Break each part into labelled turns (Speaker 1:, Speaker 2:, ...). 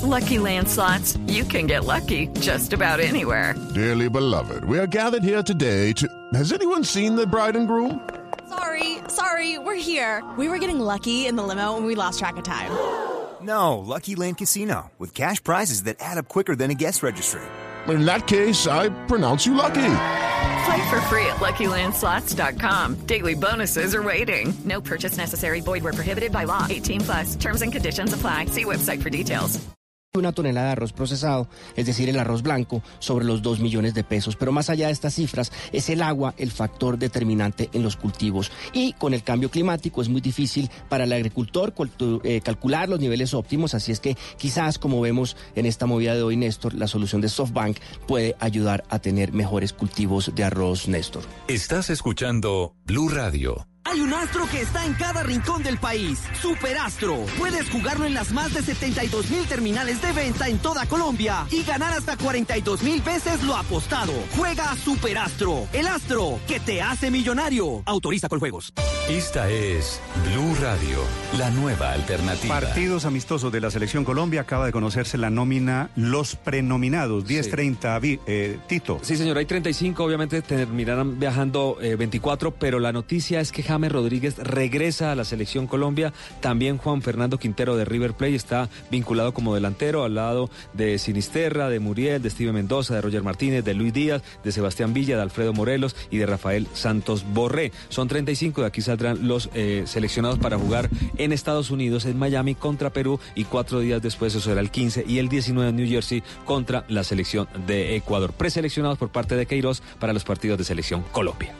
Speaker 1: Lucky Land Slots, you can get lucky just about anywhere.
Speaker 2: Dearly beloved, we are gathered here today to... Has anyone seen the bride and groom?
Speaker 3: Sorry, we're here. We were getting lucky in the limo and we lost track of time.
Speaker 4: No, Lucky Land Casino, with cash prizes that add up quicker than a guest registry.
Speaker 2: In that case, I pronounce you lucky.
Speaker 1: Play for free at LuckyLandSlots.com. Daily bonuses are waiting. No purchase necessary. Void where prohibited by law. 18+. Terms and conditions apply. See website for details.
Speaker 5: Una tonelada de arroz procesado, es decir, el arroz blanco, sobre los 2 millones de pesos. Pero más allá de estas cifras, es el agua el factor determinante en los cultivos. Y con el cambio climático es muy difícil para el agricultor calcular los niveles óptimos. Así es que quizás, como vemos en esta movida de hoy, Néstor, la solución de SoftBank puede ayudar a tener mejores cultivos de arroz, Néstor.
Speaker 6: Estás escuchando Blue Radio.
Speaker 7: Hay un astro que está en cada rincón del país. Superastro. Puedes jugarlo en las más de 72,000 terminales de venta en toda Colombia y ganar hasta 42,000 veces lo apostado. Juega Superastro, el astro que te hace millonario. Autoriza con juegos.
Speaker 6: Esta es Blue Radio, la nueva alternativa.
Speaker 8: Partidos amistosos de la Selección Colombia. Acaba de conocerse la nómina, los prenominados, 10-30, Tito.
Speaker 9: Sí, señor, hay 35, obviamente terminarán viajando 24, pero la noticia es que James Rodríguez regresa a la Selección Colombia. También Juan Fernando Quintero de River Plate está vinculado como delantero al lado de Sinisterra, de Muriel, de Steven Mendoza, de Roger Martínez, de Luis Díaz, de Sebastián Villa, de Alfredo Morelos y de Rafael Santos Borré. Son 35, de aquí saldrán los seleccionados para jugar en Estados Unidos, en Miami contra Perú, y 4 días después, eso será el 15 y el 19 en New Jersey contra la selección de Ecuador. Preseleccionados por parte de Queiroz para los partidos de Selección Colombia.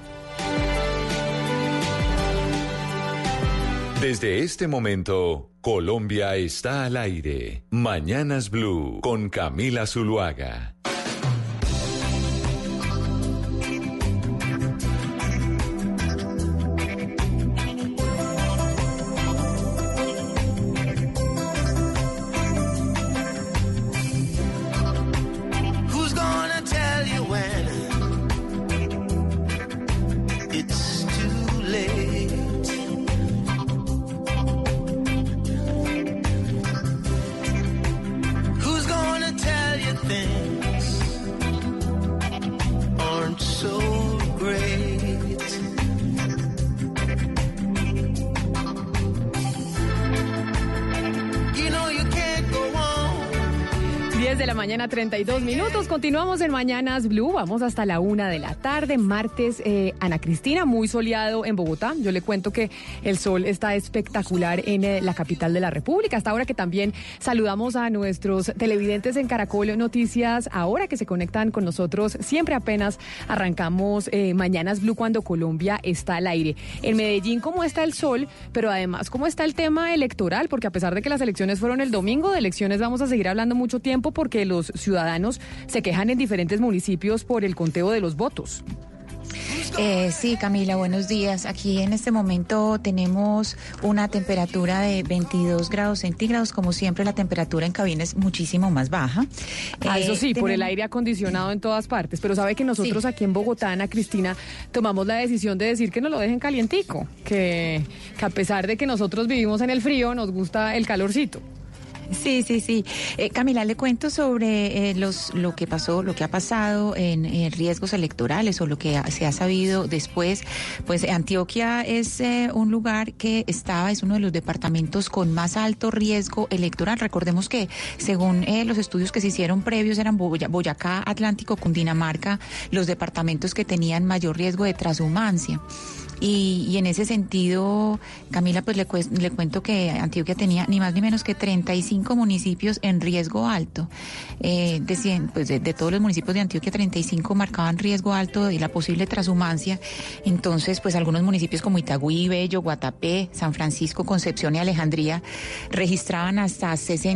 Speaker 6: Desde este momento, Colombia está al aire. Mañanas Blue con Camila Zuluaga.
Speaker 10: De la mañana, 32 minutos. Continuamos en Mañanas Blue. Vamos hasta la 1 de la tarde, martes. Ana Cristina, muy soleado en Bogotá. Yo le cuento que el sol está espectacular en la capital de la República. Hasta ahora que también saludamos a nuestros televidentes en Caracol Noticias, ahora que se conectan con nosotros. Siempre apenas arrancamos Mañanas Blue cuando Colombia está al aire. En Medellín, ¿cómo está el sol? Pero además, ¿cómo está el tema electoral? Porque a pesar de que las elecciones fueron el domingo, de elecciones vamos a seguir hablando mucho tiempo, porque los ciudadanos se quejan en diferentes municipios por el conteo de los votos.
Speaker 11: Sí, Camila, buenos días. Aquí en este momento tenemos una temperatura de 22 grados centígrados. Como siempre, la temperatura en cabina es muchísimo más baja.
Speaker 10: Eso sí, por el aire acondicionado en todas partes. Pero sabe que nosotros aquí en Bogotá, Ana Cristina, tomamos la decisión de decir que nos lo dejen calientico. Que a pesar de que nosotros vivimos en el frío, nos gusta el calorcito.
Speaker 11: Sí. Camila, le cuento sobre lo que ha pasado en riesgos electorales o lo que se ha sabido después. Pues Antioquia es un lugar que es uno de los departamentos con más alto riesgo electoral. Recordemos que según los estudios que se hicieron previos eran Boyacá, Atlántico, Cundinamarca, los departamentos que tenían mayor riesgo de transhumancia. Y en ese sentido, Camila, pues le cuento que Antioquia tenía ni más ni menos que 35 municipios en riesgo alto. De todos los municipios de Antioquia, 35 marcaban riesgo alto de la posible transhumancia. Entonces, pues algunos municipios como Itagüí, Bello, Guatapé, San Francisco, Concepción y Alejandría registraban hasta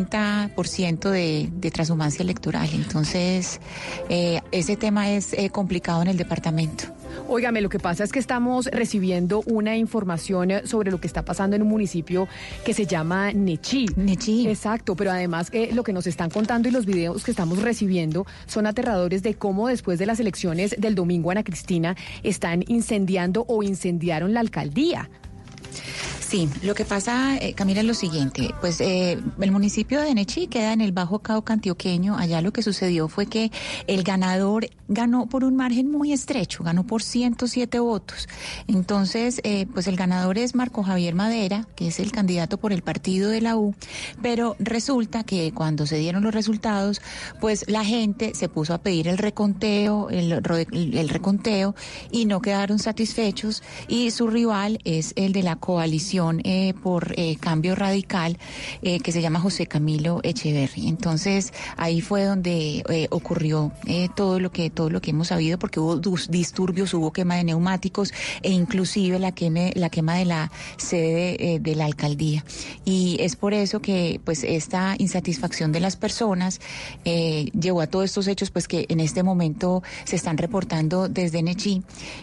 Speaker 11: 60% de transhumancia electoral. Entonces, ese tema es complicado en el departamento.
Speaker 10: Óigame, lo que pasa es que estamos recibiendo una información sobre lo que está pasando en un municipio que se llama Nechí. Exacto, pero además lo que nos están contando y los videos que estamos recibiendo son aterradores de cómo después de las elecciones del domingo, Ana Cristina, están incendiando o incendiaron la alcaldía.
Speaker 11: Sí, lo que pasa, Camila, es lo siguiente. Pues el municipio de Nechí queda en el Bajo Cauca antioqueño. Allá lo que sucedió fue que el ganador ganó por un margen muy estrecho, ganó por 107 votos. Entonces, pues el ganador es Marco Javier Madera, que es el candidato por el partido de la U, pero resulta que cuando se dieron los resultados, pues la gente se puso a pedir el reconteo, el reconteo, y no quedaron satisfechos, y su rival es el de la coalición por Cambio Radical, que se llama José Camilo Echeverry. Entonces ahí fue donde ocurrió todo lo que hemos sabido, porque hubo disturbios, hubo quema de neumáticos e inclusive la quema de la sede de la alcaldía. Y es por eso que pues esta insatisfacción de las personas llevó a todos estos hechos pues que en este momento se están reportando desde Nechí,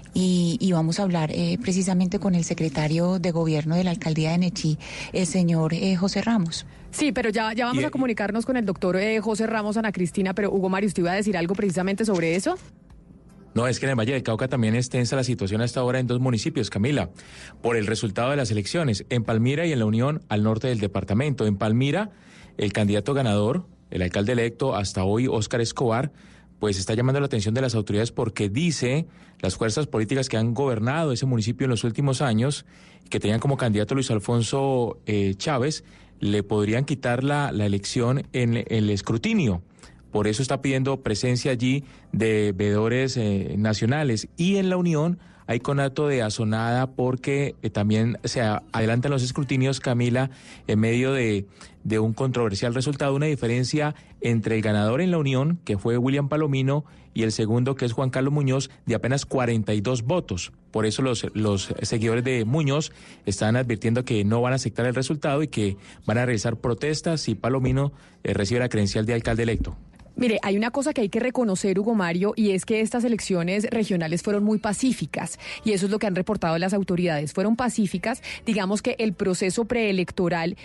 Speaker 11: y vamos a hablar precisamente con el secretario de Gobierno de la alcaldía de Nechí, el señor José Ramos.
Speaker 10: Sí, pero ya vamos a comunicarnos con el doctor José Ramos, Ana Cristina, pero Hugo Mario, ¿usted iba a decir algo precisamente sobre eso?
Speaker 12: No, es que en el Valle del Cauca también es tensa la situación hasta ahora en dos municipios, Camila, por el resultado de las elecciones, en Palmira y en La Unión, al norte del departamento. En Palmira, el candidato ganador, el alcalde electo hasta hoy, Óscar Escobar, pues está llamando la atención de las autoridades porque dice las fuerzas políticas que han gobernado ese municipio en los últimos años, que tenían como candidato Luis Alfonso Chávez, le podrían quitar la elección en el escrutinio. Por eso está pidiendo presencia allí de veedores nacionales. Y en La Unión hay conato de asonada porque también se adelantan los escrutinios, Camila, en medio de un controversial resultado, una diferencia entre el ganador en La Unión, que fue William Palomino, y el segundo, que es Juan Carlos Muñoz, de apenas 42 votos. Por eso los seguidores de Muñoz están advirtiendo que no van a aceptar el resultado y que van a realizar protestas si Palomino recibe la credencial de alcalde electo.
Speaker 10: Mire, hay una cosa que hay que reconocer, Hugo Mario, y es que estas elecciones regionales fueron muy pacíficas, y eso es lo que han reportado las autoridades. Fueron pacíficas, digamos que el proceso preelectoral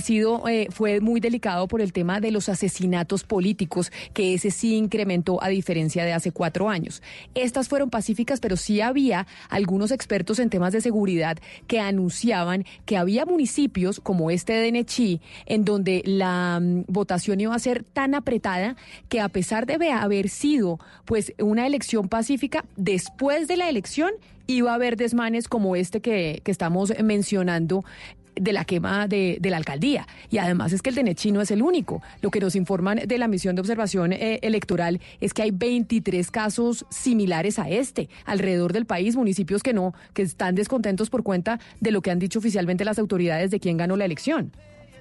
Speaker 10: fue muy delicado por el tema de los asesinatos políticos, que ese sí incrementó a diferencia de hace 4 años. Estas fueron pacíficas, pero sí había algunos expertos en temas de seguridad que anunciaban que había municipios como este de Nechí, en donde la votación iba a ser tan apretada que a pesar de haber sido pues una elección pacífica, después de la elección iba a haber desmanes como este que estamos mencionando, de la quema de la alcaldía. Y además es que el de Nechí no es el único. Lo que nos informan de la misión de observación electoral es que hay 23 casos similares a este alrededor del país, municipios que están descontentos por cuenta de lo que han dicho oficialmente las autoridades de quién ganó la elección.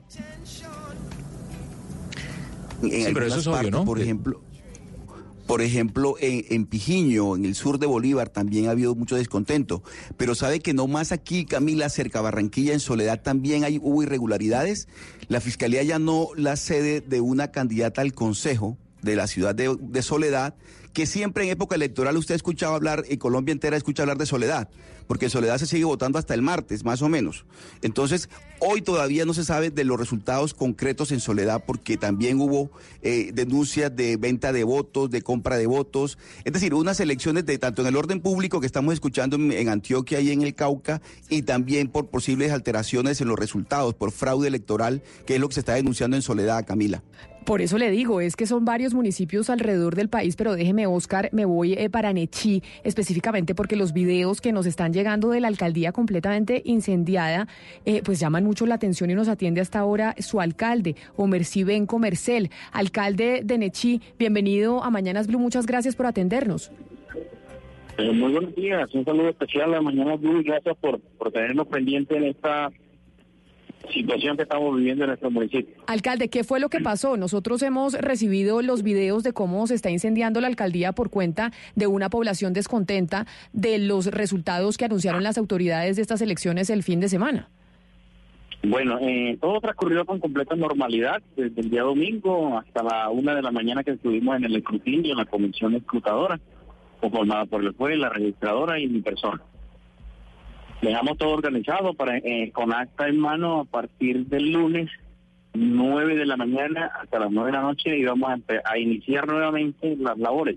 Speaker 8: Sí, pero eso es obvio, ¿no? Por ejemplo, en Pijiño, en el sur de Bolívar, también ha habido mucho descontento. Pero sabe que no más aquí, Camila, cerca a Barranquilla, en Soledad, también hubo irregularidades. La Fiscalía allanó la sede de una candidata al Consejo de la ciudad de Soledad, que siempre en época electoral usted ha escuchado hablar, en Colombia entera escucha hablar de Soledad, porque en Soledad se sigue votando hasta el martes, más o menos. Entonces, hoy todavía no se sabe de los resultados concretos en Soledad, porque también hubo denuncias de venta de votos, de compra de votos, es decir, unas elecciones de tanto en el orden público que estamos escuchando en Antioquia y en el Cauca, y también por posibles alteraciones en los resultados, por fraude electoral, que es lo que se está denunciando en Soledad, Camila.
Speaker 10: Por eso le digo, es que son varios municipios alrededor del país, pero déjeme, Óscar, me voy para Nechí, específicamente porque los videos que nos están llegando de la alcaldía completamente incendiada, pues llaman mucho la atención, y nos atiende hasta ahora su alcalde, Omercy Benco Mercel. Alcalde de Nechí, bienvenido a Mañanas Blue, muchas gracias por atendernos.
Speaker 13: Muy buenos días, un saludo especial a Mañanas Blue y gracias por tenernos pendiente en esta situación que estamos viviendo en nuestro municipio.
Speaker 10: Alcalde, ¿qué fue lo que pasó? Nosotros hemos recibido los videos de cómo se está incendiando la alcaldía por cuenta de una población descontenta de los resultados que anunciaron las autoridades de estas elecciones el fin de semana.
Speaker 13: Bueno, todo transcurrió con completa normalidad desde el día domingo hasta la 1 de la mañana que estuvimos en el escrutinio, en la comisión escrutadora, conformada por el juez, la registradora y mi persona. Dejamos todo organizado con acta en mano a partir del lunes 9 de la mañana hasta las 9 de la noche, y vamos a iniciar nuevamente las labores.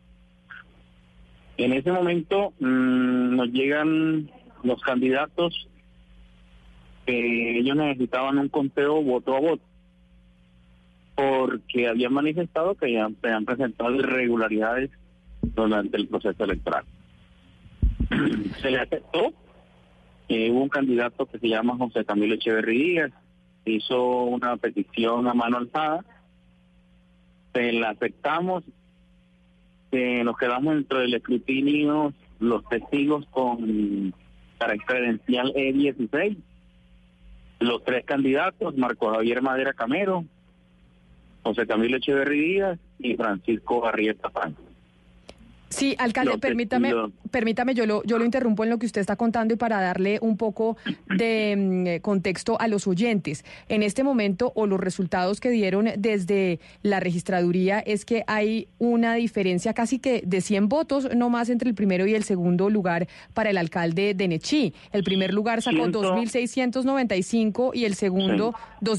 Speaker 13: En ese momento nos llegan los candidatos que ellos necesitaban un conteo voto a voto, porque habían manifestado que ya se han presentado irregularidades durante el proceso electoral. Se le aceptó. Hubo un candidato que se llama José Camilo Echeverri Díaz, hizo una petición a mano alzada, se la aceptamos, nos quedamos dentro del escrutinio los testigos con credencial E16, los 3 candidatos, Marco Javier Madera Camero, José Camilo Echeverri Díaz y Francisco Arrieta Franco.
Speaker 10: Sí, alcalde, permítame, yo lo interrumpo en lo que usted está contando y para darle un poco de contexto a los oyentes. En este momento, o los resultados que dieron desde la registraduría, es que hay una diferencia casi que de 100 votos, no más, entre el primero y el segundo lugar para el alcalde de Nechí. El primer lugar sacó 2.695 y el segundo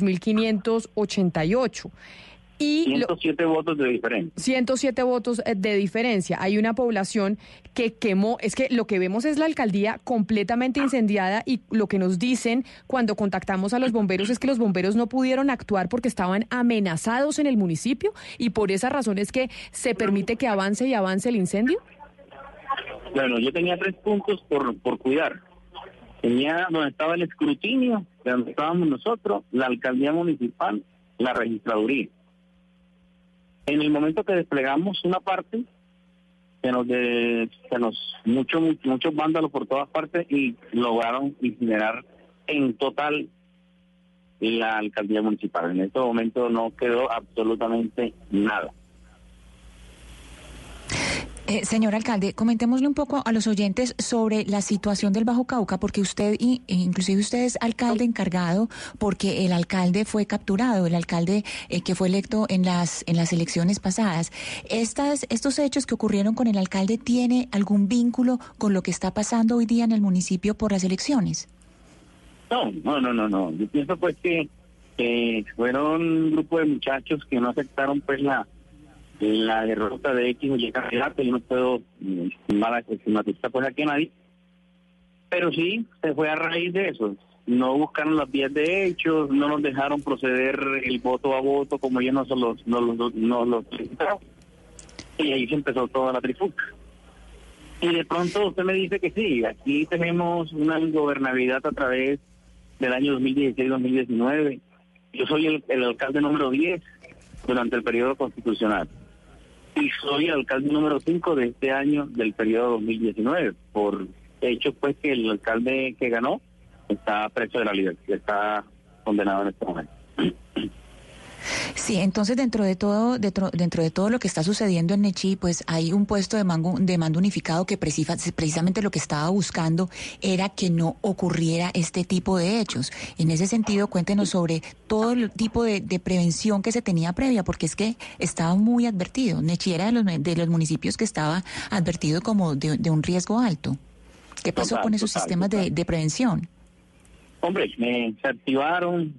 Speaker 10: 2.588. Y
Speaker 13: 107 votos de diferencia.
Speaker 10: 107 votos de diferencia. Hay una población que quemó. Es que lo que vemos es la alcaldía completamente incendiada, y lo que nos dicen cuando contactamos a los bomberos es que los bomberos no pudieron actuar porque estaban amenazados en el municipio, y por esa razón es que se permite que avance y avance el incendio.
Speaker 13: Bueno, yo tenía 3 puntos por cuidar. Tenía donde estaba el escrutinio, donde estábamos nosotros, la alcaldía municipal, la registraduría. En el momento que desplegamos una parte, muchos vándalos por todas partes, y lograron incinerar en total la alcaldía municipal. En este momento no quedó absolutamente nada.
Speaker 11: Señor alcalde, comentémosle un poco a los oyentes sobre la situación del Bajo Cauca, porque usted, inclusive usted es alcalde encargado, porque el alcalde fue capturado, el alcalde que fue electo en las elecciones pasadas. ¿Estos hechos que ocurrieron con el alcalde tiene algún vínculo con lo que está pasando hoy día en el municipio por las elecciones?
Speaker 13: No. Yo pienso pues que fueron un grupo de muchachos que no aceptaron pues la derrota de X o Y candidato. Yo no puedo estigmatizar pues aquí a nadie, pero sí se fue a raíz de eso. No buscaron las vías de hechos, no nos dejaron proceder el voto a voto como ellos nos lo solicitaron, y ahí se empezó toda la trifulca. Y de pronto usted me dice que sí, aquí tenemos una ingobernabilidad a través del año 2016-2019. Yo soy el alcalde número 10 durante el periodo constitucional, y soy el alcalde número 5 de este año del periodo 2019, por hecho pues que el alcalde que ganó está preso de la libertad, está condenado en este momento.
Speaker 11: Sí, entonces dentro de todo lo que está sucediendo en Nechí, pues hay un puesto de mando unificado que precisamente lo que estaba buscando era que no ocurriera este tipo de hechos. En ese sentido, cuéntenos sobre todo el tipo de prevención que se tenía previa, porque es que estaba muy advertido. Nechí era de los municipios que estaba advertido como de un riesgo alto. ¿Qué pasó con esos sistemas de prevención?
Speaker 13: Hombre, se activaron,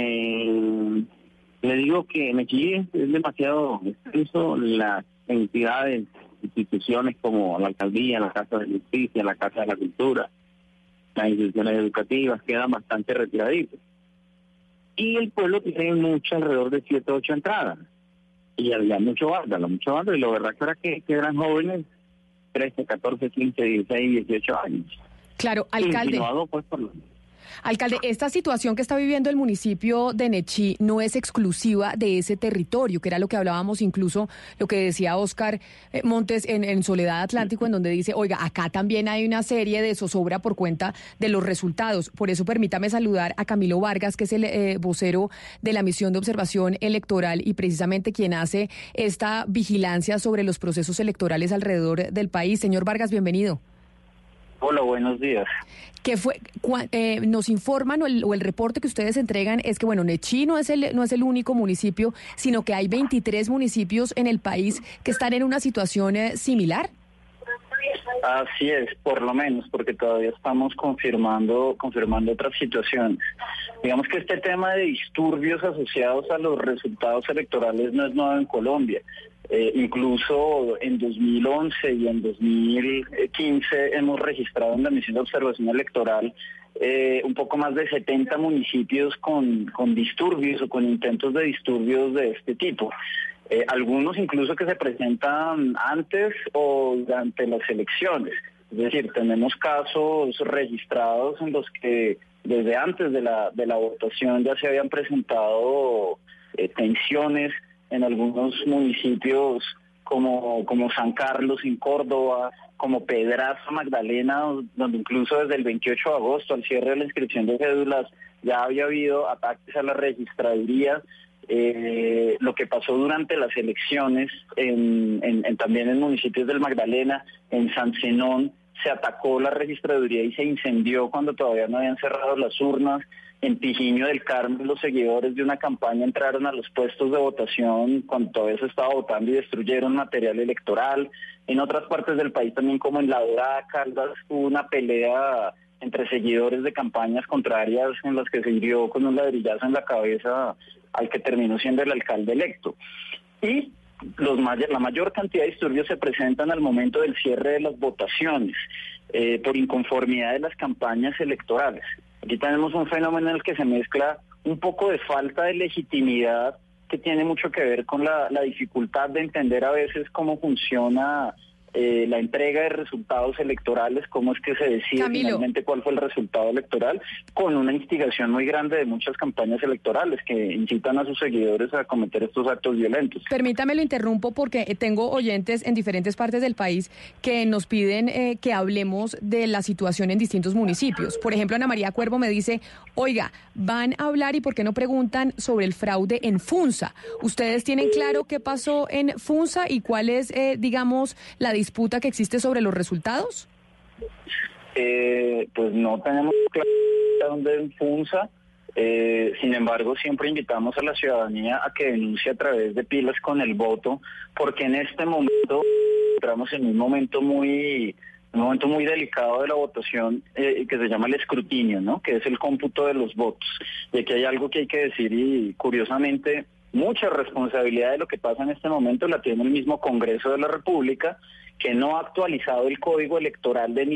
Speaker 13: le digo que Nechí es demasiado extenso. Las entidades, instituciones como la alcaldía, la Casa de Justicia, la Casa de la Cultura, las instituciones educativas quedan bastante retiraditas. Y el pueblo tiene alrededor de 7 o 8 entradas. Y había mucho vándalo, y lo verdad era que eran jóvenes, 13, 14, 15, 16, 18 años.
Speaker 10: Claro, alcalde. Alcalde, esta situación que está viviendo el municipio de Nechí no es exclusiva de ese territorio, que era lo que hablábamos, incluso lo que decía Óscar Montes en Soledad Atlántico, en donde dice, oiga, acá también hay una serie de zozobra por cuenta de los resultados. Por eso permítame saludar a Camilo Vargas, que es el vocero de la Misión de Observación Electoral y precisamente quien hace esta vigilancia sobre los procesos electorales alrededor del país. Señor Vargas, bienvenido.
Speaker 14: Hola, buenos días.
Speaker 10: ¿Qué fue? Nos informan o el reporte que ustedes entregan es que, bueno, Nechí no es el único municipio, sino que hay 23 municipios en el país que están en una situación similar.
Speaker 14: Así es, por lo menos, porque todavía estamos confirmando otras situaciones. Digamos que este tema de disturbios asociados a los resultados electorales no es nuevo en Colombia. Incluso en 2011 y en 2015 hemos registrado en la Misión de Observación Electoral un poco más de 70 municipios con disturbios o con intentos de disturbios de este tipo. Algunos incluso que se presentan antes o durante las elecciones. Es decir, tenemos casos registrados en los que desde antes de la votación ya se habían presentado tensiones en algunos municipios como San Carlos en Córdoba, como Pedraza, Magdalena, donde incluso desde el 28 de agosto, al cierre de la inscripción de cédulas, ya había habido ataques a la registraduría. Lo que pasó durante las elecciones también en municipios del Magdalena, en San Zenón, se atacó la registraduría y se incendió cuando todavía no habían cerrado las urnas. En Pijiño del Carmen, los seguidores de una campaña entraron a los puestos de votación cuando todavía se estaba votando y destruyeron material electoral. En otras partes del país también, como en La Dorada, Caldas, hubo una pelea entre seguidores de campañas contrarias en las que se hirió con un ladrillazo en la cabeza al que terminó siendo el alcalde electo. Y la mayor cantidad de disturbios se presentan al momento del cierre de las votaciones, por inconformidad de las campañas electorales. Aquí tenemos un fenómeno en el que se mezcla un poco de falta de legitimidad que tiene mucho que ver con la dificultad de entender a veces cómo funciona la entrega de resultados electorales, cómo es que se decide finalmente cuál fue el resultado electoral, con una instigación muy grande de muchas campañas electorales que incitan a sus seguidores a cometer estos actos violentos.
Speaker 10: Permítame, lo interrumpo porque tengo oyentes en diferentes partes del país que nos piden que hablemos de la situación en distintos municipios. Por ejemplo, Ana María Cuervo me dice, oiga, van a hablar y ¿por qué no preguntan sobre el fraude en Funza? ¿Ustedes tienen claro qué pasó en Funza y cuál es, digamos, la disputa que existe sobre los resultados?
Speaker 14: Pues no tenemos claro dónde en Funza. Sin embargo, siempre invitamos a la ciudadanía a que denuncie a través de Pilas con el Voto, porque en este momento entramos en un momento muy delicado de la votación, que se llama el escrutinio, ¿no? Que es el cómputo de los votos. Y aquí hay algo que hay que decir y, curiosamente, mucha responsabilidad de lo que pasa en este momento la tiene el mismo Congreso de la República, que no ha actualizado el Código Electoral de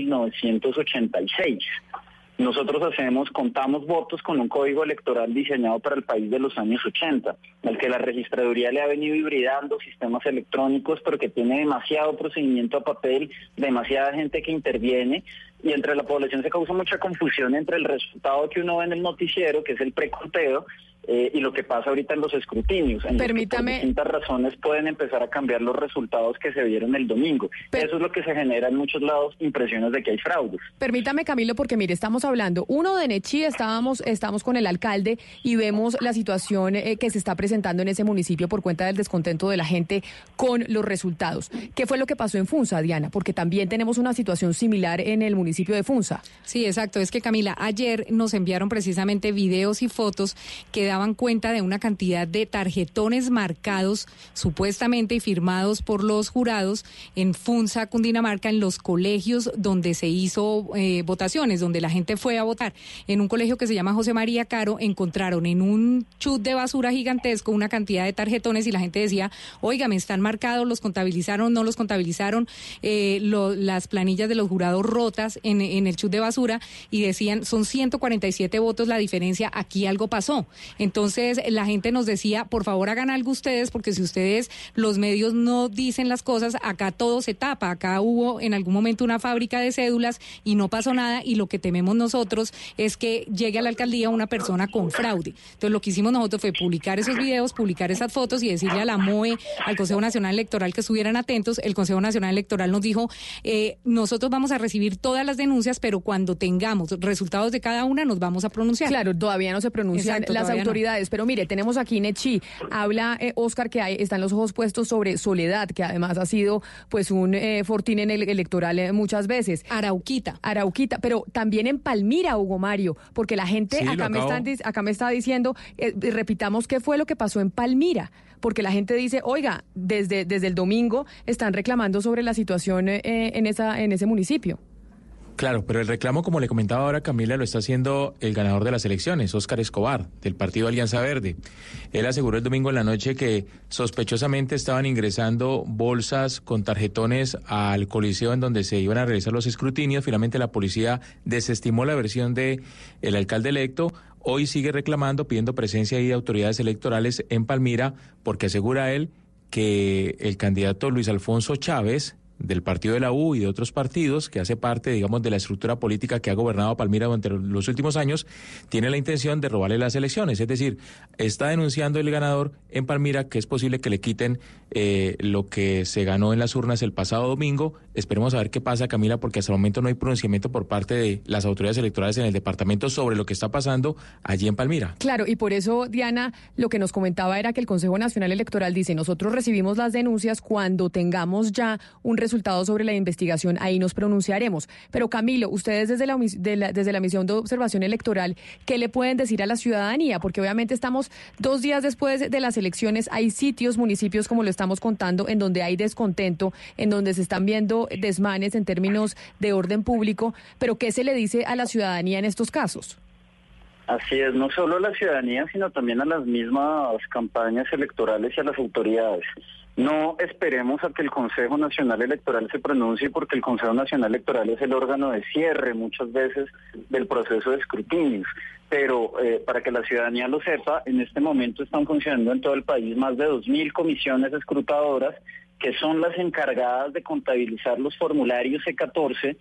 Speaker 14: 1986. Nosotros contamos votos con un código electoral diseñado para el país de los años 80, al que la registraduría le ha venido hibridando sistemas electrónicos porque tiene demasiado procedimiento a papel, demasiada gente que interviene, y entre la población se causa mucha confusión entre el resultado que uno ve en el noticiero, que es el preconteo, y lo que pasa ahorita en los escrutinios. Permítame. Por distintas razones pueden empezar a cambiar los resultados que se vieron el domingo. Eso es lo que se genera en muchos lados, impresiones de que hay fraudes.
Speaker 10: Permítame, Camilo, porque mire, estamos hablando, de Nechí, estamos con el alcalde y vemos la situación que se está presentando en ese municipio por cuenta del descontento de la gente con los resultados. ¿Qué fue lo que pasó en Funza, Diana? Porque también tenemos una situación similar en el municipio de Funza.
Speaker 11: Sí, exacto. Es que, Camila, ayer nos enviaron precisamente videos y fotos que daban cuenta de una cantidad de tarjetones marcados supuestamente y firmados por los jurados en Funza, Cundinamarca, en los colegios donde se hizo votaciones, donde la gente fue a votar. En un colegio que se llama José María Caro encontraron en un chut de basura gigantesco una cantidad de tarjetones y la gente decía, oiga, me están marcados, los contabilizaron, no los contabilizaron, las planillas de los jurados rotas en el chut de basura, y decían, son 147 votos la diferencia, aquí algo pasó. Entonces la gente nos decía, por favor hagan algo ustedes, porque si ustedes, los medios, no dicen las cosas, acá todo se tapa, acá hubo en algún momento una fábrica de cédulas y no pasó nada, y lo que tememos nosotros es que llegue a la alcaldía una persona con fraude. Entonces lo que hicimos nosotros fue publicar esos videos, publicar esas fotos y decirle a la MOE, al Consejo Nacional Electoral, que estuvieran atentos. El Consejo Nacional Electoral nos dijo, nosotros vamos a recibir todas las denuncias, pero cuando tengamos resultados de cada una nos vamos a pronunciar.
Speaker 10: Claro, todavía no se pronuncian las autoridades. Pero mire, tenemos aquí Nechí, habla Oscar que están los ojos puestos sobre Soledad, que además ha sido pues un fortín en el electoral muchas veces. Arauquita, pero también en Palmira, Hugo Mario, porque la gente acá me está diciendo, repitamos qué fue lo que pasó en Palmira, porque la gente dice, oiga, desde el domingo están reclamando sobre la situación en ese municipio.
Speaker 12: Claro, pero el reclamo, como le comentaba ahora Camila, lo está haciendo el ganador de las elecciones, Óscar Escobar, del partido Alianza Verde. Él aseguró el domingo en la noche que sospechosamente estaban ingresando bolsas con tarjetones al coliseo en donde se iban a realizar los escrutinios. Finalmente la policía desestimó la versión del alcalde electo. Hoy sigue reclamando, pidiendo presencia de autoridades electorales en Palmira, porque asegura él que el candidato Luis Alfonso Chávez, del partido de la U y de otros partidos, que hace parte, digamos, de la estructura política que ha gobernado Palmira durante los últimos años, tiene la intención de robarle las elecciones. Es decir, está denunciando el ganador en Palmira que es posible que le quiten lo que se ganó en las urnas el pasado domingo. Esperemos a ver qué pasa, Camila, porque hasta el momento no hay pronunciamiento por parte de las autoridades electorales en el departamento sobre lo que está pasando allí en Palmira.
Speaker 10: Claro, y por eso, Diana, lo que nos comentaba era que el Consejo Nacional Electoral dice, nosotros recibimos las denuncias, cuando tengamos ya un resultado sobre la investigación, ahí nos pronunciaremos. Pero Camilo, ustedes desde la misión de observación electoral, ¿qué le pueden decir a la ciudadanía? Porque obviamente estamos 2 días después de las elecciones, hay sitios, municipios, como lo estamos contando, en donde hay descontento, en donde se están viendo desmanes en términos de orden público, pero ¿qué se le dice a la ciudadanía en estos casos?
Speaker 14: Así es, no solo a la ciudadanía, sino también a las mismas campañas electorales y a las autoridades. No esperemos a que el Consejo Nacional Electoral se pronuncie, porque el Consejo Nacional Electoral es el órgano de cierre muchas veces del proceso de escrutinios. Pero para que la ciudadanía lo sepa, en este momento están funcionando en todo el país más de 2.000 comisiones escrutadoras, que son las encargadas de contabilizar los formularios C14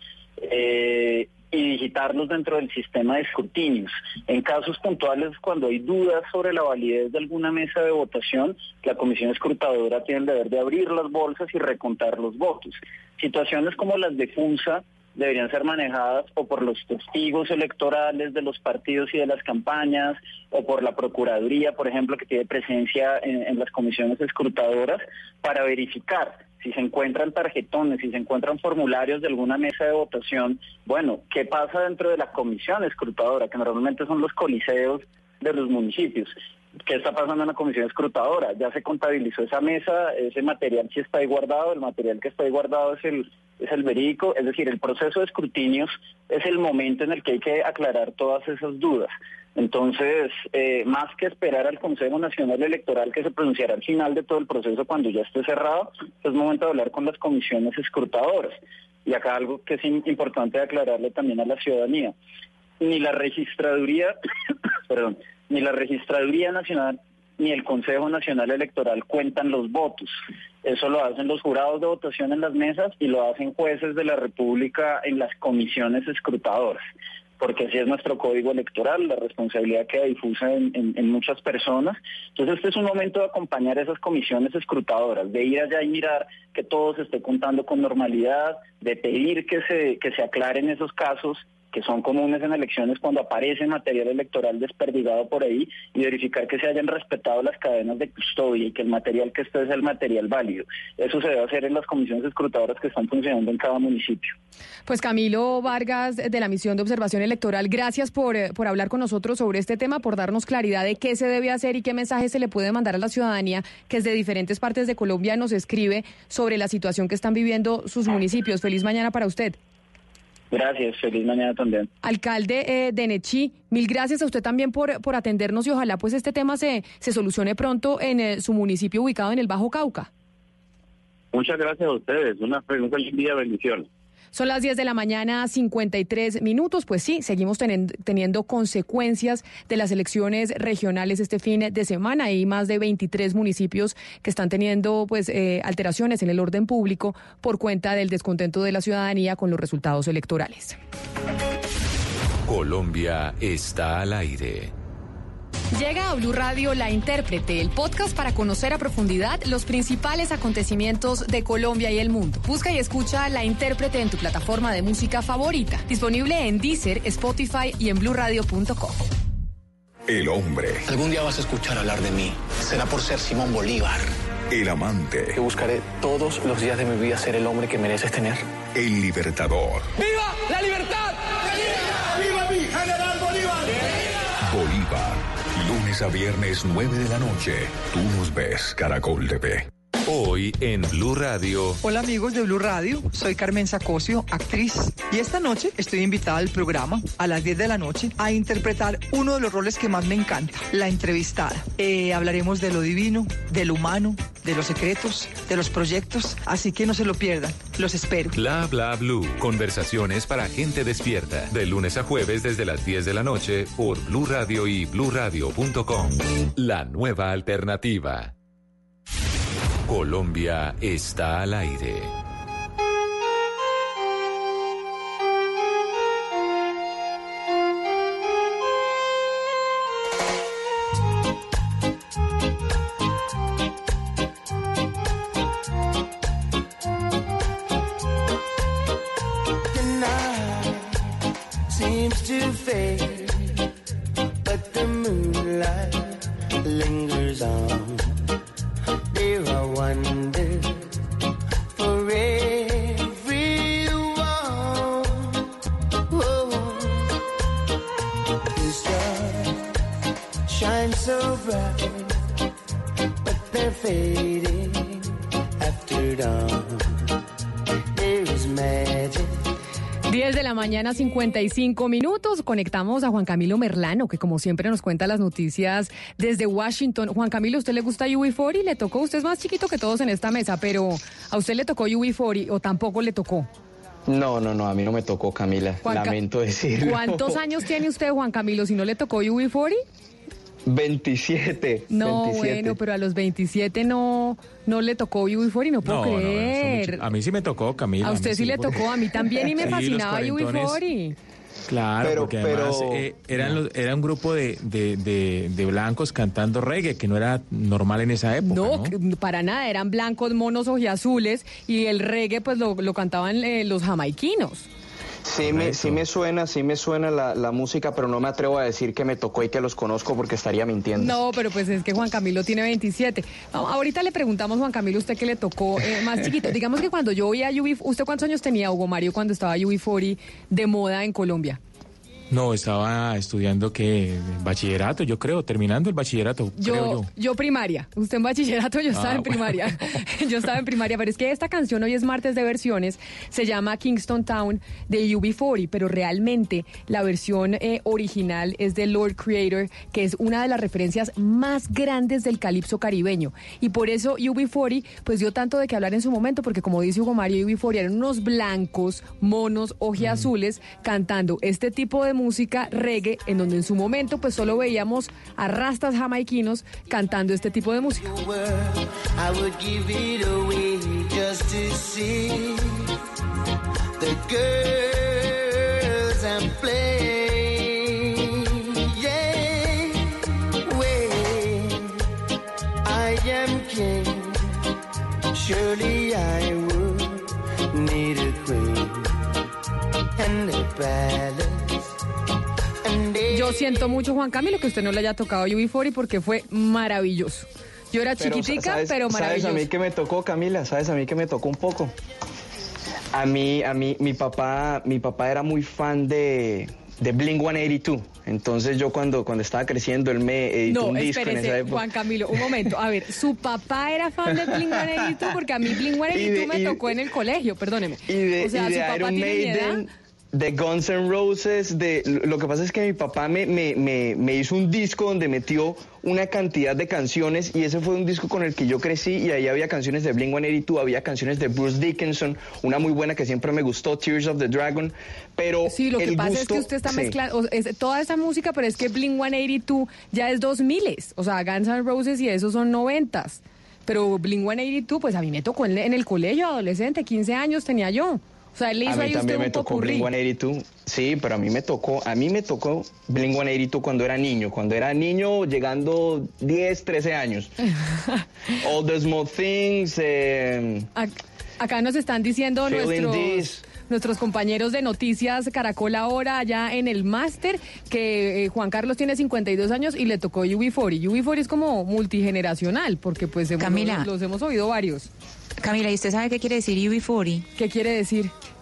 Speaker 14: y digitarlos dentro del sistema de escrutinios. En casos puntuales, cuando hay dudas sobre la validez de alguna mesa de votación, la comisión escrutadora tiene el deber de abrir las bolsas y recontar los votos. Situaciones como las de Funza deberían ser manejadas o por los testigos electorales de los partidos y de las campañas, o por la Procuraduría, por ejemplo, que tiene presencia en las comisiones escrutadoras, para verificar si se encuentran tarjetones, si se encuentran formularios de alguna mesa de votación. Bueno, ¿qué pasa dentro de la comisión escrutadora, que normalmente son los coliseos de los municipios? ¿Qué está pasando en la comisión escrutadora? Ya se contabilizó esa mesa, ese material sí está ahí guardado, el material que está ahí guardado es el verídico. Es decir, el proceso de escrutinios es el momento en el que hay que aclarar todas esas dudas. Entonces, más que esperar al Consejo Nacional Electoral, que se pronunciará al final de todo el proceso cuando ya esté cerrado, es momento de hablar con las comisiones escrutadoras. Y acá algo que es importante aclararle también a la ciudadanía. Ni la Registraduría, ni la Registraduría Nacional ni el Consejo Nacional Electoral cuentan los votos. Eso lo hacen los jurados de votación en las mesas y lo hacen jueces de la República en las comisiones escrutadoras, porque así es nuestro código electoral, la responsabilidad queda difusa en muchas personas. Entonces este es un momento de acompañar a esas comisiones escrutadoras, de ir allá y mirar que todo se esté contando con normalidad, de pedir que se aclaren esos casos que son comunes en elecciones cuando aparece material electoral desperdigado por ahí, y verificar que se hayan respetado las cadenas de custodia y que el material que esté es el material válido. Eso se debe hacer en las comisiones escrutadoras que están funcionando en cada municipio.
Speaker 10: Pues Camilo Vargas, de la Misión de Observación Electoral, gracias por hablar con nosotros sobre este tema, por darnos claridad de qué se debe hacer y qué mensaje se le puede mandar a la ciudadanía que desde diferentes partes de Colombia nos escribe sobre la situación que están viviendo sus municipios. Feliz mañana para usted.
Speaker 14: Gracias, feliz mañana también.
Speaker 10: Alcalde de Nechí, mil gracias a usted también por atendernos, y ojalá pues este tema se solucione pronto en su municipio ubicado en el Bajo Cauca.
Speaker 13: Muchas gracias a ustedes, un feliz día, bendiciones.
Speaker 10: Son las 10 de la mañana, 53 minutos. Pues sí, seguimos teniendo consecuencias de las elecciones regionales este fin de semana. Hay más de 23 municipios que están teniendo pues alteraciones en el orden público por cuenta del descontento de la ciudadanía con los resultados electorales.
Speaker 6: Colombia está al aire.
Speaker 10: Llega a Blue Radio La Intérprete, el podcast para conocer a profundidad los principales acontecimientos de Colombia y el mundo. Busca y escucha La Intérprete en tu plataforma de música favorita. Disponible en Deezer, Spotify y en BlueRadio.com.
Speaker 15: El hombre.
Speaker 16: Algún día vas a escuchar hablar de mí. Será por ser Simón Bolívar.
Speaker 15: El amante.
Speaker 16: Yo buscaré todos los días de mi vida ser el hombre que mereces tener.
Speaker 15: El libertador.
Speaker 17: ¡Viva la libertad! ¡Viva mi general Bolívar!
Speaker 15: Bolívar. Lunes a viernes, 9 de la noche. Tú nos ves, Caracol TV.
Speaker 6: Hoy en Blue Radio.
Speaker 18: Hola amigos de Blue Radio, soy Carmen Sacocio, actriz. Y esta noche estoy invitada al programa a las 10 de la noche a interpretar uno de los roles que más me encanta, la entrevistada. Hablaremos de lo divino, de lo humano, de los secretos, de los proyectos, así que no se lo pierdan, los espero.
Speaker 6: Bla Bla Blue, conversaciones para gente despierta, de lunes a jueves desde las 10 de la noche por Blue Radio y bluradio.com. La nueva alternativa. Colombia está al aire.
Speaker 10: Mañana 55 minutos, conectamos a Juan Camilo Merlano, que como siempre nos cuenta las noticias desde Washington. Juan Camilo, ¿a usted le gusta UB40? ¿Le tocó? Usted es más chiquito que todos en esta mesa, pero ¿a usted le tocó UB40 o tampoco le tocó?
Speaker 19: No, a mí no me tocó, Camila, lamento decirlo.
Speaker 10: ¿Cuántos años tiene usted, Juan Camilo, si no le tocó UB40?
Speaker 19: 27.
Speaker 10: No,
Speaker 19: 27.
Speaker 10: Bueno, pero a los 27 no le tocó UB40, no puedo creer.
Speaker 12: A mí sí me tocó, Camila.
Speaker 10: A usted sí le tocó, a mí también, y me fascinaba UB40.
Speaker 12: Claro, porque además era un grupo de blancos cantando reggae, que no era normal en esa época.
Speaker 10: No, para nada, eran blancos, monos, ojiazules, y el reggae pues lo cantaban los jamaiquinos.
Speaker 19: Sí me suena la música, pero no me atrevo a decir que me tocó y que los conozco porque estaría mintiendo.
Speaker 10: No, pero pues es que Juan Camilo tiene 27. Ahorita le preguntamos, Juan Camilo, ¿usted qué le tocó más chiquito? Digamos que cuando yo oía ¿usted cuántos años tenía, Hugo Mario, cuando estaba UB40 de moda en Colombia?
Speaker 12: No, estaba estudiando bachillerato, yo creo, terminando el bachillerato,
Speaker 10: yo primaria. Usted en bachillerato, yo estaba en primaria. Yo estaba en primaria, pero es que esta canción hoy es martes de versiones, se llama Kingston Town de UB40, pero realmente la versión original es de Lord Creator, que es una de las referencias más grandes del calipso caribeño. Y por eso UB40 pues dio tanto de qué hablar en su momento, porque como dice Hugo Mario, UB40 eran unos blancos, monos, ojiazules, cantando este tipo de música reggae, en donde en su momento pues solo veíamos a rastas jamaiquinos cantando este tipo de música. Yo siento mucho, Juan Camilo, que usted no le haya tocado UB40 porque fue maravilloso. Yo era chiquitica, pero maravilloso.
Speaker 19: ¿Sabes a mí qué me tocó, Camila? ¿Sabes a mí qué me tocó un poco? A mí, mi papá era muy fan de Blink-182. Entonces yo cuando estaba creciendo, él me editó un disco en esa época.
Speaker 10: Juan Camilo, un momento. A ver, ¿su papá era fan de Blink-182? Porque a mí Blink-182 me tocó en el colegio, perdóneme.
Speaker 19: O sea, su papá tiene mi edad. De Guns N' Roses, lo que pasa es que mi papá me hizo un disco donde metió una cantidad de canciones y ese fue un disco con el que yo crecí y ahí había canciones de Blink-182, había canciones de Bruce Dickinson, una muy buena que siempre me gustó, Tears of the Dragon, pero
Speaker 10: sí, lo que pasa es que usted está mezclando toda esa música, pero es que Blink-182 ya es 2000, o sea, Guns N' Roses y esos son 90s, pero Blink-182 pues a mí me tocó en el colegio, adolescente, 15 años tenía yo. O sea, él le hizo
Speaker 19: a mí también me tocó Blink-182, sí, pero a mí me tocó Blink-182 cuando era niño llegando 10, 13 años. All the Small Things.
Speaker 10: Acá nos están diciendo nuestros compañeros de Noticias Caracol ahora allá en el máster que Juan Carlos tiene 52 años y le tocó UB40. UB40 es como multigeneracional porque pues
Speaker 11: Camila,
Speaker 10: los hemos oído varios.
Speaker 11: Camila, ¿y usted sabe qué quiere decir UB40?
Speaker 10: ¿Qué quiere decir?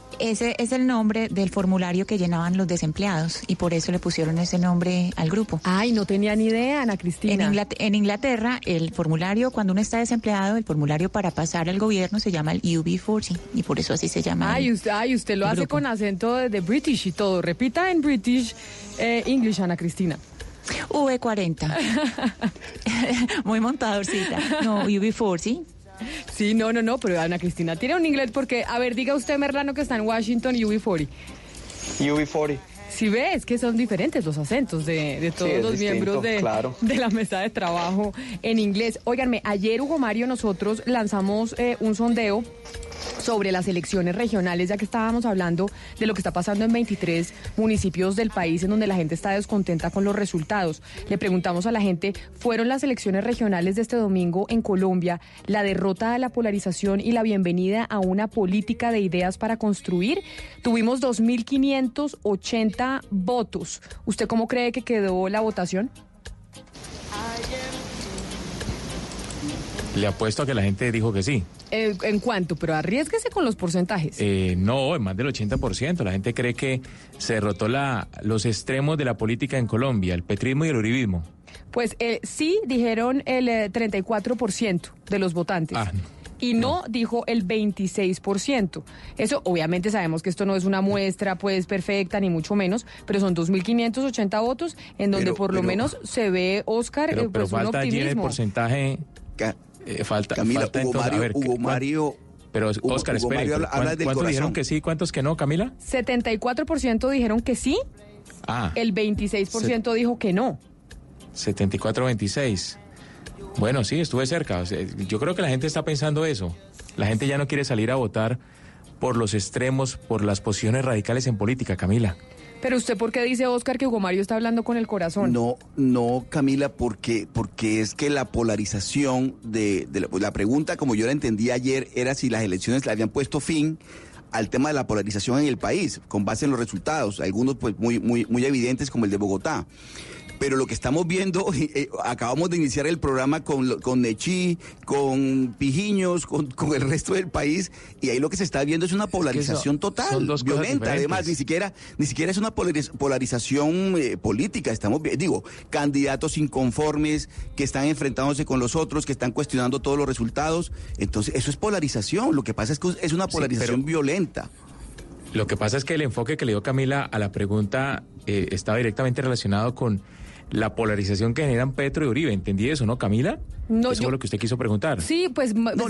Speaker 11: Ese es el nombre del formulario que llenaban los desempleados y por eso le pusieron ese nombre al grupo.
Speaker 10: Ay, no tenía ni idea, Ana Cristina.
Speaker 11: En Inglaterra, el formulario, cuando uno está desempleado, el formulario para pasar al gobierno se llama el UB40 y por eso así se llama.
Speaker 10: Usted lo hace
Speaker 11: grupo.
Speaker 10: con acento de British y todo. Repita en British English, Ana Cristina.
Speaker 11: V40. Muy montadorcita. No, UB40.
Speaker 10: Sí, no, pero Ana Cristina tiene un inglés porque, a ver, diga usted, Merlano, que está en Washington, UB40.
Speaker 19: UB40.
Speaker 10: Si ve, es que son diferentes los acentos de todos los miembros de la mesa de trabajo en inglés. Óiganme, ayer, Hugo Mario, nosotros lanzamos un sondeo sobre las elecciones regionales, ya que estábamos hablando de lo que está pasando en 23 municipios del país en donde la gente está descontenta con los resultados. Le preguntamos a la gente, ¿fueron las elecciones regionales de este domingo en Colombia la derrota de la polarización y la bienvenida a una política de ideas para construir? Tuvimos 2.580 votos. ¿Usted cómo cree que quedó la votación?
Speaker 12: Le apuesto a que la gente dijo que sí.
Speaker 10: ¿En cuánto? Pero arriésguese con los porcentajes.
Speaker 12: No, en más del 80%. La gente cree que se derrotó los extremos de la política en Colombia, el petrismo y el uribismo.
Speaker 10: Pues sí dijeron el 34% de los votantes. Y no dijo el 26%. Eso, obviamente sabemos que esto no es una muestra pues perfecta, ni mucho menos, pero son 2.580 votos en donde por lo menos se ve, Oscar,
Speaker 12: pero
Speaker 10: pues
Speaker 12: falta
Speaker 10: un optimismo.
Speaker 12: allí el porcentaje...
Speaker 8: Camila,
Speaker 12: falta
Speaker 8: Hugo Mario...
Speaker 12: Pero, Oscar, espere, ¿cuántos dijeron que sí, cuántos que no, Camila?
Speaker 10: 74% dijeron que sí, el 26% dijo que no.
Speaker 12: 74-26. Bueno, sí, estuve cerca. O sea, yo creo que la gente está pensando eso. La gente ya no quiere salir a votar por los extremos, por las posiciones radicales en política, Camila.
Speaker 10: Pero usted, ¿por qué dice, Oscar, que Hugo Mario está hablando con el corazón?
Speaker 8: No, Camila, porque es que la polarización la pregunta, como yo la entendí ayer, era si las elecciones le habían puesto fin al tema de la polarización en el país, con base en los resultados, algunos pues muy evidentes como el de Bogotá. Pero lo que estamos viendo, acabamos de iniciar el programa con Nechí, con Pijiños, con el resto del país, y ahí lo que se está viendo es una polarización total, violenta. Además, ni siquiera es una polarización política. Estamos candidatos inconformes que están enfrentándose con los otros, que están cuestionando todos los resultados. Entonces, eso es polarización. Lo que pasa es que es una polarización violenta.
Speaker 12: Lo que pasa es que el enfoque que le dio Camila a la pregunta estaba directamente relacionado con la polarización que generan Petro y Uribe. ¿Entendí eso, no, Camila?
Speaker 10: No,
Speaker 12: eso fue lo que usted quiso preguntar.
Speaker 10: Sí, pues,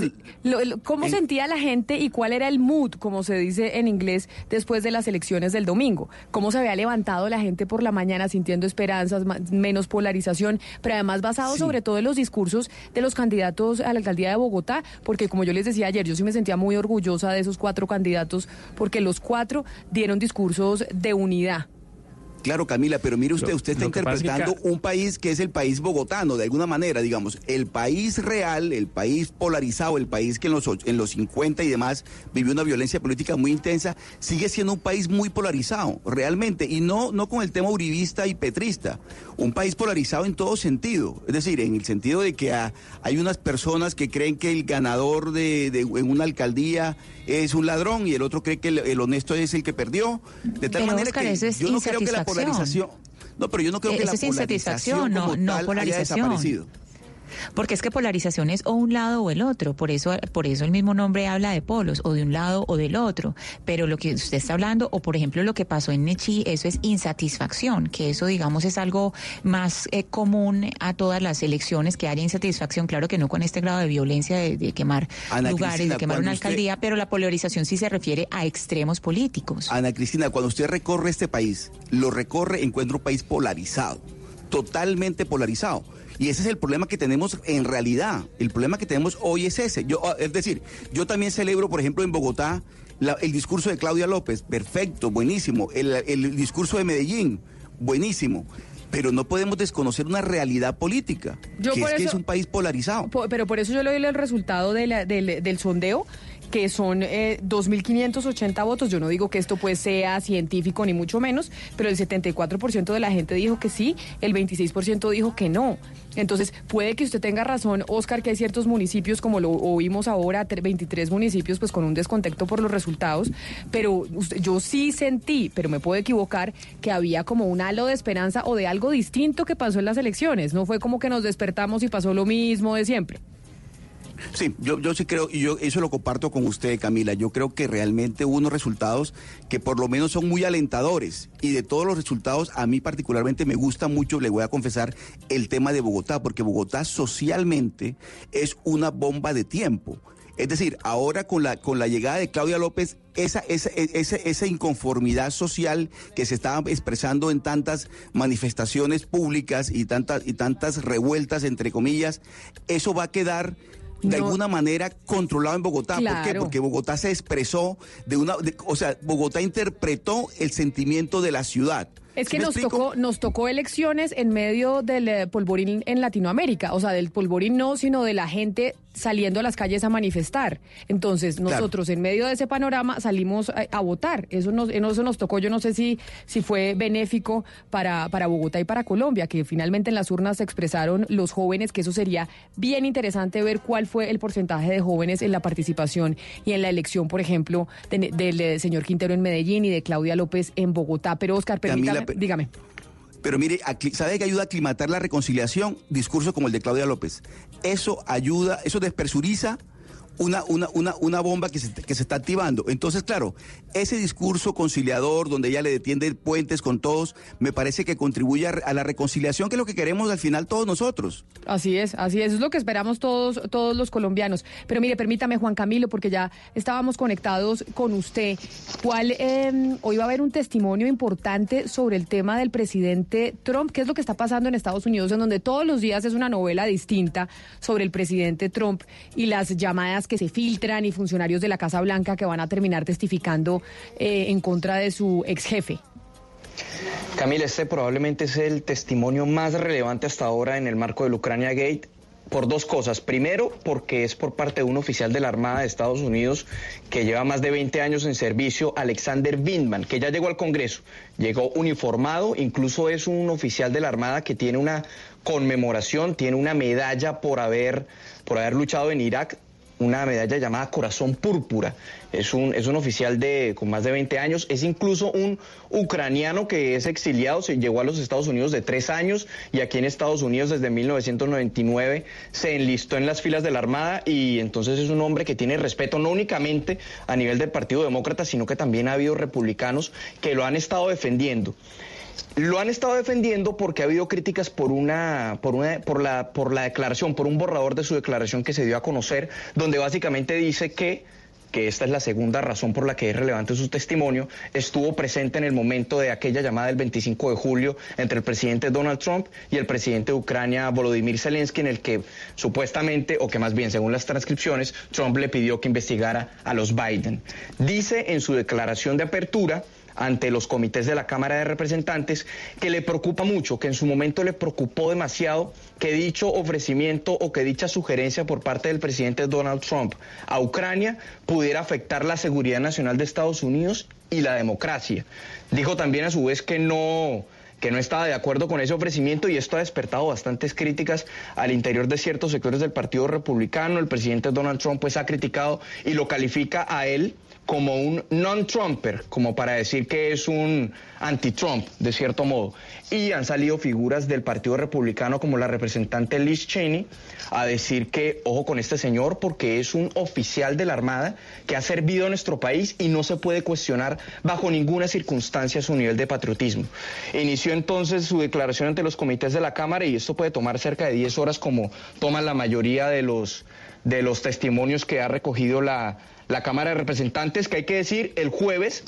Speaker 10: ¿cómo sentía la gente y cuál era el mood, como se dice en inglés, después de las elecciones del domingo? ¿Cómo se había levantado la gente por la mañana sintiendo esperanzas, menos polarización, pero además basado sobre todo en los discursos de los candidatos a la alcaldía de Bogotá? Porque como yo les decía ayer, yo sí me sentía muy orgullosa de esos 4 candidatos, porque los 4 dieron discursos de unidad.
Speaker 8: Claro, Camila, pero mire usted está interpretando un país que es el país bogotano, de alguna manera, digamos, el país real, el país polarizado, el país que en los 50 y demás vivió una violencia política muy intensa, sigue siendo un país muy polarizado, realmente, y no con el tema uribista y petrista, un país polarizado en todo sentido, es decir, en el sentido de que hay unas personas que creen que el ganador en una alcaldía es un ladrón y el otro cree que el honesto es el que perdió, de tal manera
Speaker 11: Oscar,
Speaker 8: que yo no creo que la polarización... No, pero yo no creo que la polarización como tal haya desaparecido.
Speaker 11: Porque es que polarización es o un lado o el otro, por eso el mismo nombre habla de polos, o de un lado o del otro, pero lo que usted está hablando, o por ejemplo lo que pasó en Nechí, eso es insatisfacción, que eso digamos es algo más común a todas las elecciones, que haya insatisfacción, claro que no con este grado de violencia de quemar lugares, de quemar una alcaldía, pero la polarización sí se refiere a extremos políticos.
Speaker 8: Ana Cristina, cuando usted recorre este país, encuentra un país polarizado, totalmente polarizado. Y ese es el problema que tenemos en realidad. El problema que tenemos hoy es ese. Es decir, yo también celebro, por ejemplo, en Bogotá, el discurso de Claudia López, perfecto, buenísimo. El discurso de Medellín, buenísimo. Pero no podemos desconocer una realidad política, que es un país polarizado.
Speaker 10: Pero por eso yo le doy el resultado del sondeo, que son 2.580 votos. Yo no digo que esto pues sea científico ni mucho menos, pero el 74% de la gente dijo que sí, el 26% dijo que no. Entonces, puede que usted tenga razón, Oscar, que hay ciertos municipios, como lo oímos ahora, 23 municipios, pues con un descontento por los resultados, pero yo sí sentí, pero me puedo equivocar, que había como un halo de esperanza o de algo distinto que pasó en las elecciones. No fue como que nos despertamos y pasó lo mismo de siempre.
Speaker 8: Sí, yo sí creo, y yo eso lo comparto con usted, Camila. Yo creo que realmente hubo unos resultados que por lo menos son muy alentadores. Y de todos los resultados, a mí particularmente me gusta mucho, le voy a confesar, el tema de Bogotá, porque Bogotá socialmente es una bomba de tiempo. Es decir, ahora con la llegada de Claudia López, esa inconformidad social que se estaba expresando en tantas manifestaciones públicas y tantas revueltas, entre comillas, eso va a quedar de alguna manera controlado en Bogotá.
Speaker 10: Claro.
Speaker 8: ¿Por qué? Porque Bogotá se expresó Bogotá interpretó el sentimiento de la ciudad.
Speaker 10: Es que nos tocó elecciones en medio del polvorín en Latinoamérica, o sea, del polvorín no, sino de la gente saliendo a las calles a manifestar. Entonces, nosotros en medio de ese panorama salimos a votar. Eso nos tocó, yo no sé si fue benéfico para Bogotá y para Colombia, que finalmente en las urnas se expresaron los jóvenes, que eso sería bien interesante ver cuál fue el porcentaje de jóvenes en la participación y en la elección, por ejemplo, del señor Quintero en Medellín y de Claudia López en Bogotá. Pero, Oscar, permítame, dígame.
Speaker 8: Pero mire, ¿sabe qué ayuda a aclimatar la reconciliación? Discursos como el de Claudia López. Eso ayuda, eso despresuriza una bomba que se está activando. Entonces, claro, ese discurso conciliador donde ella le detiende puentes con todos, me parece que contribuye a la reconciliación, que es lo que queremos al final todos nosotros.
Speaker 10: Así es, es lo que esperamos todos los colombianos. Pero mire, permítame, Juan Camilo, porque ya estábamos conectados con usted. Hoy va a haber un testimonio importante sobre el tema del presidente Trump. ¿Qué es lo que está pasando en Estados Unidos, en donde todos los días es una novela distinta sobre el presidente Trump y las llamadas que se filtran y funcionarios de la Casa Blanca que van a terminar testificando en contra de su ex jefe?
Speaker 19: Camila, este probablemente es el testimonio más relevante hasta ahora en el marco del Ucrania Gate, por dos cosas. Primero, porque es por parte de un oficial de la Armada de Estados Unidos que lleva más de 20 años en servicio, Alexander Vindman, que ya llegó al Congreso, llegó uniformado, incluso es un oficial de la Armada que tiene una conmemoración, tiene una medalla por haber luchado en Irak, una medalla llamada Corazón Púrpura. Es un oficial con más de 20 años, es incluso un ucraniano que es exiliado, se llegó a los Estados Unidos de 3 años y aquí en Estados Unidos desde 1999 se enlistó en las filas de la Armada y entonces es un hombre que tiene respeto no únicamente a nivel del Partido Demócrata, sino que también ha habido republicanos que lo han estado defendiendo. Lo han estado defendiendo porque ha habido críticas por la declaración, por un borrador de su declaración que se dio a conocer, donde básicamente dice que esta es la segunda razón por la que es relevante su testimonio, estuvo presente en el momento de aquella llamada del 25 de julio entre el presidente Donald Trump y el presidente de Ucrania, Volodymyr Zelensky, en el que supuestamente, o que más bien según las transcripciones, Trump le pidió que investigara a los Biden. Dice en su declaración de apertura ante los comités de la Cámara de Representantes que le preocupa mucho, que en su momento le preocupó demasiado que dicho ofrecimiento o que dicha sugerencia por parte del presidente Donald Trump a Ucrania pudiera afectar la seguridad nacional de Estados Unidos y la democracia. Dijo también a su vez que no estaba de acuerdo con ese ofrecimiento y esto ha despertado bastantes críticas al interior de ciertos sectores del Partido Republicano. El presidente Donald Trump pues ha criticado y lo califica a él como un non-Trumper, como para decir que es un anti-Trump, de cierto modo. Y han salido figuras del Partido Republicano como la representante Liz Cheney a decir que, ojo con este señor, porque es un oficial de la Armada que ha servido a nuestro país y no se puede cuestionar bajo ninguna circunstancia su nivel de patriotismo. Inició entonces su declaración ante los comités de la Cámara y esto puede tomar cerca de 10 horas, como toman la mayoría de los testimonios que ha recogido la Cámara de Representantes, que hay que decir, el jueves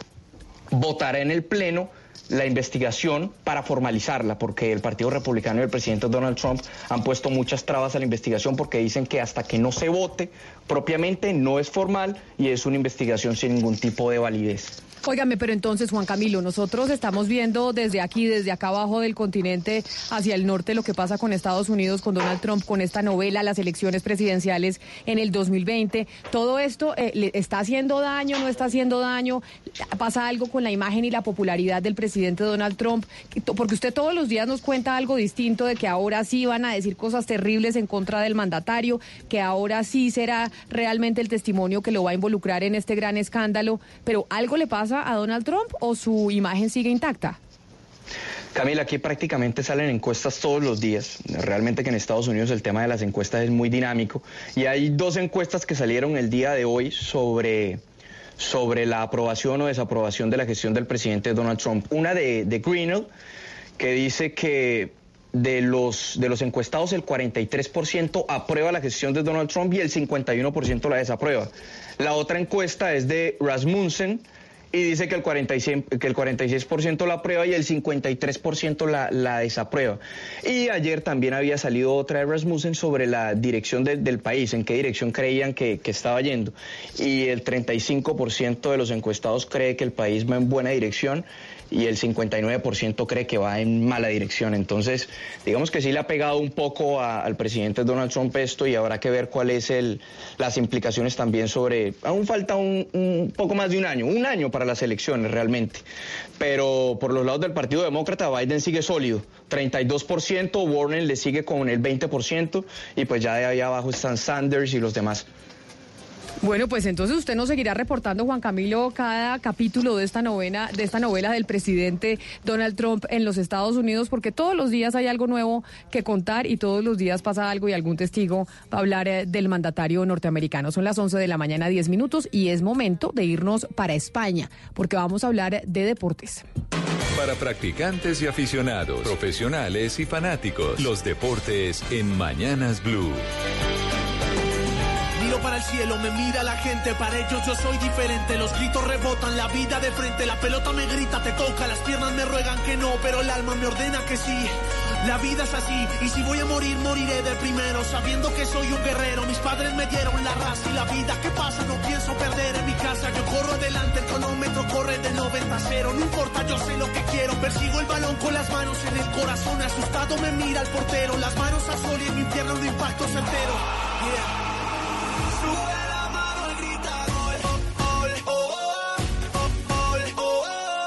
Speaker 19: votará en el Pleno la investigación para formalizarla, porque el Partido Republicano y el presidente Donald Trump han puesto muchas trabas a la investigación porque dicen que hasta que no se vote propiamente no es formal y es una investigación sin ningún tipo de validez.
Speaker 10: Óigame, pero entonces, Juan Camilo, nosotros estamos viendo desde aquí, desde acá abajo del continente hacia el norte, lo que pasa con Estados Unidos, con Donald Trump, con esta novela, las elecciones presidenciales en el 2020. ¿Todo esto le está haciendo daño, no está haciendo daño? ¿Pasa algo con la imagen y la popularidad del presidente presidente Donald Trump? Porque usted todos los días nos cuenta algo distinto, de que ahora sí van a decir cosas terribles en contra del mandatario, que ahora sí será realmente el testimonio que lo va a involucrar en este gran escándalo. ¿Pero algo le pasa a Donald Trump o su imagen sigue intacta?
Speaker 19: Camila, aquí prácticamente salen encuestas todos los días. Realmente que en Estados Unidos el tema de las encuestas es muy dinámico. Y hay 2 encuestas que salieron el día de hoy sobre la aprobación o desaprobación de la gestión del presidente Donald Trump. Una de Grinnell, que dice que de los encuestados el 43% aprueba la gestión de Donald Trump y el 51% la desaprueba. La otra encuesta es de Rasmussen, y dice que el 46% la aprueba y el 53% la desaprueba. Y ayer también había salido otra de Rasmussen sobre la dirección del país, en qué dirección creían que estaba yendo. Y el 35% de los encuestados cree que el país va en buena dirección y el 59% cree que va en mala dirección. Entonces, digamos que sí le ha pegado un poco al presidente Donald Trump esto, y habrá que ver cuáles las implicaciones también sobre... Aún falta un poco más de un año para las elecciones realmente. Pero por los lados del Partido Demócrata, Biden sigue sólido, 32%, Warren le sigue con el 20%, y pues ya de ahí abajo están Sanders y los demás.
Speaker 10: Bueno, pues entonces usted nos seguirá reportando, Juan Camilo, cada capítulo de esta novela del presidente Donald Trump en los Estados Unidos, porque todos los días hay algo nuevo que contar y todos los días pasa algo y algún testigo va a hablar del mandatario norteamericano. Son las 11 de la mañana, 10 minutos, y es momento de irnos para España, porque vamos a hablar de deportes.
Speaker 6: Para practicantes y aficionados, profesionales y fanáticos, los deportes en Mañanas Blue.
Speaker 17: Miro para el cielo, me mira la gente, para ellos yo soy diferente. Los gritos rebotan, la vida de frente, la pelota me grita, te toca, las piernas me ruegan que no, pero el alma me ordena que sí. La vida es así, y si voy a morir, moriré de primero, sabiendo que soy un guerrero. Mis padres me dieron la raza y la vida que pasa no pienso perder. En mi casa yo corro adelante, el cronómetro corre de 90-0. No importa, yo sé lo que quiero, persigo el balón con las manos en el corazón. Asustado me mira el portero, las manos a sol y en mi pierna un impacto certero. Yeah. Sube la mano y grita gol, gol, oh, gol, oh,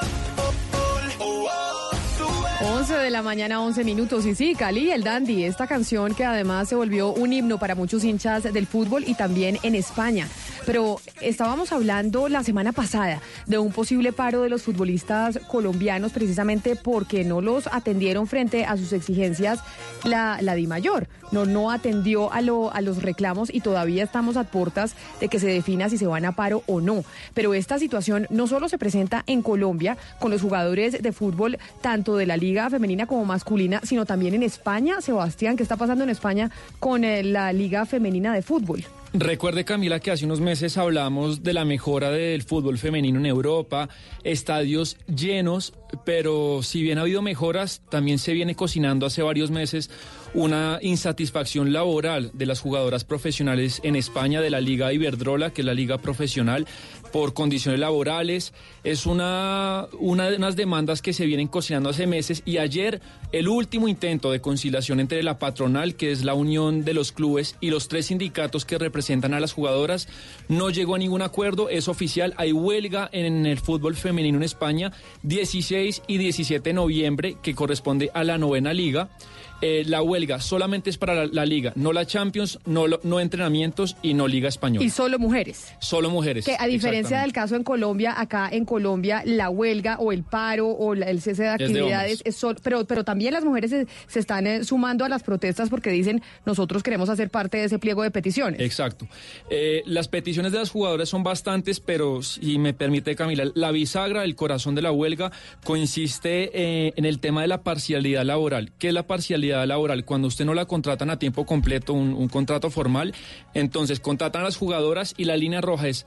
Speaker 17: gol, oh,
Speaker 10: 11 de la mañana, 11 minutos. Y sí, Cali, el Dandy, esta canción que además se volvió un himno para muchos hinchas del fútbol y también en España. Pero estábamos hablando la semana pasada de un posible paro de los futbolistas colombianos, precisamente porque no los atendieron frente a sus exigencias la DIMAYOR. No atendió a los reclamos, y todavía estamos a puertas de que se defina si se van a paro o no. Pero esta situación no solo se presenta en Colombia con los jugadores de fútbol, tanto de la liga femenina como masculina, sino también en España. Sebastián, ¿qué está pasando en España con la liga femenina de fútbol?
Speaker 20: Recuerde, Camila, que hace unos meses hablamos de la mejora del fútbol femenino en Europa, estadios llenos, pero si bien ha habido mejoras, también se viene cocinando hace varios meses una insatisfacción laboral de las jugadoras profesionales en España de la Liga Iberdrola, que es la liga profesional, por condiciones laborales. Es una de unas demandas que se vienen cocinando hace meses, y ayer el último intento de conciliación entre la patronal, que es la unión de los clubes, y los 3 sindicatos que representan a las jugadoras, no llegó a ningún acuerdo. Es oficial, hay huelga en el fútbol femenino en España 16 y 17 de noviembre, que corresponde a la 9ª liga. La huelga solamente es para la liga, no la Champions, no entrenamientos y no Liga Española.
Speaker 10: Y solo mujeres.
Speaker 20: Solo mujeres.
Speaker 10: Que a diferencia del caso en Colombia, acá en Colombia la huelga o el paro o el cese de actividades es solo, pero también las mujeres se están sumando a las protestas porque dicen, nosotros queremos hacer parte de ese pliego de peticiones.
Speaker 20: Exacto. Las peticiones de las jugadoras son bastantes, pero si me permite, Camila, la bisagra, el corazón de la huelga consiste en el tema de la parcialidad laboral. ¿Qué es la parcialidad laboral? Cuando usted no la contratan a tiempo completo, un contrato formal, entonces contratan a las jugadoras y la línea roja es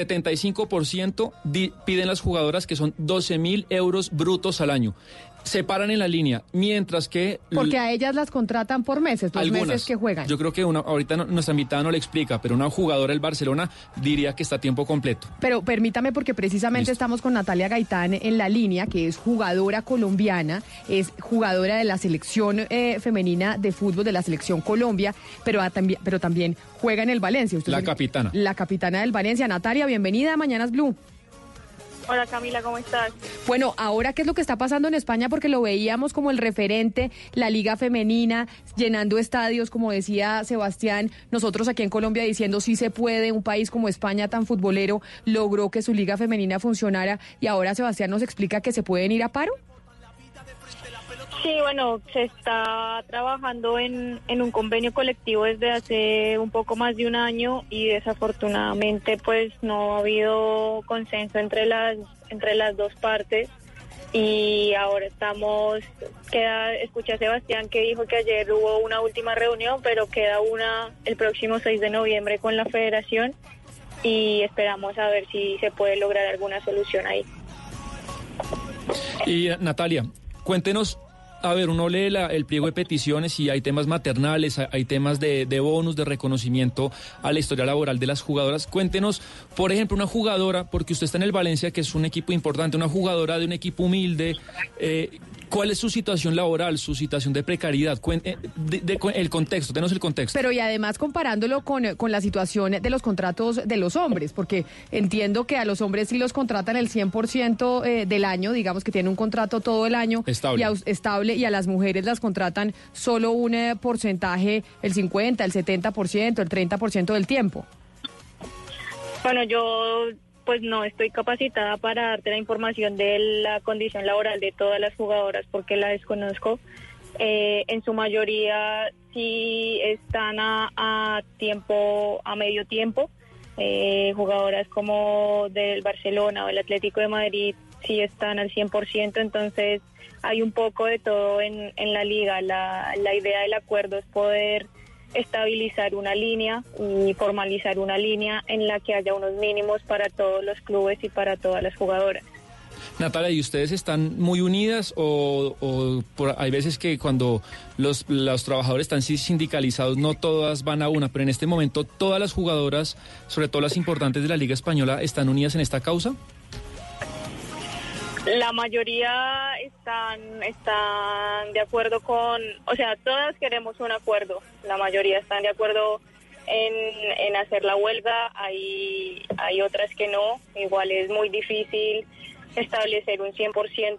Speaker 20: 75%, piden las jugadoras, que son 12.000 euros brutos al año. Se paran en la línea, mientras que...
Speaker 10: Porque a ellas las contratan por meses, los meses que juegan.
Speaker 20: Yo creo que ahorita nuestra invitada no le explica, pero una jugadora del Barcelona diría que está a tiempo completo.
Speaker 10: Pero permítame, porque precisamente estamos con Natalia Gaitán en la línea, que es jugadora colombiana, es jugadora de la selección femenina de fútbol de la selección Colombia, pero también juega en el Valencia.
Speaker 20: La capitana.
Speaker 10: La capitana del Valencia. Natalia, bienvenida a Mañanas Blue.
Speaker 21: Hola Camila, ¿cómo estás?
Speaker 10: Bueno, ahora, ¿qué es lo que está pasando en España? Porque lo veíamos como el referente, la Liga Femenina, llenando estadios, como decía Sebastián, nosotros aquí en Colombia diciendo sí se puede, un país como España tan futbolero logró que su Liga Femenina funcionara y ahora Sebastián nos explica que se pueden ir a paro.
Speaker 21: Sí, bueno, se está trabajando en un convenio colectivo desde hace un poco más de un año y desafortunadamente pues no ha habido consenso entre las dos partes y ahora escuché a Sebastián que dijo que ayer hubo una última reunión, pero queda una el próximo 6 de noviembre con la federación y esperamos a ver si se puede lograr alguna solución ahí.
Speaker 20: Y Natalia, cuéntenos. A ver, uno lee el pliego de peticiones y hay temas maternales, hay temas de bonus, de reconocimiento a la historia laboral de las jugadoras. Cuéntenos, por ejemplo, una jugadora, porque usted está en el Valencia, que es un equipo importante, una jugadora de un equipo humilde, ¿cuál es su situación laboral, su situación de precariedad? El contexto, denos el contexto.
Speaker 10: Pero y además comparándolo con la situación de los contratos de los hombres, porque entiendo que a los hombres sí los contratan el 100% del año, digamos que tienen un contrato todo el año estable y a las mujeres las contratan solo un porcentaje, el 50%, el 70%, el 30% del tiempo.
Speaker 21: Bueno, yo pues no estoy capacitada para darte la información de la condición laboral de todas las jugadoras porque la desconozco. En su mayoría sí están a medio tiempo. Jugadoras como del Barcelona o el Atlético de Madrid sí están al 100%, entonces hay un poco de todo en la liga. La idea del acuerdo es poder estabilizar una línea y formalizar una línea en la que haya unos mínimos para todos los clubes y para todas las jugadoras.
Speaker 20: Natalia, ¿y ustedes están muy unidas o hay veces que cuando los trabajadores están sindicalizados no todas van a una, pero en este momento todas las jugadoras, sobre todo las importantes de la Liga Española, están unidas en esta causa?
Speaker 21: La mayoría están de acuerdo todas queremos un acuerdo. La mayoría están de acuerdo en hacer la huelga. Hay otras que no. Igual es muy difícil establecer un 100%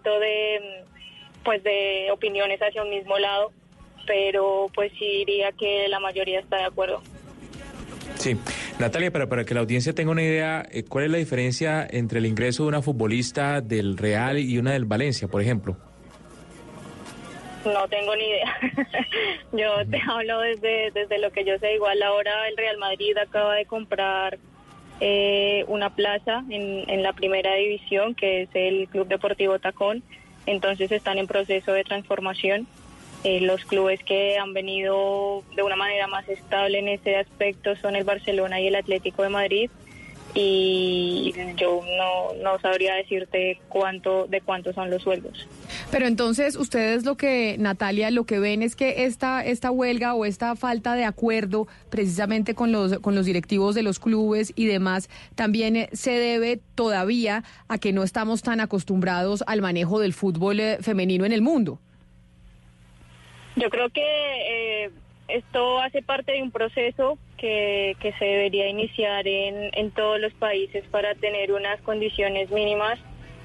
Speaker 21: de opiniones hacia un mismo lado, pero pues sí diría que la mayoría está de acuerdo.
Speaker 12: Sí. Natalia, para que la audiencia tenga una idea, ¿cuál es la diferencia entre el ingreso de una futbolista del Real y una del Valencia, por ejemplo?
Speaker 21: No tengo ni idea. Yo te hablo desde lo que yo sé. Igual ahora el Real Madrid acaba de comprar una plaza en la primera división, que es el Club Deportivo Tacón. Entonces están en proceso de transformación. Los clubes que han venido de una manera más estable en ese aspecto son el Barcelona y el Atlético de Madrid, y yo no sabría decirte de cuántos son los sueldos.
Speaker 10: Pero entonces ustedes Natalia, lo que ven es que esta huelga o esta falta de acuerdo precisamente con los directivos de los clubes y demás también se debe todavía a que no estamos tan acostumbrados al manejo del fútbol femenino en el mundo.
Speaker 21: Yo creo que esto hace parte de un proceso que se debería iniciar en todos los países para tener unas condiciones mínimas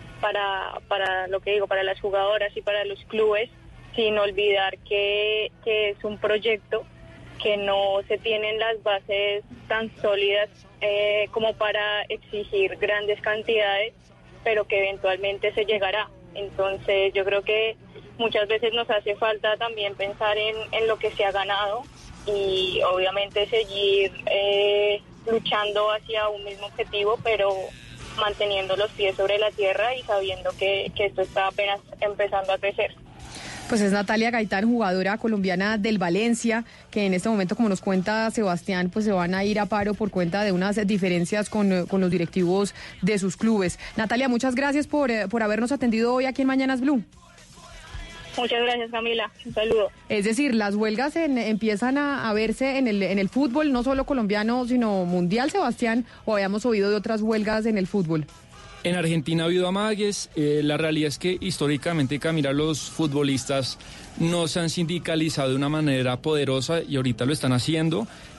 Speaker 21: para lo que digo, para las jugadoras y para los clubes, sin olvidar que es un proyecto que no se tienen las bases tan sólidas como para exigir grandes cantidades, pero que eventualmente se llegará. Entonces yo creo que muchas veces nos hace falta también pensar en lo que se ha ganado y obviamente seguir luchando hacia un mismo objetivo, pero manteniendo los pies sobre la tierra y sabiendo que esto está apenas empezando a crecer.
Speaker 10: Pues es Natalia Gaitán, jugadora colombiana del Valencia, que en este momento, como nos cuenta Sebastián, pues se van a ir a paro por cuenta de unas diferencias con los directivos de sus clubes. Natalia, muchas gracias por habernos atendido hoy aquí en Mañanas Blue.
Speaker 21: Muchas gracias, Camila. Un saludo.
Speaker 10: Es decir, las huelgas empiezan a verse en el fútbol, no solo colombiano, sino mundial, Sebastián, o habíamos oído de otras huelgas en el fútbol.
Speaker 20: En Argentina ha habido amagues. La realidad es que históricamente, Camila, los futbolistas no se han sindicalizado de una manera poderosa y ahorita lo están haciendo.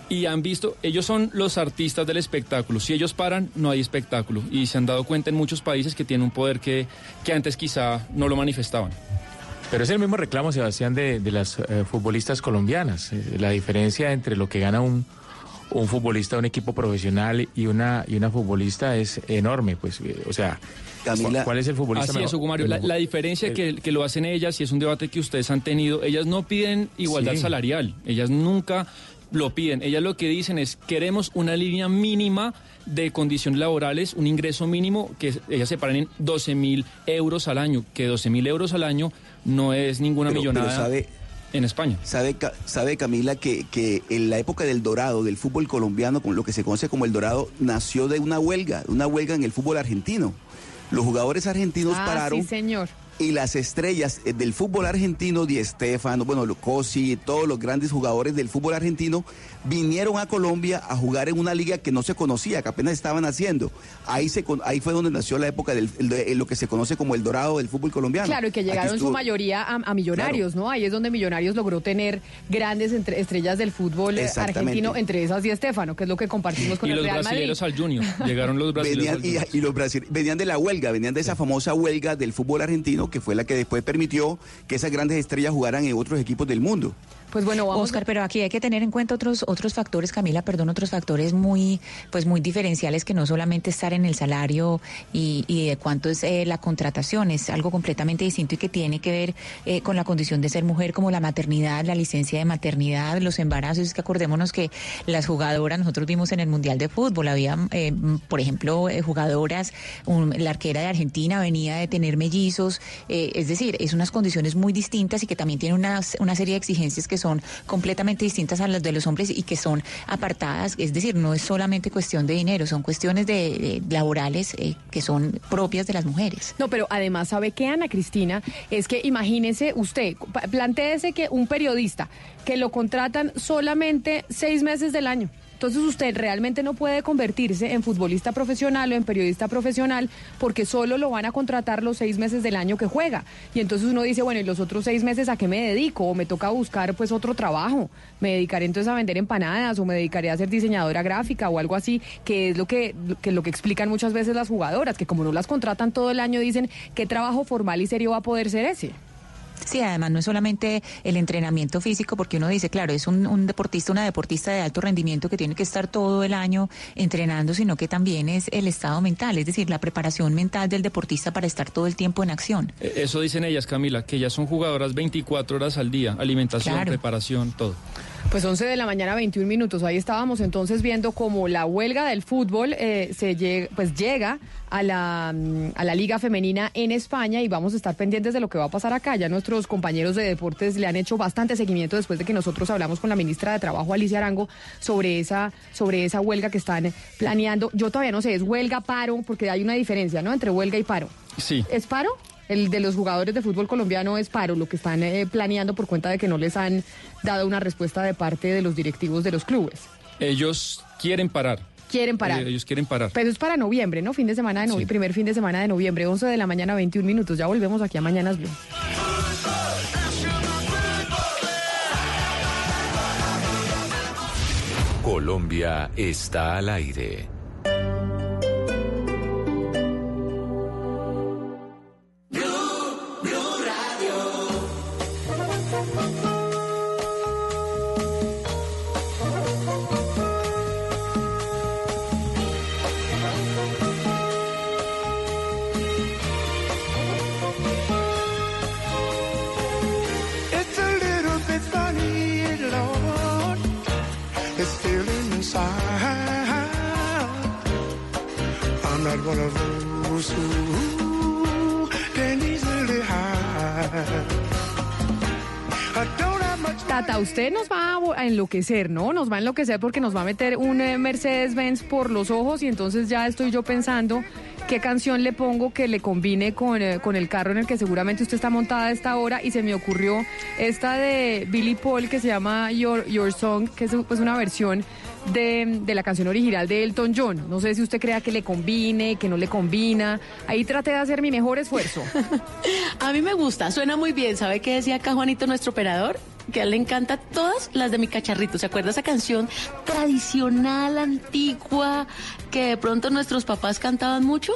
Speaker 20: y han visto, ellos son los artistas del espectáculo. Si ellos paran, no hay espectáculo. Y se han dado cuenta en muchos países que tienen un poder que antes quizá no lo manifestaban.
Speaker 12: Pero es el mismo reclamo, Sebastián, de las futbolistas colombianas. La diferencia entre lo que gana un futbolista de un equipo profesional y una futbolista es enorme, pues, o sea,
Speaker 8: Camila,
Speaker 12: ¿cuál es el futbolista
Speaker 20: así
Speaker 12: mejor?
Speaker 20: es, Hugo Mario. La diferencia que lo hacen ellas, y es un debate que ustedes han tenido, ellas no piden igualdad salarial, ellas nunca lo piden, ellas lo que dicen es, queremos una línea mínima de condiciones laborales, un ingreso mínimo, que ellas se paran en 12.000 euros al año, que 12.000 euros al año no es ninguna millonada en España.
Speaker 8: Sabe Camila, que en la época del dorado del fútbol colombiano, con lo que se conoce como el dorado, nació de una huelga en el fútbol argentino. Los jugadores argentinos pararon.
Speaker 10: Sí, señor.
Speaker 8: Y las estrellas del fútbol argentino, Di Stéfano, Cosi, todos los grandes jugadores del fútbol argentino vinieron a Colombia a jugar en una liga que no se conocía, que apenas estaban haciendo. Ahí fue donde nació la época de lo que se conoce como el dorado del fútbol colombiano.
Speaker 10: Claro, y que llegaron su mayoría a Millonarios, claro, ¿no? Ahí es donde Millonarios logró tener grandes estrellas del fútbol argentino, entre esas Di Stéfano, que es lo que compartimos con el Real Madrid.
Speaker 20: Y los brasileños al Junior, llegaron los brasileños
Speaker 8: y los brasileños venían de la huelga, venían de esa famosa huelga del fútbol argentino, que fue la que después permitió que esas grandes estrellas jugaran en otros equipos del mundo.
Speaker 10: Pues bueno, vamos.
Speaker 11: Oscar, pero aquí hay que tener en cuenta otros factores, Camila, otros factores muy diferenciales, que no solamente estar en el salario y de cuánto es la contratación, es algo completamente distinto y que tiene que ver con la condición de ser mujer, como la maternidad, la licencia de maternidad, los embarazos. Es que acordémonos que las jugadoras, nosotros vimos en el Mundial de Fútbol, había, por ejemplo, jugadoras, la arquera de Argentina venía de tener mellizos, es decir, es unas condiciones muy distintas y que también tienen una serie de exigencias que son completamente distintas a las de los hombres y que son apartadas, es decir, no es solamente cuestión de dinero, son cuestiones de laborales que son propias de las mujeres.
Speaker 10: No, pero además, ¿sabe qué, Ana Cristina? Es que imagínese usted, plantéese que un periodista que lo contratan solamente 6 meses del año. Entonces usted realmente no puede convertirse en futbolista profesional o en periodista profesional porque solo lo van a contratar los 6 meses del año que juega. Y entonces uno dice, bueno, ¿y los otros 6 meses a qué me dedico? O me toca buscar pues otro trabajo. Me dedicaré entonces a vender empanadas o me dedicaré a ser diseñadora gráfica o algo así, que es lo que explican muchas veces las jugadoras, que como no las contratan todo el año, dicen, ¿qué trabajo formal y serio va a poder ser ese?
Speaker 11: Sí, además no es solamente el entrenamiento físico, porque uno dice, claro, es un deportista, una deportista de alto rendimiento que tiene que estar todo el año entrenando, sino que también es el estado mental, es decir, la preparación mental del deportista para estar todo el tiempo en acción.
Speaker 20: Eso dicen ellas, Camila, que ellas son jugadoras 24 horas al día, alimentación, claro, preparación, todo.
Speaker 10: Pues 11 de la mañana, 21 minutos. Ahí estábamos entonces viendo cómo la huelga del fútbol llega a la Liga Femenina en España, y vamos a estar pendientes de lo que va a pasar acá. Ya nuestros compañeros de deportes le han hecho bastante seguimiento después de que nosotros hablamos con la ministra de Trabajo, Alicia Arango, sobre esa huelga que están planeando. Yo todavía no sé, ¿es huelga, paro? Porque hay una diferencia, ¿no?, entre huelga y paro.
Speaker 20: Sí.
Speaker 10: ¿Es paro? El de los jugadores de fútbol colombiano es paro, lo que están planeando por cuenta de que no les han dado una respuesta de parte de los directivos de los clubes.
Speaker 20: Ellos quieren parar.
Speaker 10: Quieren parar.
Speaker 20: Ellos quieren parar.
Speaker 10: Pero es para noviembre, ¿no? Sí. Primer fin de semana de noviembre, 11 de la mañana, 21 minutos. Ya volvemos aquí a Mañanas Blue.
Speaker 6: Colombia está al aire.
Speaker 10: Tata, usted nos va a enloquecer, ¿no? Nos va a enloquecer porque nos va a meter un Mercedes-Benz por los ojos, y entonces ya estoy yo pensando qué canción le pongo que le combine con el carro en el que seguramente usted está montada a esta hora, y se me ocurrió esta de Billy Paul que se llama Your Song, que es pues una versión de la canción original de Elton John. No sé si usted crea que le combine, que no le combina. Ahí traté de hacer mi mejor esfuerzo.
Speaker 3: A mí me gusta, suena muy bien. ¿Sabe qué decía acá Juanito, nuestro operador? que a él le encanta todas las de Mi Cacharrito. ¿Se acuerda esa canción tradicional, antigua, que de pronto nuestros papás cantaban mucho?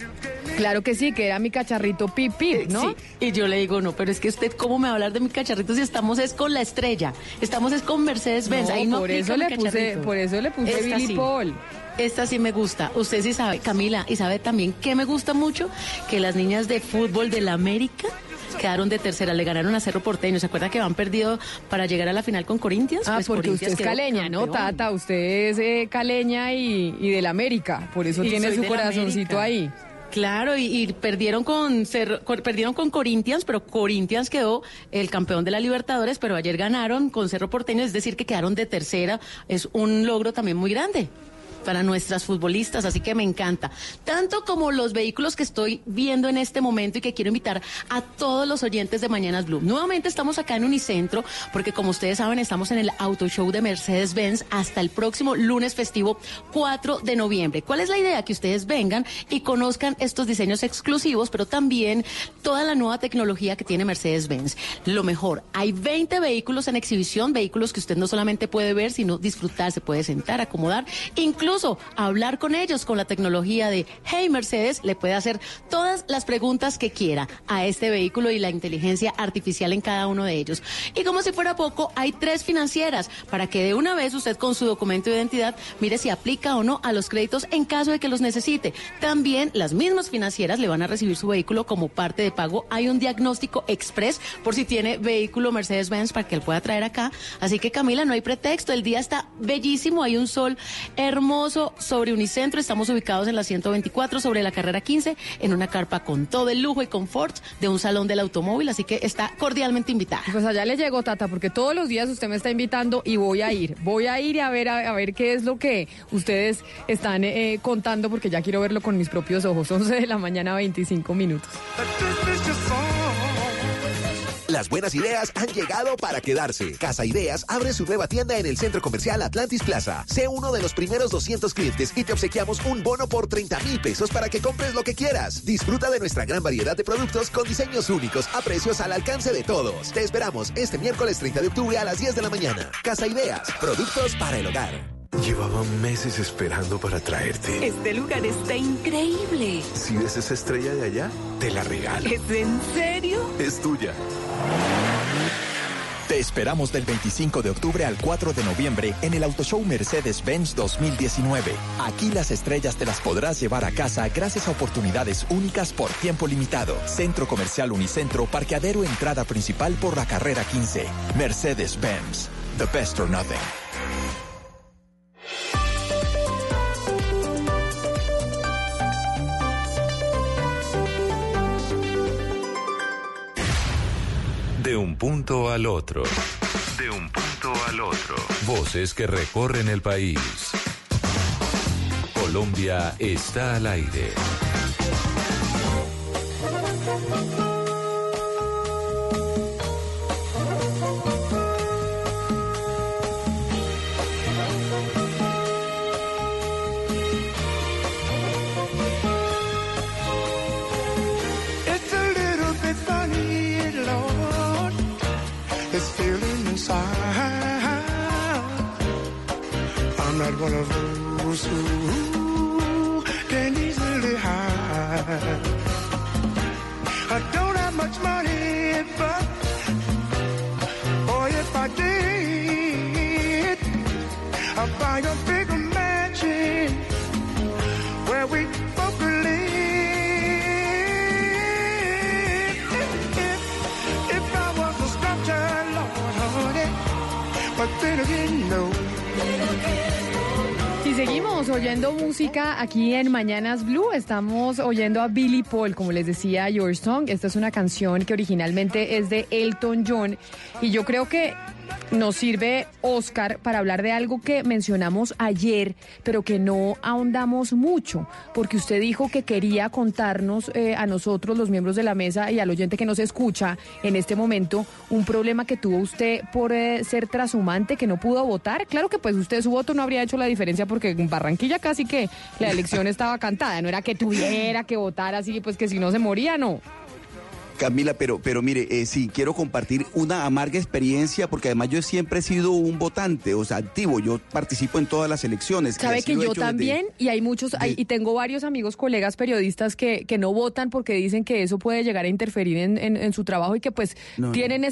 Speaker 10: Claro que sí, que era Mi Cacharrito Pip Pip, ¿no?
Speaker 3: Sí, y yo le digo, no, pero es que usted, ¿cómo me va a hablar de Mi Cacharrito si estamos es con la estrella? Estamos es con Mercedes-Benz.
Speaker 10: No,
Speaker 3: ahí no
Speaker 10: por eso le puse Billy
Speaker 3: sí.
Speaker 10: Paul.
Speaker 3: Esta sí me gusta. Usted sí sabe, Camila, y sabe también que me gusta mucho, que las niñas de fútbol de la América quedaron de tercera, le ganaron a Cerro Porteño. ¿Se acuerda que van perdido para llegar a la final con Corinthians?
Speaker 10: Ah,
Speaker 3: pues
Speaker 10: porque
Speaker 3: Corinthians
Speaker 10: usted es caleña, ¿no,
Speaker 3: campeón.
Speaker 10: Tata? Usted es caleña y del América, por eso
Speaker 3: Y
Speaker 10: tiene
Speaker 3: soy
Speaker 10: su
Speaker 3: del
Speaker 10: corazoncito
Speaker 3: América.
Speaker 10: ahí.
Speaker 3: Claro, y perdieron perdieron con Corinthians, pero Corinthians quedó el campeón de la Libertadores, pero ayer ganaron con Cerro Porteño, es decir, que quedaron de tercera. Es un logro también muy grande para nuestras futbolistas, así que me encanta. Tanto como los vehículos que estoy viendo en este momento y que quiero invitar a todos los oyentes de Mañanas Blue. Nuevamente estamos acá en Unicentro, porque como ustedes saben, estamos en el Auto Show de Mercedes-Benz hasta el próximo lunes festivo 4 de noviembre. ¿Cuál es la idea? Que ustedes vengan y conozcan estos diseños exclusivos, pero también toda la nueva tecnología que tiene Mercedes-Benz. Lo mejor, hay 20 vehículos en exhibición, vehículos que usted no solamente puede ver, sino disfrutar, se puede sentar, acomodar, incluso hablar con ellos con la tecnología de Hey Mercedes. Le puede hacer todas las preguntas que quiera a este vehículo y la inteligencia artificial en cada uno de ellos. Y como si fuera poco, hay 3 financieras para que de una vez usted con su documento de identidad mire si aplica o no a los créditos en caso de que los necesite. También las mismas financieras le van a recibir su vehículo como parte de pago. Hay un diagnóstico express por si tiene vehículo Mercedes-Benz para que él pueda traer acá. Así que Camila, no hay pretexto, el día está bellísimo, hay un sol hermoso sobre Unicentro. Estamos ubicados en la 124 sobre la carrera 15 en una carpa con todo el lujo y confort de un salón del automóvil, así que está cordialmente invitada.
Speaker 10: Pues allá le llegó, Tata, porque todos los días usted me está invitando y voy a ir y a ver qué es lo que ustedes están contando, porque ya quiero verlo con mis propios ojos. 11 de la mañana, 25 minutos.
Speaker 22: Las buenas ideas han llegado para quedarse. Casa Ideas abre su nueva tienda en el Centro Comercial Atlantis Plaza. Sé uno de los primeros 200 clientes y te obsequiamos un bono por 30,000 pesos para que compres lo que quieras. Disfruta de nuestra gran variedad de productos con diseños únicos a precios al alcance de todos. Te esperamos este miércoles 30 de octubre a las 10 de la mañana. Casa Ideas, productos para el hogar.
Speaker 23: Llevaba meses esperando para traerte.
Speaker 24: Este lugar está increíble.
Speaker 23: Si ves esa estrella de allá, te la regalo.
Speaker 24: ¿Es en serio?
Speaker 23: Es tuya.
Speaker 25: Te esperamos del 25 de octubre al 4 de noviembre en el Auto Show Mercedes-Benz 2019. Aquí las estrellas te las podrás llevar a casa gracias a oportunidades únicas por tiempo limitado. Centro Comercial Unicentro, parqueadero entrada principal por la carrera 15. Mercedes-Benz, the best or nothing.
Speaker 6: De un punto al otro. De un punto al otro. Voces que recorren el país. Colombia está al aire.
Speaker 26: I'm not one of those who can easily hide. I don't have much money, but boy, if I did, I'd buy a bigger mansion where we both could live. If I was a sculptor, Lord, honey, but then again, no.
Speaker 10: Y seguimos oyendo música aquí en Mañanas Blue. Estamos oyendo a Billy Paul, como les decía, Your Song. Esta es una canción que originalmente es de Elton John. Y yo creo que nos sirve, Oscar, para hablar de algo que mencionamos ayer, pero que no ahondamos mucho, porque usted dijo que quería contarnos a nosotros, los miembros de la mesa, y al oyente que nos escucha en este momento, un problema que tuvo usted por ser trashumante, que no pudo votar. Claro que pues usted, su voto no habría hecho la diferencia, porque en Barranquilla casi que la elección estaba cantada, no era que tuviera que votar así, pues que si no se moría, no.
Speaker 8: Camila, pero mire, sí, quiero compartir una amarga experiencia, porque además yo siempre he sido un votante, o sea, activo, yo participo en todas las elecciones.
Speaker 10: Sabe que yo también, y hay muchos, y tengo varios amigos, colegas periodistas que no votan porque dicen que eso puede llegar a interferir en su trabajo y que pues tienen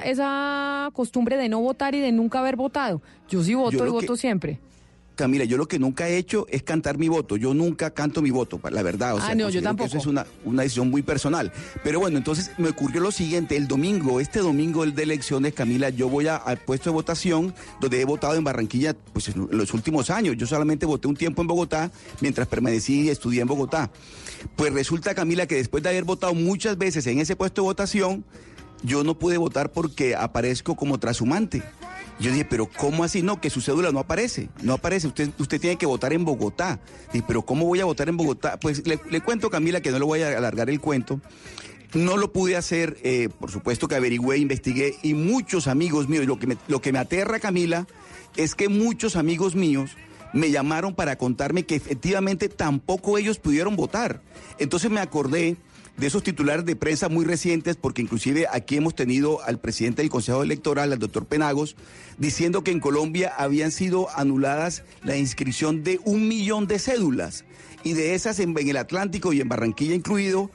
Speaker 10: esa costumbre de no votar y de nunca haber votado. Yo sí voto y voto siempre.
Speaker 8: Camila, yo lo que nunca he hecho es cantar mi voto. Yo nunca canto mi voto, la verdad. O sea,
Speaker 10: no, yo tampoco.
Speaker 8: Eso es una decisión muy personal. Pero bueno, entonces me ocurrió lo siguiente. Este domingo de elecciones, Camila, yo voy al puesto de votación donde he votado en Barranquilla pues en los últimos años. Yo solamente voté un tiempo en Bogotá mientras permanecí y estudié en Bogotá. Pues resulta, Camila, que después de haber votado muchas veces en ese puesto de votación, yo no pude votar porque aparezco como trashumante. Yo dije, pero ¿cómo así? No, que su cédula no aparece. Usted tiene que votar en Bogotá. Dije, pero ¿cómo voy a votar en Bogotá? Pues le cuento, Camila, que no le voy a alargar el cuento. No lo pude hacer, por supuesto que averigüé, investigué, y muchos amigos míos, lo que me aterra, Camila, es que muchos amigos míos me llamaron para contarme que efectivamente tampoco ellos pudieron votar. Entonces me acordé de esos titulares de prensa muy recientes, porque inclusive aquí hemos tenido al presidente del Consejo Electoral, al doctor Penagos, diciendo que en Colombia habían sido anuladas la inscripción de 1 millón de cédulas, y de esas en el Atlántico y en Barranquilla incluido,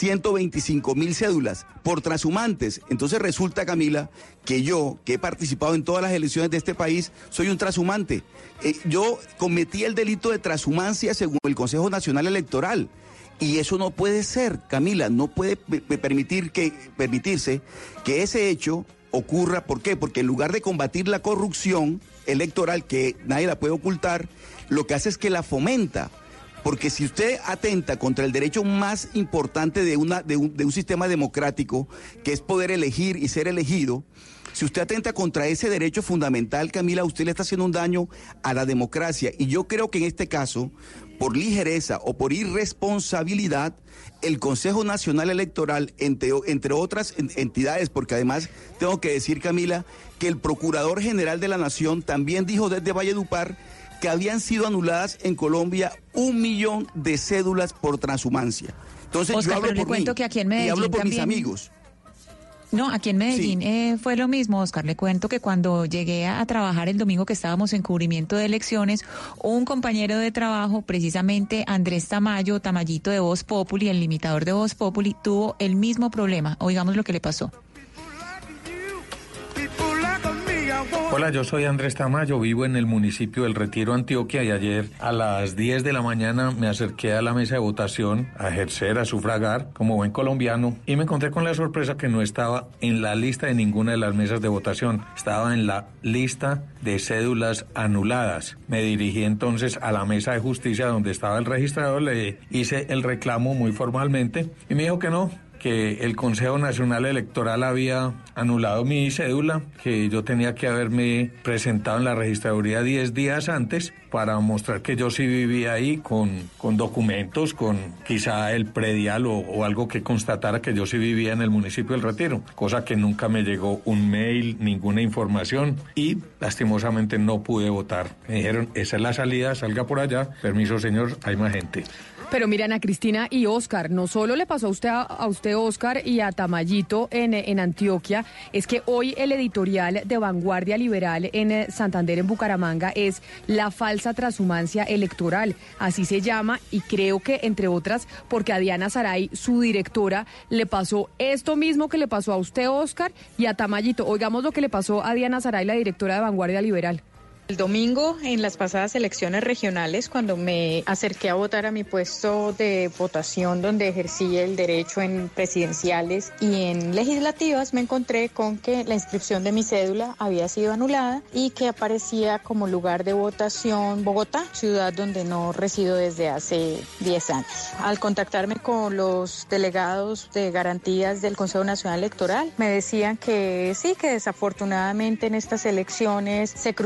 Speaker 8: 125.000 cédulas por transhumantes. Entonces resulta, Camila, que yo, que he participado en todas las elecciones de este país, soy un transhumante. Yo cometí el delito de transhumancia según el Consejo Nacional Electoral. Y eso no puede ser, Camila, no puede permitirse que ese hecho ocurra. ¿Por qué? Porque en lugar de combatir la corrupción electoral, que nadie la puede ocultar, lo que hace es que la fomenta. Porque si usted atenta contra el derecho más importante de un sistema democrático, que es poder elegir y ser elegido, si usted atenta contra ese derecho fundamental, Camila, usted le está haciendo un daño a la democracia. Y yo creo que en este caso, por ligereza o por irresponsabilidad, el Consejo Nacional Electoral, entre otras entidades, porque además tengo que decir, Camila, que el Procurador General de la Nación también dijo desde Valledupar que habían sido anuladas en Colombia 1 millón de cédulas por transhumancia. Entonces,
Speaker 11: Oscar,
Speaker 8: yo hablo por mí,
Speaker 11: que aquí en Medellín
Speaker 8: y hablo por
Speaker 11: también...
Speaker 8: mis amigos.
Speaker 11: No, aquí en Medellín
Speaker 8: sí.
Speaker 11: Fue lo mismo, Oscar. Le cuento que cuando llegué a trabajar el domingo que estábamos en cubrimiento de elecciones, un compañero de trabajo, precisamente Andrés Tamayito de Voz Populi, el limitador de Voz Populi, tuvo el mismo problema. Oigamos lo que le pasó.
Speaker 1: Hola, yo soy Andrés Tamayo, vivo en el municipio del Retiro, Antioquia, y ayer a las 10 de la mañana me acerqué a la mesa de votación a ejercer, a sufragar como buen colombiano, y me encontré con la sorpresa que no estaba en la lista de ninguna de las mesas de votación, estaba en la lista de cédulas anuladas. Me dirigí entonces a la mesa de justicia donde estaba el registrador, le hice el reclamo muy formalmente y me dijo que no, que el Consejo Nacional Electoral había anulado mi cédula, que yo tenía que haberme presentado en la registraduría 10 días antes para mostrar que yo sí vivía ahí con documentos, con quizá el predial o algo que constatara que yo sí vivía en el municipio del Retiro, cosa que nunca me llegó un mail, ninguna información, y lastimosamente no pude votar. Me dijeron, esa es la salida, salga por allá, permiso señor, hay más gente.
Speaker 10: Pero mira, Ana Cristina y Oscar, no solo le pasó a usted, Oscar, y a Tamayito en Antioquia, es que hoy el editorial de Vanguardia Liberal en Santander, en Bucaramanga, es la falsa transhumancia electoral, así se llama, y creo que, entre otras, porque a Diana Saray, su directora, le pasó esto mismo que le pasó a usted, Oscar, y a Tamayito. Oigamos lo que le pasó a Diana Saray, la directora de Vanguardia Liberal.
Speaker 2: El domingo, en las pasadas elecciones regionales, cuando me acerqué a votar a mi puesto de votación donde ejercí el derecho en presidenciales y en legislativas, me encontré con que la inscripción de mi cédula había sido anulada y que aparecía como lugar de votación Bogotá, ciudad donde no resido desde hace 10 años. Al contactarme con los delegados de garantías del Consejo Nacional Electoral, me decían que sí, que desafortunadamente en estas elecciones se cruzaron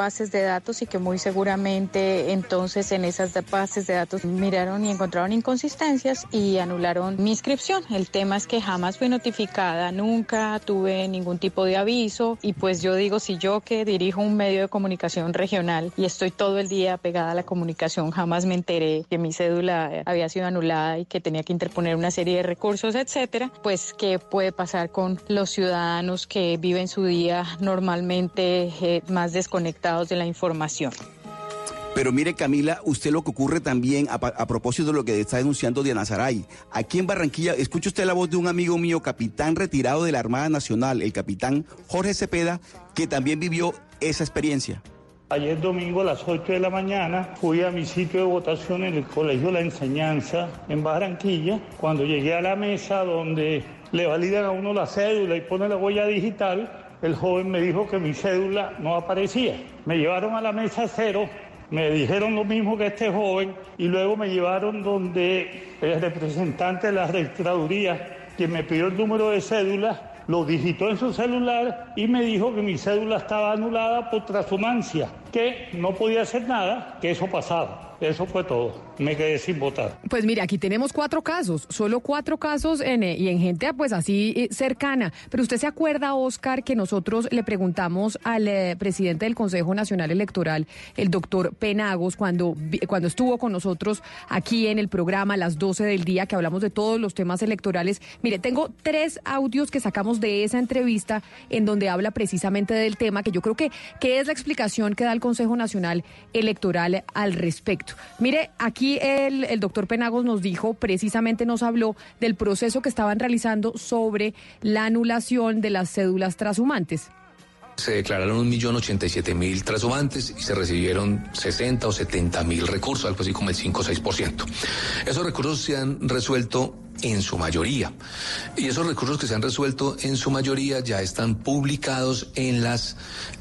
Speaker 2: bases de datos y que muy seguramente entonces en esas bases de datos miraron y encontraron inconsistencias y anularon mi inscripción. El tema es que jamás fui notificada, nunca tuve ningún tipo de aviso y pues yo digo, si yo que dirijo un medio de comunicación regional y estoy todo el día pegada a la comunicación, jamás me enteré que mi cédula había sido anulada y que tenía que interponer una serie de recursos, etcétera, pues ¿qué puede pasar con los ciudadanos que viven su día normalmente más desconectados de la información?
Speaker 8: Pero mire, Camila, usted lo que ocurre también, a propósito de lo que está denunciando Diana Saray, aquí en Barranquilla, escuche usted la voz de un amigo mío, capitán retirado de la Armada Nacional, el capitán Jorge Cepeda, que también vivió esa experiencia.
Speaker 4: Ayer domingo a las 8 de la mañana fui a mi sitio de votación en el Colegio La Enseñanza en Barranquilla. Cuando llegué a la mesa donde le validan a uno la cédula y pone la huella digital, el joven me dijo que mi cédula no aparecía. Me llevaron a la mesa 0. Me dijeron lo mismo que este joven y luego me llevaron donde el representante de la registraduría, quien me pidió el número de cédula, lo digitó en su celular y me dijo que mi cédula estaba anulada por transhumancia, que no podía hacer nada, que eso pasaba. Eso fue todo. Me quedé sin votar.
Speaker 10: Pues mire, aquí tenemos 4 casos, solo 4 casos y en gente pues así cercana. Pero usted se acuerda, Oscar, que nosotros le preguntamos al presidente del Consejo Nacional Electoral, el doctor Penagos, cuando estuvo con nosotros aquí en el programa a las 12 del día, que hablamos de todos los temas electorales. Mire, tengo 3 audios que sacamos de esa entrevista en donde habla precisamente del tema, que yo creo que es la explicación que da el Consejo Nacional Electoral al respecto. Mire, aquí el doctor Penagos nos dijo, precisamente nos habló del proceso que estaban realizando sobre la anulación de las cédulas transhumantes.
Speaker 5: Se declararon 1.087.000 transhumantes y se recibieron 60 o 70.000 recursos, algo así como el 5 o 6%. Esos recursos se han resuelto en su mayoría. Y esos recursos que se han resuelto en su mayoría ya están publicados en las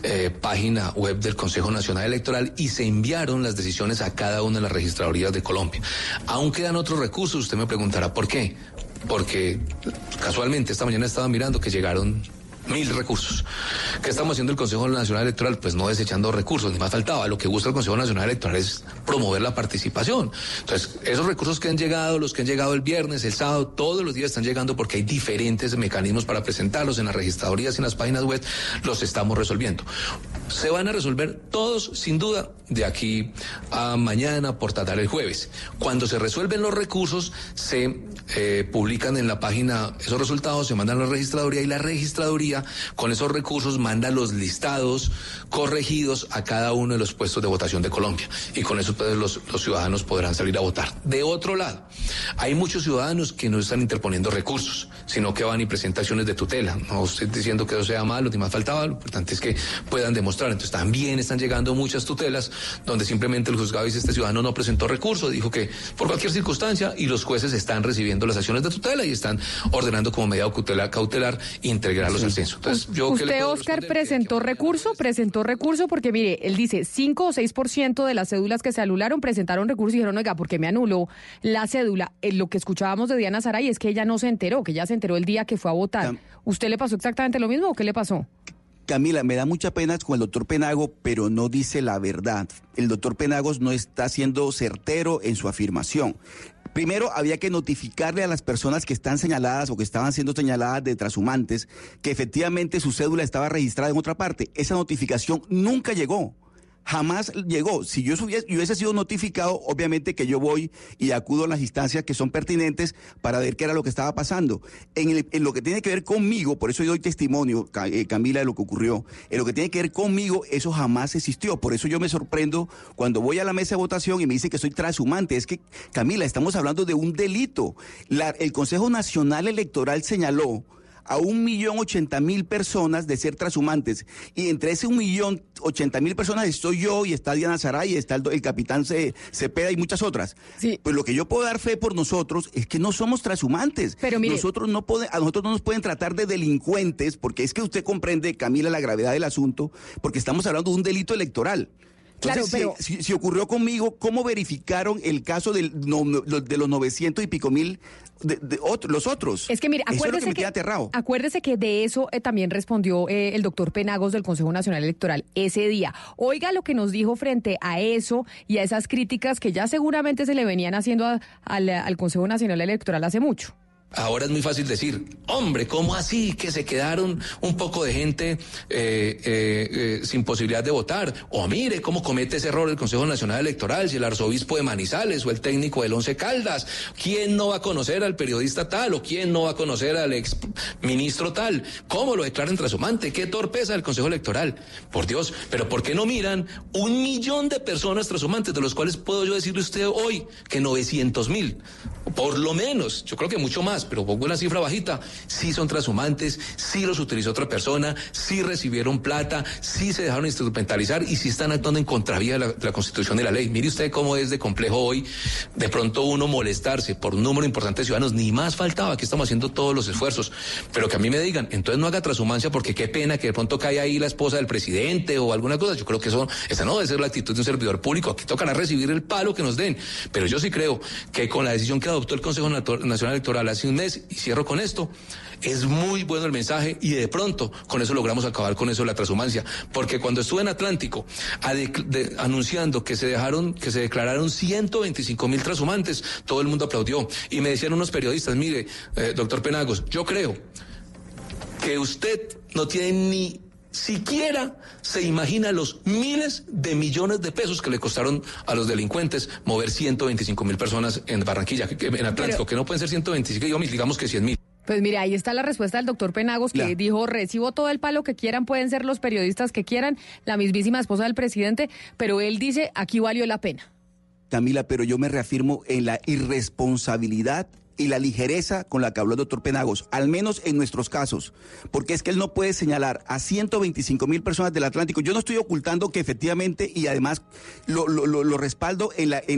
Speaker 5: página web del Consejo Nacional Electoral y se enviaron las decisiones a cada una de las registradurías de Colombia. Aún quedan otros recursos, usted me preguntará por qué. Porque casualmente esta mañana estaba mirando que llegaron 1.000 recursos. ¿Qué estamos haciendo el Consejo Nacional Electoral? Pues no desechando recursos, ni más faltaba. Lo que busca el Consejo Nacional Electoral es promover la participación. Entonces, esos recursos que han llegado, los que han llegado el viernes, el sábado, todos los días están llegando porque hay diferentes mecanismos para presentarlos en las registradurías y en las páginas web, los estamos resolviendo. Se van a resolver todos, sin duda, de aquí a mañana, por tardar el jueves. Cuando se resuelven los recursos, se publican en la página esos resultados, se mandan a la registraduría y la registraduría con esos recursos manda los listados corregidos a cada uno de los puestos de votación de Colombia y con eso pues, los ciudadanos podrán salir a votar. De otro lado, hay muchos ciudadanos que no están interponiendo recursos, sino que van y presentan acciones de tutela. No estoy diciendo que eso sea malo, ni más faltaba, lo importante es que puedan demostrar. Entonces también están llegando muchas tutelas donde simplemente el juzgado dice este ciudadano no presentó recurso, dijo que por cualquier circunstancia y los jueces están recibiendo las acciones de tutela y están ordenando como medida cautelar integrarlos al censo. Entonces,
Speaker 10: ¿usted, Oscar, presentó recurso? Presentó recurso porque, mire, él dice 5 o 6% de las cédulas que se anularon presentaron recurso y dijeron, oiga, ¿por qué me anuló la cédula? Lo que escuchábamos de Diana Saray es que ella no se enteró, que ella se enteró el día que fue a votar. ¿Usted le pasó exactamente lo mismo o qué le pasó?
Speaker 8: Camila, me da mucha pena con el doctor Penagos, pero no dice la verdad. El doctor Penagos no está siendo certero en su afirmación. Primero, había que notificarle a las personas que están señaladas o que estaban siendo señaladas de transhumantes que efectivamente su cédula estaba registrada en otra parte. Esa notificación nunca llegó. Jamás llegó. Si yo hubiese sido notificado, obviamente que yo voy y acudo a las instancias que son pertinentes para ver qué era lo que estaba pasando. En lo que tiene que ver conmigo, por eso yo doy testimonio, Camila, de lo que ocurrió, en lo que tiene que ver conmigo, eso jamás existió. Por eso yo me sorprendo cuando voy a la mesa de votación y me dicen que soy transhumante. Es que, Camila, estamos hablando de un delito. El Consejo Nacional Electoral señaló a 1.080.000 personas de ser transhumantes. Y entre ese 1.080.000 personas estoy yo y está Diana Saray, y está el capitán Cepeda y muchas otras. Sí. Pues lo que yo puedo dar fe por nosotros es que no somos transhumantes. Pero mire, a nosotros no nos pueden tratar de delincuentes, porque es que usted comprende, Camila, la gravedad del asunto, porque estamos hablando de un delito electoral. Entonces, claro, pero si ocurrió conmigo, ¿cómo verificaron el caso de los 900 y pico mil los otros?
Speaker 10: Es que mire, acuérdese que de eso también respondió el doctor Penagos del Consejo Nacional Electoral ese día. Oiga lo que nos dijo frente a eso y a esas críticas que ya seguramente se le venían haciendo al Consejo Nacional Electoral hace mucho.
Speaker 5: Ahora es muy fácil decir, hombre, ¿cómo así que se quedaron un poco de gente sin posibilidad de votar? O mire cómo comete ese error el Consejo Nacional Electoral, si el arzobispo de Manizales o el técnico del Once Caldas. ¿Quién no va a conocer al periodista tal o quién no va a conocer al ex ministro tal? ¿Cómo lo declaran trashumante? ¿Qué torpeza del Consejo Electoral? Por Dios, pero ¿por qué no miran 1 millón de personas trashumantes, de los cuales puedo yo decirle a usted hoy que 900,000, por lo menos, yo creo que mucho más, pero pongo una cifra bajita, sí son transhumantes, sí los utilizó otra persona, sí recibieron plata, sí se dejaron instrumentalizar y sí están actuando en contravía de la Constitución y la ley. Mire usted cómo es de complejo hoy, de pronto uno molestarse por un número importante de ciudadanos, ni más faltaba, aquí estamos haciendo todos los esfuerzos, pero que a mí me digan, entonces no haga transhumancia porque qué pena que de pronto caiga ahí la esposa del presidente o alguna cosa. Yo creo que esa no debe ser la actitud de un servidor público, aquí tocará recibir el palo que nos den, pero yo sí creo que con la decisión que adoptó el Consejo Nacional Electoral hace un mes, y cierro con esto, es muy bueno el mensaje y de pronto con eso logramos acabar con eso de la transhumancia, porque cuando estuve en Atlántico anunciando que se declararon 125,000 transhumantes, todo el mundo aplaudió y me decían unos periodistas, mire, doctor Penagos, yo creo que usted no tiene ni siquiera se imagina los miles de millones de pesos que le costaron a los delincuentes mover 125,000 personas en Barranquilla, en Atlántico, que no pueden ser 125, digamos que 100,000.
Speaker 10: Pues mira, ahí está la respuesta del doctor Penagos, que dijo, recibo todo el palo que quieran, pueden ser los periodistas que quieran, la mismísima esposa del presidente, pero él dice, aquí valió la pena.
Speaker 8: Camila, pero yo me reafirmo en la irresponsabilidad y la ligereza con la que habló el doctor Penagos, al menos en nuestros casos, porque es que él no puede señalar a 125,000 personas del Atlántico. Yo no estoy ocultando que efectivamente, y además lo respaldo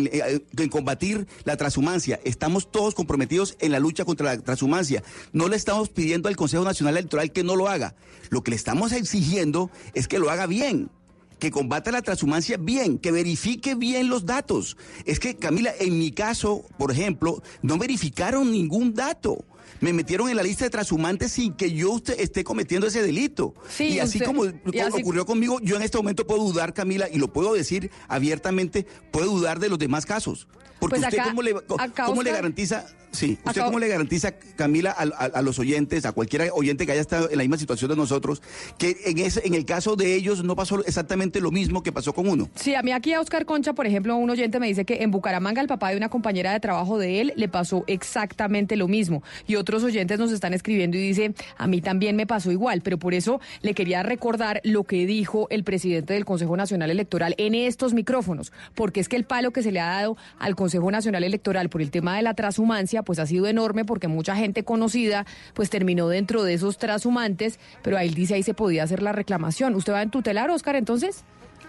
Speaker 8: en combatir la transhumancia. Estamos todos comprometidos en la lucha contra la transhumancia. No le estamos pidiendo al Consejo Nacional Electoral que no lo haga. Lo que le estamos exigiendo es que lo haga bien, que combata la transhumancia bien, que verifique bien los datos. Es que, Camila, en mi caso, por ejemplo, no verificaron ningún dato. Me metieron en la lista de transhumantes sin que yo esté cometiendo ese delito. Sí, y así como ocurrió conmigo, yo en este momento puedo dudar, Camila, y lo puedo decir abiertamente, puedo dudar de los demás casos. Porque pues usted, ¿cómo le garantiza... Sí, ¿usted cómo le garantiza, Camila, a los oyentes, a cualquier oyente que haya estado en la misma situación de nosotros, que en el caso de ellos no pasó exactamente lo mismo que pasó con uno?
Speaker 10: Sí, a mí aquí a Oscar Concha, por ejemplo, un oyente me dice que en Bucaramanga el papá de una compañera de trabajo de él le pasó exactamente lo mismo. Y otros oyentes nos están escribiendo y dice, a mí también me pasó igual, pero por eso le quería recordar lo que dijo el presidente del Consejo Nacional Electoral en estos micrófonos, porque es que el palo que se le ha dado al Consejo Nacional Electoral por el tema de la transhumancia pues ha sido enorme, porque mucha gente conocida pues terminó dentro de esos transhumantes, pero ahí dice, ahí se podía hacer la reclamación. ¿Usted va a tutelar, Oscar, entonces?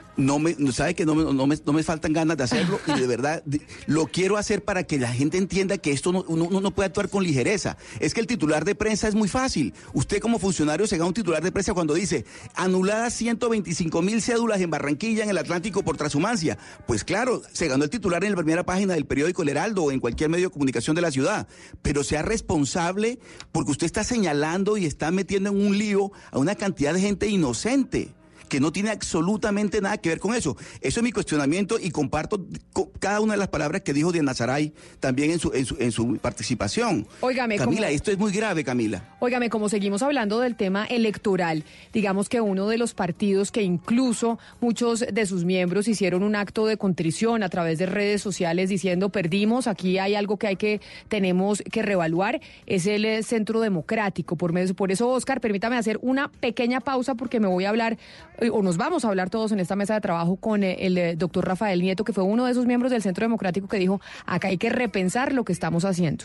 Speaker 8: Sabe que no me faltan ganas de hacerlo y de verdad lo quiero hacer para que la gente entienda que esto uno no puede actuar con ligereza. Es que el titular de prensa es muy fácil. Usted como funcionario se gana un titular de prensa cuando dice anuladas 125,000 cédulas en Barranquilla, en el Atlántico, por transhumancia. Pues claro, se ganó el titular en la primera página del periódico El Heraldo o en cualquier medio de comunicación de la ciudad. Pero sea responsable, porque usted está señalando y está metiendo en un lío a una cantidad de gente inocente que no tiene absolutamente nada que ver con eso. Eso es mi cuestionamiento y comparto cada una de las palabras que dijo Diana Saray también en su participación.
Speaker 10: Óigame,
Speaker 8: Camila, esto es muy grave, Camila.
Speaker 10: Óigame, como seguimos hablando del tema electoral, digamos que uno de los partidos que incluso muchos de sus miembros hicieron un acto de contrición a través de redes sociales diciendo perdimos, aquí hay algo que tenemos que reevaluar, es el Centro Democrático. Por eso, Oscar, permítame hacer una pequeña pausa porque me voy a hablar, o nos vamos a hablar todos en esta mesa de trabajo con el doctor Rafael Nieto, que fue uno de esos miembros del Centro Democrático que dijo, acá hay que repensar lo que estamos haciendo.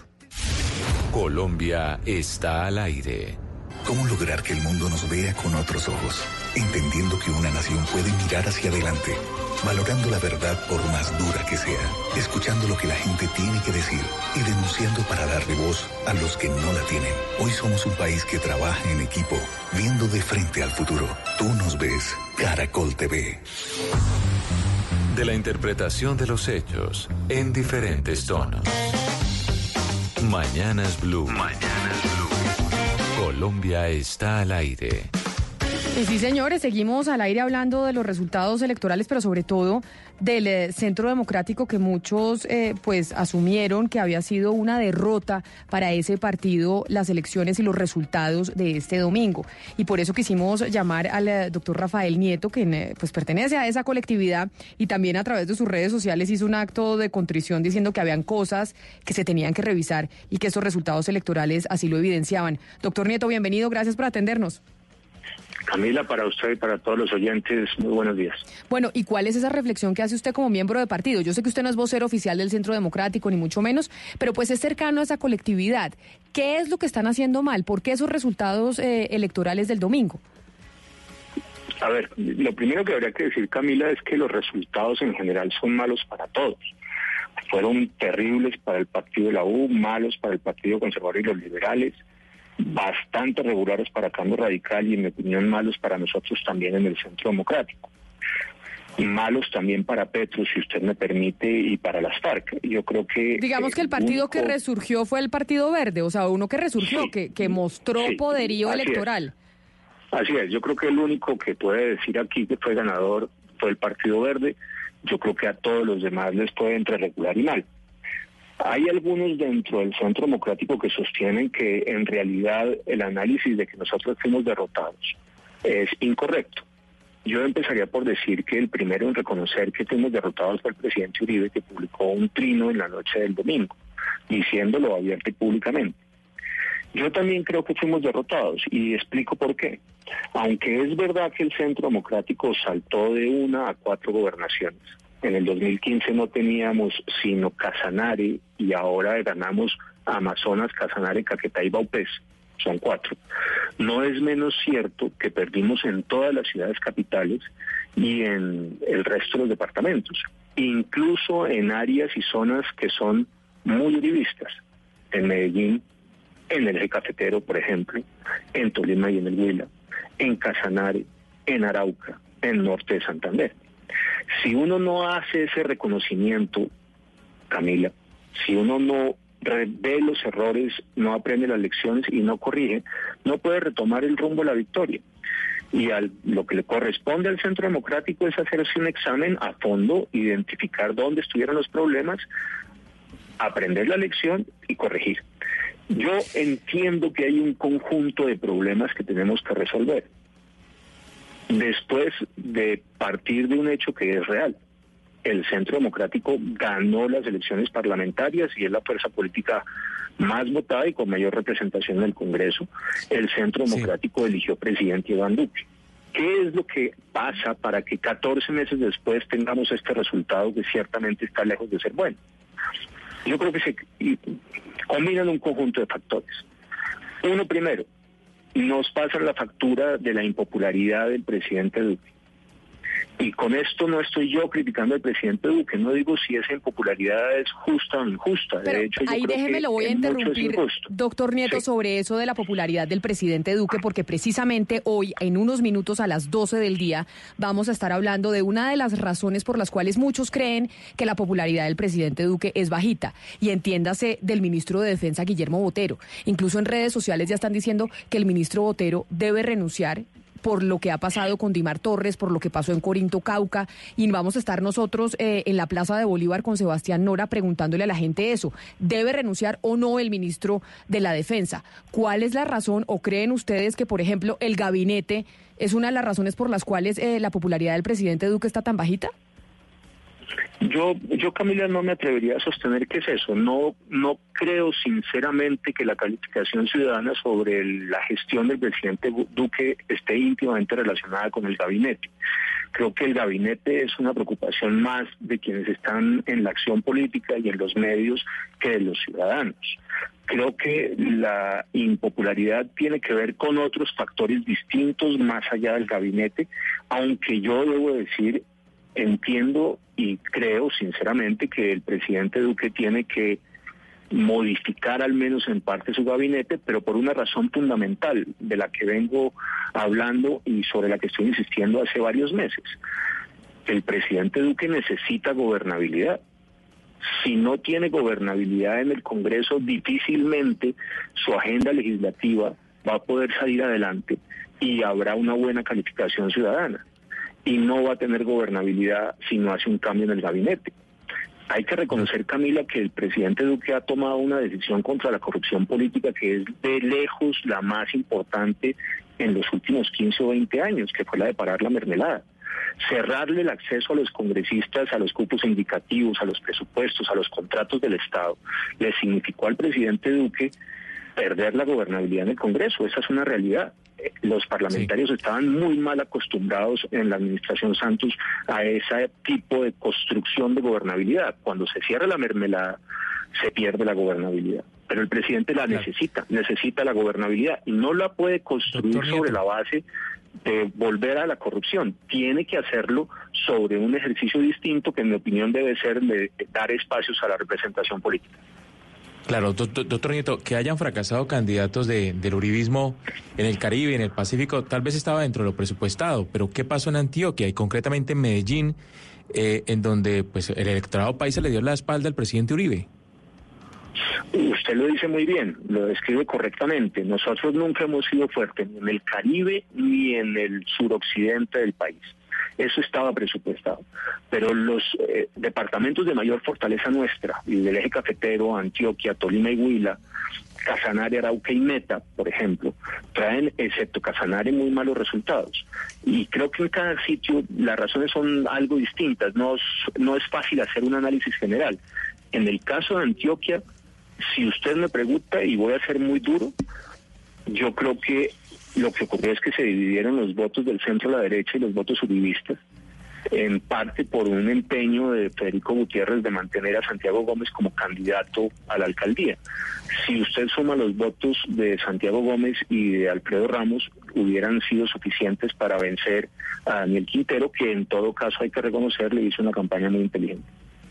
Speaker 6: Colombia está al aire.
Speaker 7: ¿Cómo lograr que el mundo nos vea con otros ojos? Entendiendo que una nación puede mirar hacia adelante, valorando la verdad por más dura que sea, escuchando lo que la gente tiene que decir y denunciando para darle voz a los que no la tienen. Hoy somos un país que trabaja en equipo, viendo de frente al futuro. Tú nos ves, Caracol TV.
Speaker 6: de la interpretación de los hechos en diferentes tonos. Mañanas Blue. Mañanas Blue. Colombia está al aire.
Speaker 10: Sí, señores, seguimos al aire hablando de los resultados electorales, pero sobre todo del Centro Democrático, que muchos pues asumieron que había sido una derrota para ese partido las elecciones y los resultados de este domingo. Y por eso quisimos llamar al doctor Rafael Nieto, que pues pertenece a esa colectividad y también a través de sus redes sociales hizo un acto de contrición diciendo que habían cosas que se tenían que revisar y que esos resultados electorales así lo evidenciaban. Doctor Nieto, bienvenido, gracias por atendernos.
Speaker 9: Camila, para usted y para todos los oyentes, muy buenos días.
Speaker 10: Bueno, ¿y cuál es esa reflexión que hace usted como miembro de partido? Yo sé que usted no es vocero oficial del Centro Democrático, ni mucho menos, pero pues es cercano a esa colectividad. ¿Qué es lo que están haciendo mal? ¿Por qué esos resultados electorales del domingo?
Speaker 9: A ver, lo primero que habría que decir, Camila, es que los resultados en general son malos para todos. Fueron terribles para el partido de la U, malos para el Partido Conservador y los liberales, bastante regulares para Cambio Radical y, en mi opinión, malos para nosotros también en el Centro Democrático. Y malos también para Petro, si usted me permite, y para las FARC. Yo creo que...
Speaker 10: Digamos que el partido que resurgió fue el Partido Verde, o sea, uno que resurgió, sí, que mostró poderío electoral.
Speaker 9: Así es, yo creo que el único que puede decir aquí que fue ganador fue el Partido Verde. Yo creo que a todos los demás les puede entre regular y mal. Hay algunos dentro del Centro Democrático que sostienen que en realidad el análisis de que nosotros fuimos derrotados es incorrecto. Yo empezaría por decir que el primero en reconocer que fuimos derrotados fue el presidente Uribe, que publicó un trino en la noche del domingo, diciéndolo abierto y públicamente. Yo también creo que fuimos derrotados y explico por qué. Aunque es verdad que el Centro Democrático saltó de 1 a 4 gobernaciones, en el 2015 no teníamos sino Casanare y ahora ganamos Amazonas, Casanare, Caquetá y Vaupés. Son 4. No es menos cierto que perdimos en todas las ciudades capitales y en el resto de los departamentos, incluso en áreas y zonas que son muy uribistas. En Medellín, en el eje cafetero, por ejemplo, en Tolima y en el Huila, en Casanare, en Arauca, en norte de Santander. Si uno no hace ese reconocimiento, Camila, si uno no ve los errores, no aprende las lecciones y no corrige, no puede retomar el rumbo a la victoria. Y lo que le corresponde al Centro Democrático es hacerse un examen a fondo, identificar dónde estuvieron los problemas, aprender la lección y corregir. Yo entiendo que hay un conjunto de problemas que tenemos que resolver. Después de partir de un hecho que es real, el Centro Democrático ganó las elecciones parlamentarias y es la fuerza política más votada y con mayor representación en el Congreso. El Centro Democrático eligió presidente Iván Duque. ¿Qué es lo que pasa para que 14 meses después tengamos este resultado que ciertamente está lejos de ser bueno? Yo creo que se combinan un conjunto de factores. Uno, primero, nos pasan la factura de la impopularidad del presidente Duque. Y con esto no estoy yo criticando al presidente Duque, no digo si esa impopularidad es justa o injusta.
Speaker 10: Pero
Speaker 9: de hecho, yo
Speaker 10: ahí
Speaker 9: creo
Speaker 10: déjeme,
Speaker 9: que
Speaker 10: lo voy a interrumpir, doctor Nieto, sobre eso de la popularidad del presidente Duque, porque precisamente hoy, en unos minutos a las 12 del día, vamos a estar hablando de una de las razones por las cuales muchos creen que la popularidad del presidente Duque es bajita, y entiéndase del ministro de Defensa, Guillermo Botero. Incluso en redes sociales ya están diciendo que el ministro Botero debe renunciar por lo que ha pasado con Dimar Torres, por lo que pasó en Corinto, Cauca, y vamos a estar nosotros en la Plaza de Bolívar con Sebastián Nora preguntándole a la gente eso. ¿Debe renunciar o no el ministro de la Defensa? ¿Cuál es la razón, o creen ustedes que, por ejemplo, el gabinete es una de las razones por las cuales la popularidad del presidente Duque está tan bajita?
Speaker 9: Yo, Camila, no me atrevería a sostener que es eso. No creo sinceramente que la calificación ciudadana sobre la gestión del presidente Duque esté íntimamente relacionada con el gabinete. Creo que el gabinete es una preocupación más de quienes están en la acción política y en los medios que de los ciudadanos. Creo que la impopularidad tiene que ver con otros factores distintos más allá del gabinete, aunque yo debo decir, entiendo y creo sinceramente que el presidente Duque tiene que modificar al menos en parte su gabinete, pero por una razón fundamental de la que vengo hablando y sobre la que estoy insistiendo hace varios meses. El presidente Duque necesita gobernabilidad. Si no tiene gobernabilidad en el Congreso, difícilmente su agenda legislativa va a poder salir adelante y habrá una buena calificación ciudadana. Y no va a tener gobernabilidad si no hace un cambio en el gabinete. Hay que reconocer, Camila, que el presidente Duque ha tomado una decisión contra la corrupción política que es de lejos la más importante en los últimos 15 o 20 años, que fue la de parar la mermelada. Cerrarle el acceso a los congresistas, a los cupos indicativos, a los presupuestos, a los contratos del Estado, le significó al presidente Duque perder la gobernabilidad en el Congreso. Esa es una realidad. Los parlamentarios estaban muy mal acostumbrados en la administración Santos a ese tipo de construcción de gobernabilidad. Cuando se cierra la mermelada, se pierde la gobernabilidad. Pero el presidente la necesita la gobernabilidad y no la puede construir sobre la base de volver a la corrupción. Tiene que hacerlo sobre un ejercicio distinto que en mi opinión debe ser de dar espacios a la representación política.
Speaker 12: Claro, doctor Nieto, que hayan fracasado candidatos del uribismo en el Caribe, en el Pacífico, tal vez estaba dentro de lo presupuestado, pero ¿qué pasó en Antioquia y concretamente en Medellín, en donde pues el electorado paisa le dio la espalda al presidente Uribe?
Speaker 9: Usted lo dice muy bien, lo describe correctamente. Nosotros nunca hemos sido fuertes ni en el Caribe ni en el suroccidente del país. Eso estaba presupuestado. Pero los departamentos de mayor fortaleza nuestra, y del eje cafetero, Antioquia, Tolima y Huila, Casanare, Arauca y Meta, por ejemplo, traen, excepto Casanare, muy malos resultados. Y creo que en cada sitio las razones son algo distintas. No es fácil hacer un análisis general. En el caso de Antioquia, si usted me pregunta, y voy a ser muy duro, yo creo que lo que ocurrió es que se dividieron los votos del centro a la derecha y los votos uribistas, en parte por un empeño de Federico Gutiérrez de mantener a Santiago Gómez como candidato a la alcaldía. Si usted suma los votos de Santiago Gómez y de Alfredo Ramos, hubieran sido suficientes para vencer a Daniel Quintero, que en todo caso hay que reconocer, le hizo una campaña muy inteligente.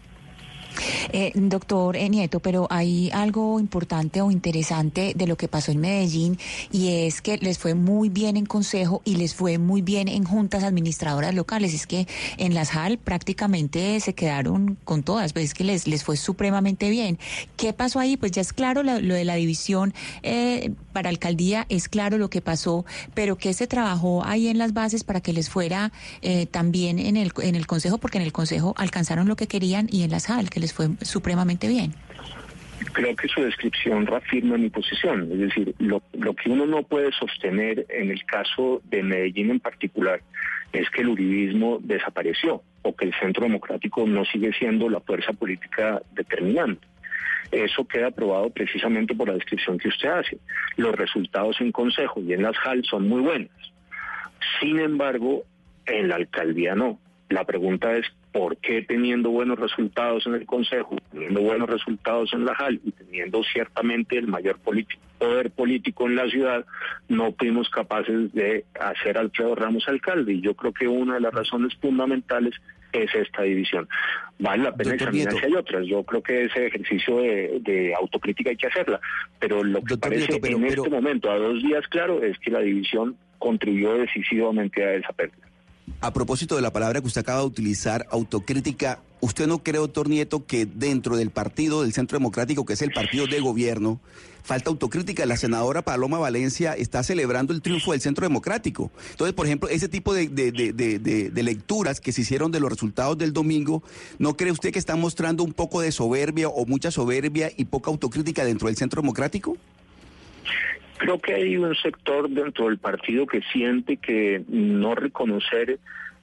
Speaker 11: Doctor Nieto, pero hay algo importante o interesante de lo que pasó en Medellín y es que les fue muy bien en consejo y les fue muy bien en juntas administradoras locales. Es que en las JAL prácticamente se quedaron con todas, pues es que les fue supremamente bien. ¿Qué pasó ahí? Pues ya es claro lo de la división para alcaldía, es claro lo que pasó, pero ¿qué se trabajó ahí en las bases para que les fuera también en el consejo? Porque en el consejo alcanzaron lo que querían y en las JAL, que les fue supremamente bien.
Speaker 9: Creo que su descripción reafirma mi posición, es decir, lo que uno no puede sostener en el caso de Medellín en particular es que el uribismo desapareció o que el Centro Democrático no sigue siendo la fuerza política determinante. Eso queda probado precisamente por la descripción que usted hace. Los resultados en consejo y en las JAL son muy buenos. Sin embargo, en la alcaldía no. La pregunta es, ¿por qué teniendo buenos resultados en el Consejo, teniendo buenos resultados en la JAL y teniendo ciertamente el mayor poder político en la ciudad, no fuimos capaces de hacer a Alfredo Ramos alcalde? Y yo creo que una de las razones fundamentales es esta división. Vale la pena examinar si hay otras. Yo creo que ese ejercicio de autocrítica hay que hacerla. Pero lo que parece en este momento, a 2 días claro, es que la división contribuyó decisivamente a esa pérdida.
Speaker 8: A propósito de la palabra que usted acaba de utilizar, autocrítica, ¿usted no cree, doctor Nieto, que dentro del partido del Centro Democrático, que es el partido de gobierno, falta autocrítica? La senadora Paloma Valencia está celebrando el triunfo del Centro Democrático. Entonces, por ejemplo, ese tipo de lecturas que se hicieron de los resultados del domingo, ¿no cree usted que están mostrando un poco de soberbia o mucha soberbia y poca autocrítica dentro del Centro Democrático?
Speaker 9: Creo que hay un sector dentro del partido que siente que no reconocer,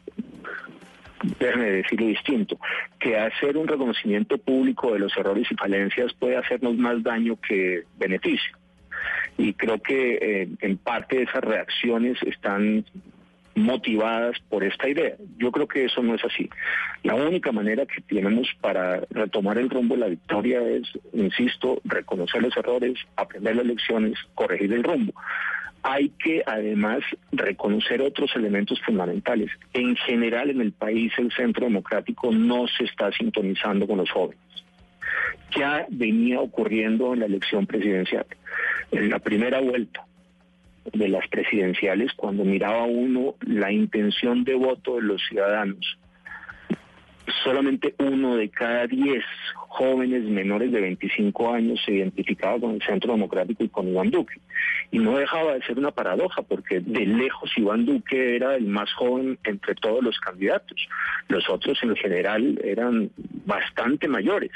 Speaker 9: déjame decirlo distinto, que hacer un reconocimiento público de los errores y falencias puede hacernos más daño que beneficio. Y creo que en parte esas reacciones están motivadas por esta idea. Yo creo que eso no es así. La única manera que tenemos para retomar el rumbo de la victoria es, insisto, reconocer los errores, aprender las lecciones, corregir el rumbo. Hay que además reconocer otros elementos fundamentales. En general en el país el Centro Democrático no se está sintonizando con los jóvenes. Ya venía ocurriendo en la elección presidencial. En la primera vuelta de las presidenciales, cuando miraba uno la intención de voto de los ciudadanos solamente 1 de cada 10 jóvenes menores de 25 años se identificaba con el Centro Democrático y con Iván Duque. Y no dejaba de ser una paradoja, porque de lejos Iván Duque era el más joven entre todos los candidatos. Los otros en general eran bastante mayores.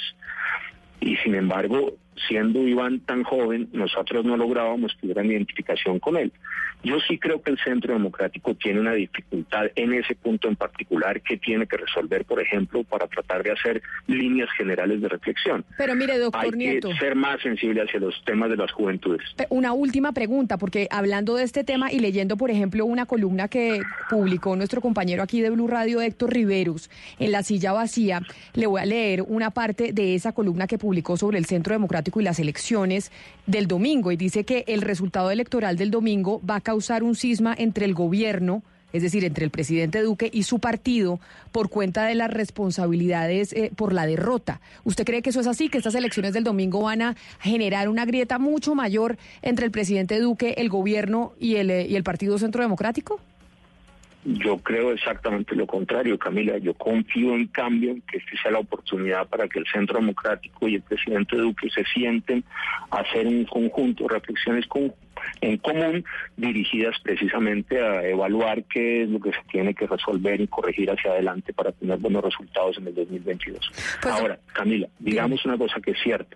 Speaker 9: Y sin embargo, siendo Iván tan joven, nosotros no lográbamos que hubiera identificación con él. Yo sí creo que el Centro Democrático tiene una dificultad en ese punto en particular que tiene que resolver, por ejemplo, para tratar de hacer líneas generales de reflexión.
Speaker 10: Pero mire, doctor Nieto,
Speaker 9: hay que ser más sensible hacia los temas de las juventudes.
Speaker 10: Una última pregunta, porque hablando de este tema y leyendo, por ejemplo, una columna que publicó nuestro compañero aquí de Blue Radio, Héctor Riveros, en La Silla Vacía, le voy a leer una parte de esa columna que publicó sobre el Centro Democrático y las elecciones del domingo, y dice que el resultado electoral del domingo va a causar un cisma entre el gobierno, es decir, entre el presidente Duque y su partido, por cuenta de las responsabilidades por la derrota. ¿Usted cree que eso es así, que estas elecciones del domingo van a generar una grieta mucho mayor entre el presidente Duque, el gobierno y el Partido Centro Democrático?
Speaker 9: Yo creo exactamente lo contrario, Camila. Yo confío, en cambio, en que esta sea la oportunidad para que el Centro Democrático y el presidente Duque se sienten a hacer un conjunto, reflexiones en común, dirigidas precisamente a evaluar qué es lo que se tiene que resolver y corregir hacia adelante para tener buenos resultados en el 2022. Pues, ahora, Camila, digamos una cosa que es cierta.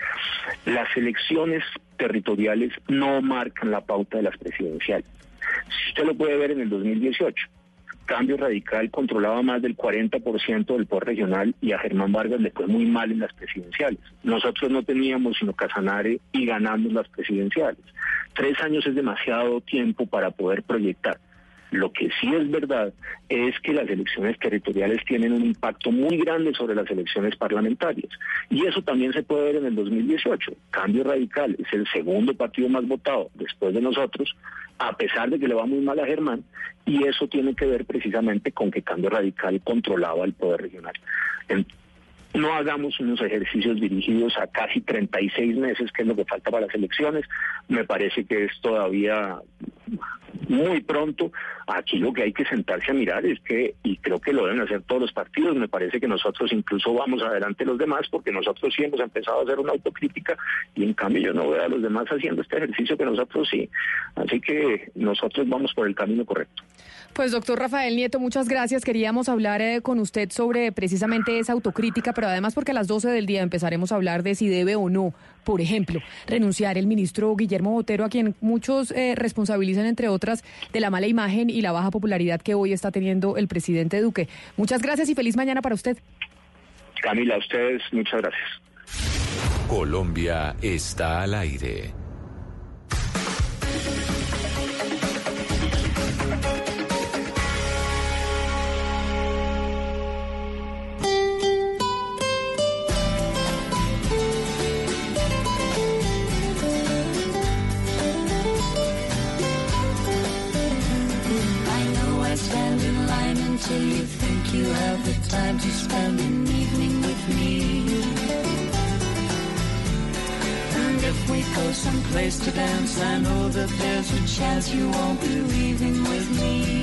Speaker 9: Las elecciones territoriales no marcan la pauta de las presidenciales. Usted lo puede ver en el 2018. Cambio Radical controlaba más del 40% del poder regional y a Germán Vargas le fue muy mal en las presidenciales. Nosotros no teníamos sino Casanare y ganamos las presidenciales. 3 años es demasiado tiempo para poder proyectar. Lo que sí es verdad es que las elecciones territoriales tienen un impacto muy grande sobre las elecciones parlamentarias. Y eso también se puede ver en el 2018. Cambio Radical es el segundo partido más votado después de nosotros, a pesar de que le va muy mal a Germán, y eso tiene que ver precisamente con que Cambio Radical controlaba el poder regional. No hagamos unos ejercicios dirigidos a casi 36 meses, que es lo que falta para las elecciones. Me parece que es todavía muy pronto. Aquí lo que hay que sentarse a mirar es que, y creo que lo deben hacer todos los partidos, me parece que nosotros incluso vamos adelante los demás, porque nosotros sí hemos empezado a hacer una autocrítica, y en cambio yo no veo a los demás haciendo este ejercicio que nosotros sí. Así que nosotros vamos por el camino correcto.
Speaker 10: Pues doctor Rafael Nieto, muchas gracias. Queríamos hablar con usted sobre precisamente esa autocrítica, pero además porque a las 12 del día empezaremos a hablar de si debe o no, por ejemplo, renunciar el ministro Guillermo Botero, a quien muchos responsabilizan, entre otras, de la mala imagen y la baja popularidad que hoy está teniendo el presidente Duque. Muchas gracias y feliz mañana para usted.
Speaker 9: Camila, a ustedes, muchas gracias.
Speaker 6: Colombia está al aire.
Speaker 13: Till you think you have the time to spend an evening with me. And if we go someplace to dance, I know that there's a chance you won't be leaving with me.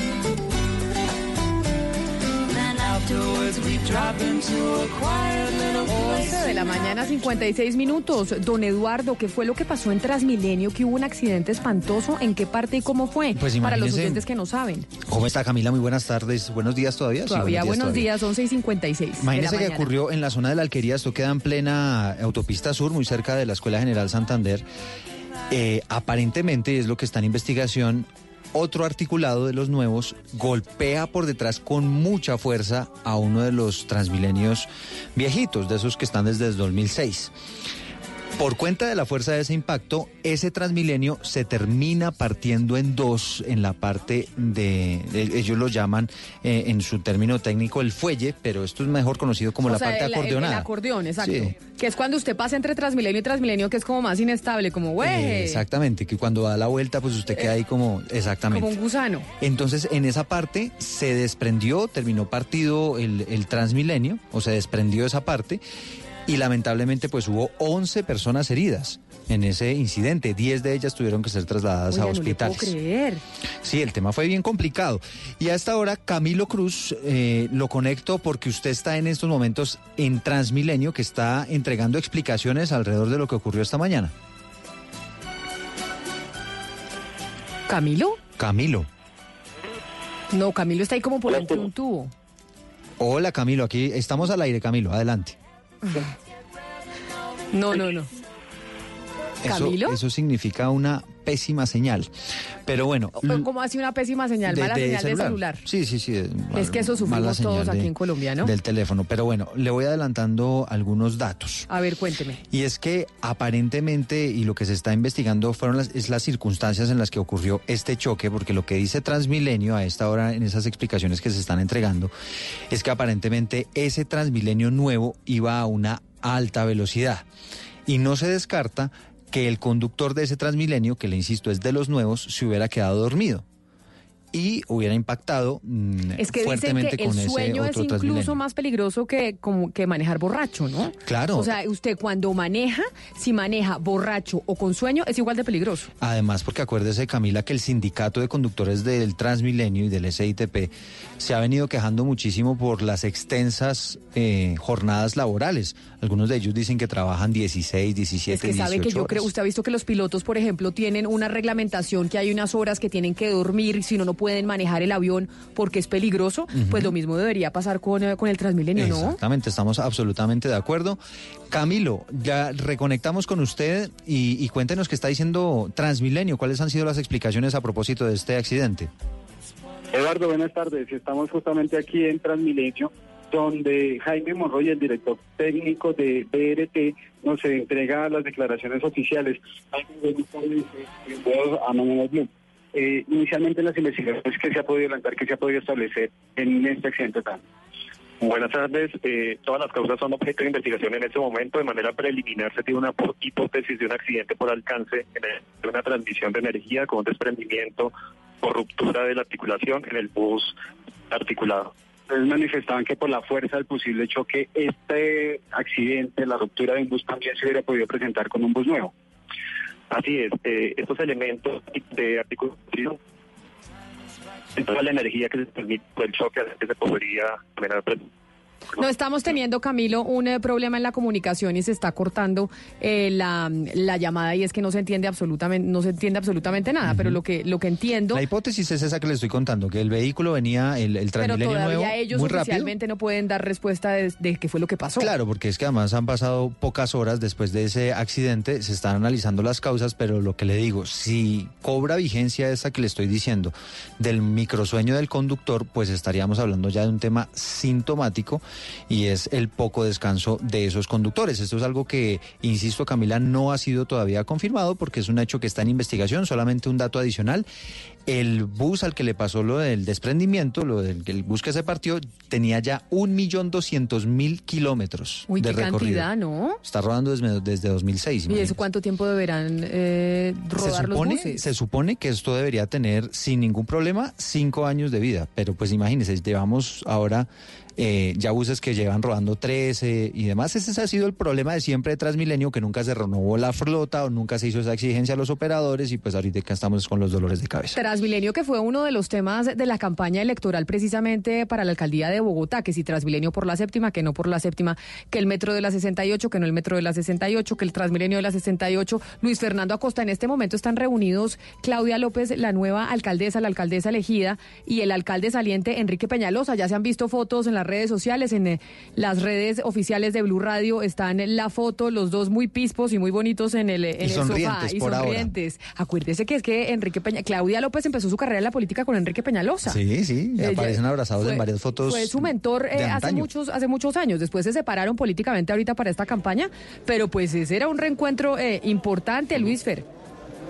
Speaker 13: Then afterwards we drop into a quiet little place.
Speaker 10: 11 de la mañana, 56 minutos. Don Eduardo, ¿qué fue lo que pasó en Transmilenio? Que hubo un accidente espantoso. ¿En qué parte y cómo fue?
Speaker 14: Pues
Speaker 10: para los oyentes que no saben.
Speaker 14: ¿Cómo está, Camila? Muy buenas tardes. Buenos días todavía.
Speaker 10: Todavía, sí, buenos días, 11:56.
Speaker 14: Imagínese que ocurrió en la zona de la Alquería. Esto queda en plena autopista sur, muy cerca de la Escuela General Santander. Aparentemente, es lo que está en investigación, otro articulado de los nuevos golpea por detrás con mucha fuerza a uno de los Transmilenios viejitos, de esos que están desde el 2006. Por cuenta de la fuerza de ese impacto, ese Transmilenio se termina partiendo en dos en la parte ellos lo llaman en su término técnico el fuelle, pero esto es mejor conocido como la parte acordeonada.
Speaker 10: El acordeón, exacto.
Speaker 14: Sí.
Speaker 10: Que es cuando usted pasa entre Transmilenio y Transmilenio, que es como más inestable, como güey.
Speaker 14: Exactamente, que cuando da la vuelta, pues usted queda ahí como, exactamente.
Speaker 10: Como un gusano.
Speaker 14: Entonces, en esa parte se desprendió, terminó partido el Transmilenio, o se desprendió esa parte. y lamentablemente pues hubo 11 personas heridas en ese incidente. 10 de ellas tuvieron que ser trasladadas a hospitales.
Speaker 10: No lo puedo creer.
Speaker 14: Sí, el tema fue bien complicado. Y a esta hora, Camilo Cruz, lo conecto porque usted está en estos momentos en Transmilenio, que está entregando explicaciones alrededor de lo que ocurrió esta mañana.
Speaker 10: ¿Camilo?
Speaker 14: Camilo.
Speaker 10: No, Camilo está ahí como por entre un tubo.
Speaker 14: Hola, Camilo, aquí estamos al aire, Camilo, adelante.
Speaker 10: No. ¿Camilo?
Speaker 14: Eso significa una pésima señal. Pero bueno.
Speaker 10: ¿Cómo así una pésima señal? Mala señal de celular.
Speaker 14: Sí.
Speaker 10: Es que eso sufrimos todos aquí en Colombia, ¿no?
Speaker 14: Del teléfono. Pero bueno, le voy adelantando algunos datos.
Speaker 10: A ver, cuénteme.
Speaker 14: Y es que aparentemente, y lo que se está investigando es las circunstancias en las que ocurrió este choque, porque lo que dice Transmilenio a esta hora en esas explicaciones que se están entregando, es que aparentemente ese Transmilenio nuevo iba a una alta velocidad. Y no se descarta que el conductor de ese Transmilenio, que le insisto es de los nuevos, se hubiera quedado dormido y hubiera impactado fuertemente con ese otro Transmilenio.
Speaker 10: El sueño es incluso más peligroso que manejar borracho, ¿no?
Speaker 14: Claro.
Speaker 10: O sea, usted cuando maneja, si maneja borracho o con sueño, es igual de peligroso.
Speaker 14: Además, porque acuérdese, Camila, que el sindicato de conductores del Transmilenio y del SITP se ha venido quejando muchísimo por las extensas jornadas laborales. Algunos de ellos dicen que trabajan 16, 17, 18 horas. Es que sabe que yo creo,
Speaker 10: usted ha visto que los pilotos, por ejemplo, tienen una reglamentación que hay unas horas que tienen que dormir, si no pueden manejar el avión porque es peligroso. Pues lo mismo debería pasar con el Transmilenio, ¿no?
Speaker 14: Exactamente, estamos absolutamente de acuerdo. Camilo, ya reconectamos con usted y cuéntenos qué está diciendo Transmilenio, cuáles han sido las explicaciones a propósito de este accidente.
Speaker 15: Eduardo, buenas tardes. Estamos justamente aquí en Transmilenio, donde Jaime Monroy, el director técnico de BRT, nos entrega las declaraciones oficiales. Jaime, buenas tardes, bienvenidos a Mañanas Blue. Inicialmente las investigaciones que se ha podido adelantar, que se ha podido establecer en este accidente tan.
Speaker 16: Buenas tardes. Todas las causas son objeto de investigación en este momento. De manera preliminar se tiene una hipótesis de un accidente por alcance de una transmisión de energía con un desprendimiento por ruptura de la articulación en el bus articulado.
Speaker 15: Ustedes manifestaban que por la fuerza del posible choque, este accidente, la ruptura de un bus, también se hubiera podido presentar con un bus nuevo.
Speaker 16: Así es, estos elementos de articulación, toda la energía que se permite por el choque, que se podría generar.
Speaker 10: No, estamos teniendo, Camilo, un problema en la comunicación y se está cortando la llamada y es que no se entiende absolutamente nada, pero lo que entiendo...
Speaker 14: La hipótesis es esa que le estoy contando, que el vehículo venía, el Transmilenio nuevo,
Speaker 10: pero todavía ellos oficialmente no pueden dar respuesta de qué fue lo que pasó.
Speaker 14: Claro, porque es que además han pasado pocas horas después de ese accidente, se están analizando las causas, pero lo que le digo, si cobra vigencia esa que le estoy diciendo del microsueño del conductor, pues estaríamos hablando ya de un tema sintomático y es el poco descanso de esos conductores. Esto es algo que, insisto, Camila, no ha sido todavía confirmado porque es un hecho que está en investigación. Solamente un dato adicional: el bus al que le pasó lo del desprendimiento, el bus que se partió, tenía ya 1.200.000 kilómetros de recorrido.
Speaker 10: Qué cantidad, ¿no?
Speaker 14: Está rodando desde 2006.
Speaker 10: ¿Y eso cuánto tiempo deberán rodar los buses?
Speaker 14: Se supone que esto debería tener, sin ningún problema, 5 años de vida. Pero pues imagínense, llevamos ahora... ya buses que llevan rodando 13 y demás. Ese ha sido el problema de siempre de Transmilenio, que nunca se renovó la flota o nunca se hizo esa exigencia a los operadores y pues ahorita estamos con los dolores de cabeza.
Speaker 10: Transmilenio, que fue uno de los temas de la campaña electoral precisamente para la alcaldía de Bogotá, que si Transmilenio por la séptima, que no por la séptima, que el metro de la 68, que no el metro de la 68, que el Transmilenio de la 68. Luis Fernando Acosta, en este momento están reunidos Claudia López, la nueva alcaldesa, la alcaldesa elegida, y el alcalde saliente Enrique Peñalosa. Ya se han visto fotos en las redes sociales, en las redes oficiales de Blue Radio están en la foto, los dos muy pispos y muy bonitos en el sofá y sonrientes. Acuérdese que es que Claudia López empezó su carrera en la política con Enrique Peñalosa.
Speaker 14: Sí, aparecen abrazados en varias fotos.
Speaker 10: Fue su mentor hace muchos años. Después se separaron políticamente ahorita para esta campaña, pero pues ese era un reencuentro importante, Luis Fer.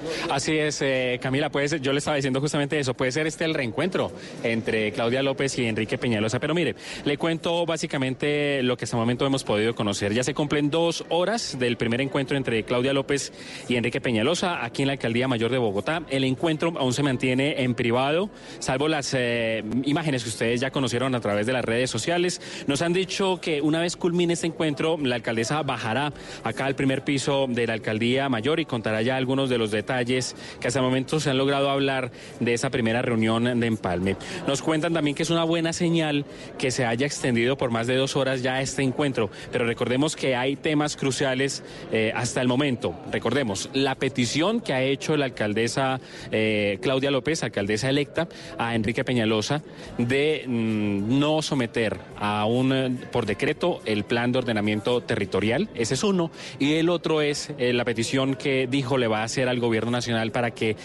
Speaker 3: Así es, Camila, yo le estaba diciendo justamente eso, puede ser el reencuentro entre Claudia López y Enrique Peñalosa, pero mire, le cuento básicamente lo que hasta el momento hemos podido conocer. Ya se cumplen 2 horas del primer encuentro entre Claudia López y Enrique Peñalosa aquí en la Alcaldía Mayor de Bogotá. El encuentro aún se mantiene en privado, salvo las imágenes que ustedes ya conocieron a través de las redes sociales. Nos han dicho que una vez culmine este encuentro, la alcaldesa bajará acá al primer piso de la Alcaldía Mayor y contará ya algunos de los detalles que hasta el momento se han logrado hablar de esa primera reunión de empalme. Nos cuentan también que es una buena señal que se haya extendido por más de 2 horas ya este encuentro, pero recordemos que hay temas cruciales hasta el momento. Recordemos, la petición que ha hecho la alcaldesa Claudia López, alcaldesa electa, a Enrique Peñalosa de no someter por decreto el plan de ordenamiento territorial, ese es uno, y el otro es la petición que dijo le va a hacer al gobierno nacional para que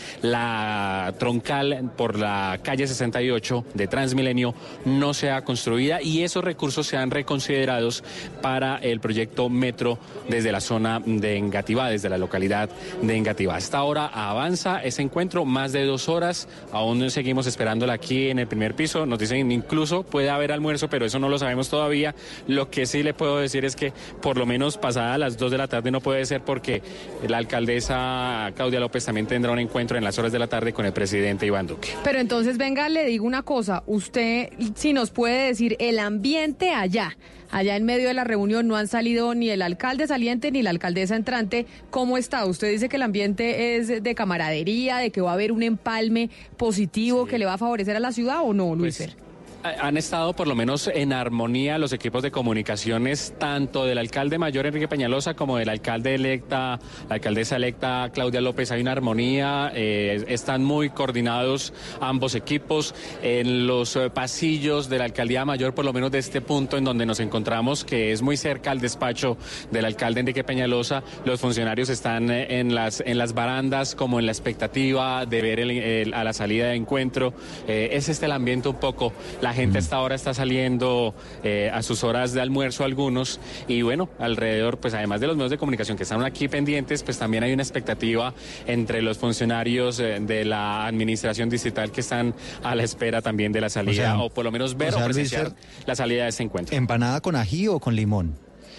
Speaker 3: la troncal por la calle 68 de Transmilenio no sea construida y esos recursos sean reconsiderados para el proyecto Metro desde la zona de Engativá, desde la localidad de Engativá. Hasta ahora avanza ese encuentro, más de 2 horas, aún seguimos esperándola aquí en el primer piso, nos dicen incluso puede haber almuerzo, pero eso no lo sabemos todavía. Lo que sí le puedo decir es que por lo menos pasada las 2 de la tarde no puede ser porque la alcaldesa Claudia López también tendrá un encuentro en las horas de la tarde con el presidente Iván Duque.
Speaker 10: Pero entonces, venga, le digo una cosa, usted si nos puede decir el ambiente allá en medio de la reunión, no han salido ni el alcalde saliente ni la alcaldesa entrante, ¿cómo está? Usted dice que el ambiente es de camaradería, de que va a haber un empalme positivo que le va a favorecer a la ciudad, ¿o no, Luisfer?
Speaker 3: Han estado por lo menos en armonía los equipos de comunicaciones, tanto del alcalde mayor Enrique Peñalosa como del alcalde electa, la alcaldesa electa Claudia López. Hay una armonía, están muy coordinados ambos equipos. En los pasillos de la alcaldía mayor, por lo menos de este punto en donde nos encontramos, que es muy cerca al despacho del alcalde Enrique Peñalosa, los funcionarios están en las barandas como en la expectativa de ver a la salida de encuentro. Es el ambiente un poco. La gente hasta ahora está saliendo a sus horas de almuerzo algunos y bueno, alrededor, pues además de los medios de comunicación que están aquí pendientes, pues también hay una expectativa entre los funcionarios de la administración distrital que están a la espera también de la salida, o por lo menos ver o presenciar la salida de ese encuentro.
Speaker 14: ¿Empanada con ají o con limón?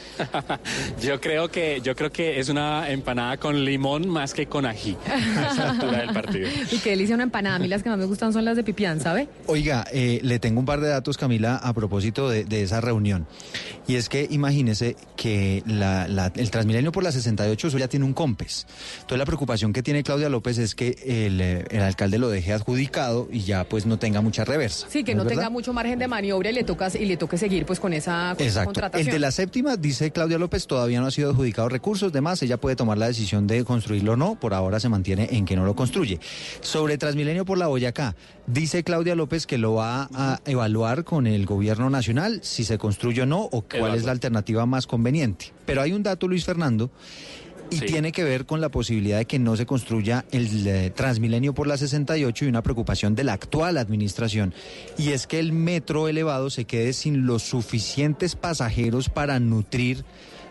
Speaker 3: Yo creo que es una empanada con limón más que con ají a esa altura del partido.
Speaker 10: Y qué delicia una empanada. A mí las que más me gustan son las de pipián, ¿sabe?
Speaker 14: Oiga, le tengo un par de datos, Camila, a propósito de esa reunión. Y es que imagínese que el Transmilenio por la 68 eso ya tiene un COMPES. Entonces la preocupación que tiene Claudia López es que el alcalde lo deje adjudicado y ya pues no tenga mucha reversa.
Speaker 10: Sí, que no tenga mucho margen de maniobra y le toque seguir pues con esa contratación.
Speaker 14: El de la séptima, dice Claudia López, todavía no ha sido adjudicado recursos, demás, ella puede tomar la decisión de construirlo o no, por ahora se mantiene en que no lo construye. Sobre Transmilenio por la Boyacá, dice Claudia López que lo va a evaluar con el gobierno nacional, si se construye o no, o cuál es la alternativa más conveniente. Pero hay un dato, Luis Fernando, y tiene que ver con la posibilidad de que no se construya el Transmilenio por la 68 y una preocupación de la actual administración, y es que el metro elevado se quede sin los suficientes pasajeros para nutrir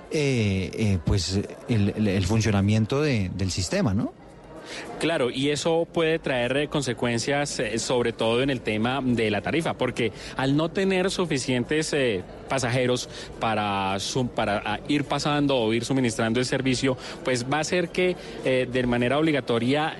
Speaker 14: pues el funcionamiento del sistema, ¿no?
Speaker 3: Claro, y eso puede traer consecuencias sobre todo en el tema de la tarifa, porque al no tener suficientes pasajeros para ir pasando o ir suministrando el servicio, pues va a hacer que de manera obligatoria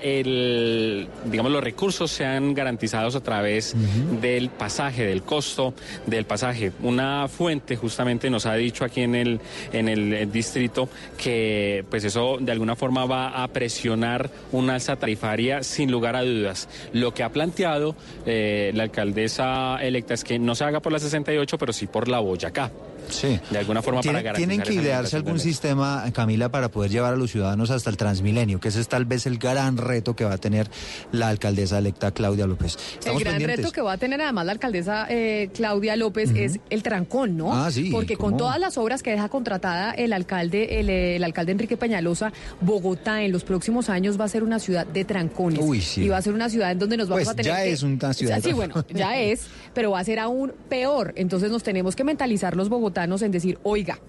Speaker 3: los recursos sean garantizados a través del pasaje, del costo del pasaje. Una fuente justamente nos ha dicho aquí en el distrito que pues eso de alguna forma va a presionar una alza tarifaria sin lugar a dudas. Lo que ha planteado la alcaldesa electa es que no se haga por la 68, pero sí por la Boyacá.
Speaker 14: Sí.
Speaker 3: De alguna forma para garantizar.
Speaker 14: Tienen que idearse algún sistema, Camila, para poder llevar a los ciudadanos hasta el Transmilenio, que ese es tal vez el gran reto que va a tener la alcaldesa electa Claudia López.
Speaker 10: El gran reto que va a tener además la alcaldesa Claudia López es el trancón, ¿no?
Speaker 14: Ah, sí.
Speaker 10: Porque con todas las obras que deja contratada el alcalde Enrique Peñalosa, Bogotá en los próximos años va a ser una ciudad de trancones.
Speaker 14: Uy, sí.
Speaker 10: Y va a ser una ciudad en donde nos vamos
Speaker 14: pues
Speaker 10: a tener
Speaker 14: ya es una ciudad.
Speaker 10: Sí, bueno, ya es, pero va a ser aún peor. Entonces nos tenemos que mentalizar los bogotanos en decir, oiga,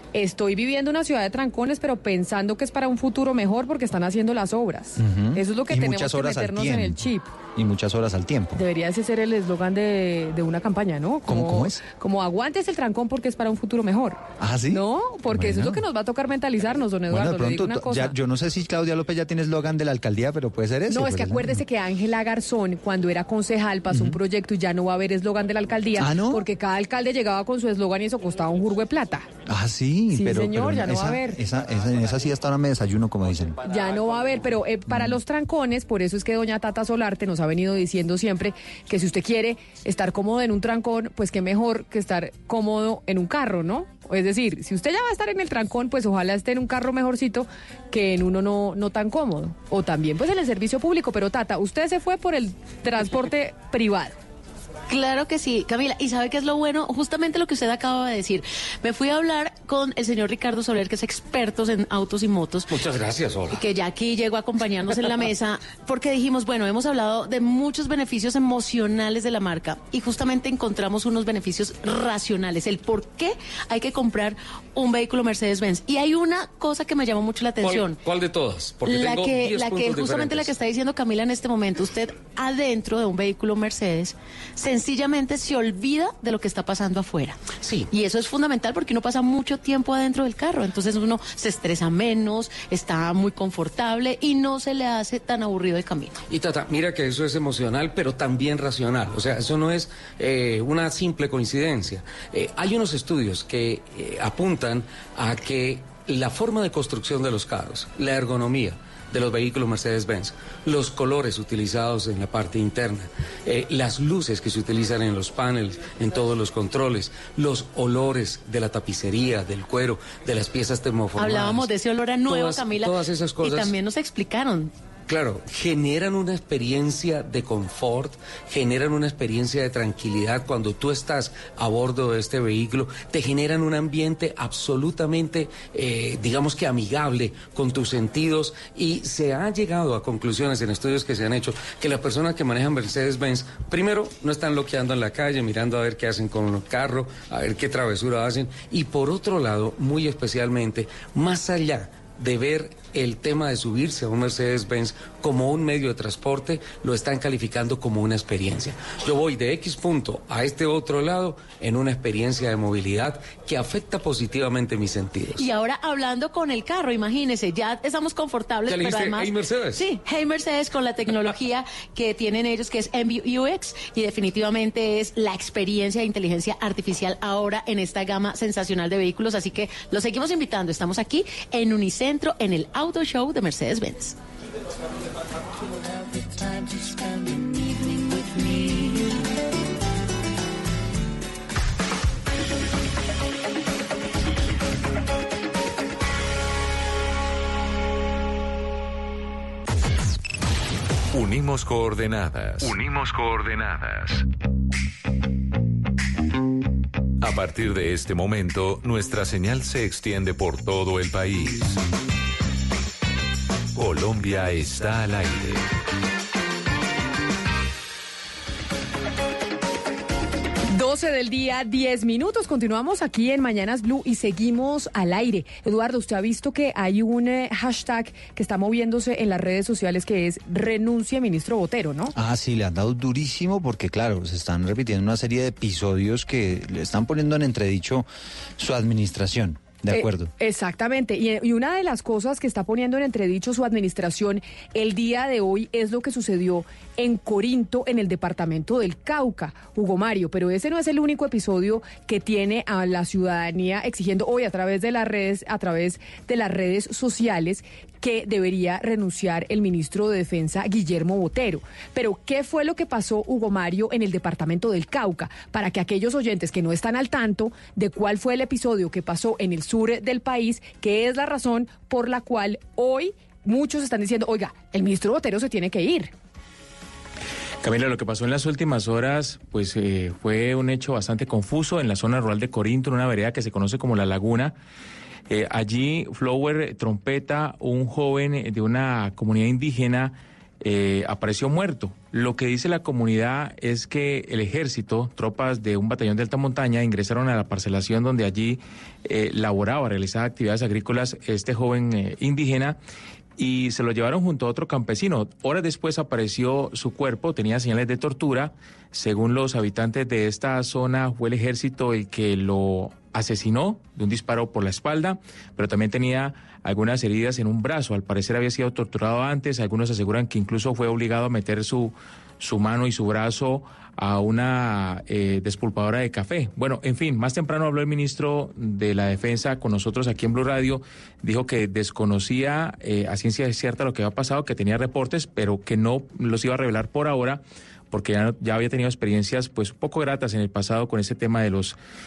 Speaker 10: estoy viviendo una ciudad de trancones, pero pensando que es para un futuro mejor porque están haciendo las obras. Eso es lo que
Speaker 14: Y
Speaker 10: tenemos
Speaker 14: muchas
Speaker 10: que
Speaker 14: horas al
Speaker 10: meternos en el chip.
Speaker 14: Y muchas horas al tiempo.
Speaker 10: Debería ese ser el eslogan de una campaña, ¿no?
Speaker 14: ¿Cómo es?
Speaker 10: Como aguantes el trancón porque es para un futuro mejor.
Speaker 14: ¿Ah, sí?
Speaker 10: No, porque eso es
Speaker 14: Bueno.
Speaker 10: lo que nos va a tocar mentalizarnos, don Eduardo.
Speaker 14: Bueno, de
Speaker 10: le digo
Speaker 14: pronto,
Speaker 10: una cosa.
Speaker 14: yo no sé si Claudia López ya tiene eslogan de la alcaldía, pero puede ser ese.
Speaker 10: No, es que acuérdese que Ángela Garzón, cuando era concejal, pasó un proyecto y ya no va a haber eslogan de la alcaldía.
Speaker 14: ¿Ah, no?
Speaker 10: Porque cada alcalde llegaba con su eslogan y eso costaba un jurgo de plata.
Speaker 14: Ah, sí,
Speaker 10: Sí,
Speaker 14: pero,
Speaker 10: señor,
Speaker 14: pero
Speaker 10: ya no va a haber.
Speaker 14: En esa sí hasta ahora me desayuno, como dicen.
Speaker 10: Ya no va a haber, pero para los trancones, por eso es que doña Tata Solarte nos ha venido diciendo siempre que si usted quiere estar cómodo en un trancón, pues qué mejor que estar cómodo en un carro, ¿no? Es decir, si usted ya va a estar en el trancón, pues ojalá esté en un carro mejorcito que en uno no tan cómodo. O también pues en el servicio público, pero Tata, usted se fue por el transporte privado.
Speaker 17: Claro que sí, Camila. ¿Y sabe qué es lo bueno? Justamente lo que usted acaba de decir. Me fui a hablar con el señor Ricardo Soler, que es experto en autos y motos.
Speaker 18: Muchas gracias, hola.
Speaker 17: Que ya aquí llegó a acompañarnos en la mesa, porque dijimos, bueno, hemos hablado de muchos beneficios emocionales de la marca y justamente encontramos unos beneficios racionales, el por qué hay que comprar un vehículo Mercedes-Benz. Y hay una cosa que me llamó mucho la atención.
Speaker 18: ¿Cuál de todas? Porque
Speaker 17: La
Speaker 18: tengo
Speaker 17: que
Speaker 18: 10 puntos
Speaker 17: justamente
Speaker 18: diferentes.
Speaker 17: la que está diciendo Camila en este momento. Usted adentro de un vehículo Mercedes sencillamente se olvida de lo que está pasando afuera.
Speaker 18: Sí.
Speaker 17: Y eso es fundamental porque uno pasa mucho tiempo adentro del carro, entonces uno se estresa menos, está muy confortable y no se le hace tan aburrido el camino.
Speaker 18: Y Tata, mira que eso es emocional, pero también racional. O sea, eso no es una simple coincidencia. Hay unos estudios que apuntan a que la forma de construcción de los carros, la ergonomía de los vehículos Mercedes-Benz, los colores utilizados en la parte interna, las luces que se utilizan en los paneles, en todos los controles, los olores de la tapicería, del cuero, de las piezas termoformadas.
Speaker 17: Hablábamos de ese olor a nuevo, Camila,
Speaker 18: todas esas cosas.
Speaker 17: y también nos explicaron.
Speaker 18: Claro, generan una experiencia de confort, generan una experiencia de tranquilidad cuando tú estás a bordo de este vehículo, te generan un ambiente absolutamente, digamos que amigable con tus sentidos y se ha llegado a conclusiones en estudios que se han hecho que las personas que manejan Mercedes-Benz, primero, no están loqueando en la calle mirando a ver qué hacen con el carro, a ver qué travesura hacen y por otro lado, muy especialmente, más allá de ver el tema de subirse a un Mercedes-Benz como un medio de transporte, lo están calificando como una experiencia. Yo voy de X punto a este otro lado en una experiencia de movilidad que afecta positivamente mis sentidos.
Speaker 17: Y ahora hablando con el carro, imagínese, ya estamos confortables,
Speaker 18: ¿Ya le
Speaker 17: pero
Speaker 18: dijiste,
Speaker 17: además...
Speaker 18: hey Mercedes?
Speaker 17: Sí, Hey Mercedes con la tecnología que tienen ellos, que es MBUX, y definitivamente es la experiencia de inteligencia artificial ahora en esta gama sensacional de vehículos, así que los seguimos invitando. Estamos aquí en Unicentro, en el Auto Show de Mercedes-Benz.
Speaker 6: Unimos coordenadas. Unimos coordenadas. A partir de este momento, nuestra señal se extiende por todo el país. Colombia está al aire.
Speaker 10: 12 del día, 10 minutos. Continuamos aquí en Mañanas Blue y seguimos al aire. Eduardo, usted ha visto que hay un hashtag que está moviéndose en las redes sociales que es renuncia ministro Botero, ¿no?
Speaker 14: Ah, sí, le han dado durísimo porque, claro, se están repitiendo una serie de episodios que le están poniendo en entredicho su administración. De acuerdo.
Speaker 10: Exactamente. Y una de las cosas que está poniendo en entredicho su administración el día de hoy es lo que sucedió en Corinto, en el departamento del Cauca, Hugo Mario. Pero ese no es el único episodio que tiene a la ciudadanía exigiendo hoy a través de las redes sociales que debería renunciar el ministro de Defensa, Guillermo Botero. Pero, ¿qué fue lo que pasó, Hugo Mario, en el departamento del Cauca? Para que aquellos oyentes que no están al tanto de cuál fue el episodio que pasó en el sur del país, que es la razón por la cual hoy muchos están diciendo, oiga, el ministro Botero se tiene que ir.
Speaker 12: Camila, lo que pasó en las últimas horas, pues fue un hecho bastante confuso en la zona rural de Corinto, en una vereda que se conoce como La Laguna. Allí, Flower Trompeta, un joven de una comunidad indígena, apareció muerto. Lo que dice la comunidad es que el ejército, tropas de un batallón de alta montaña, ingresaron a la parcelación donde allí laboraba, realizaba actividades agrícolas este joven indígena, y se lo llevaron junto a otro campesino. Horas después apareció su cuerpo, tenía señales de tortura. Según los habitantes de esta zona, fue el ejército el que lo asesinó de un disparo por la espalda, pero también tenía algunas heridas en un brazo. Al parecer había sido torturado antes. Algunos aseguran que incluso fue obligado a meter su mano y su brazo a una despulpadora de café. Bueno, en fin, más temprano habló el ministro de la Defensa con nosotros aquí en Blue Radio. Dijo que desconocía a ciencia cierta lo que había pasado, que tenía reportes, pero que no los iba a revelar por ahora, porque ya había tenido experiencias pues un poco gratas en el pasado con ese tema de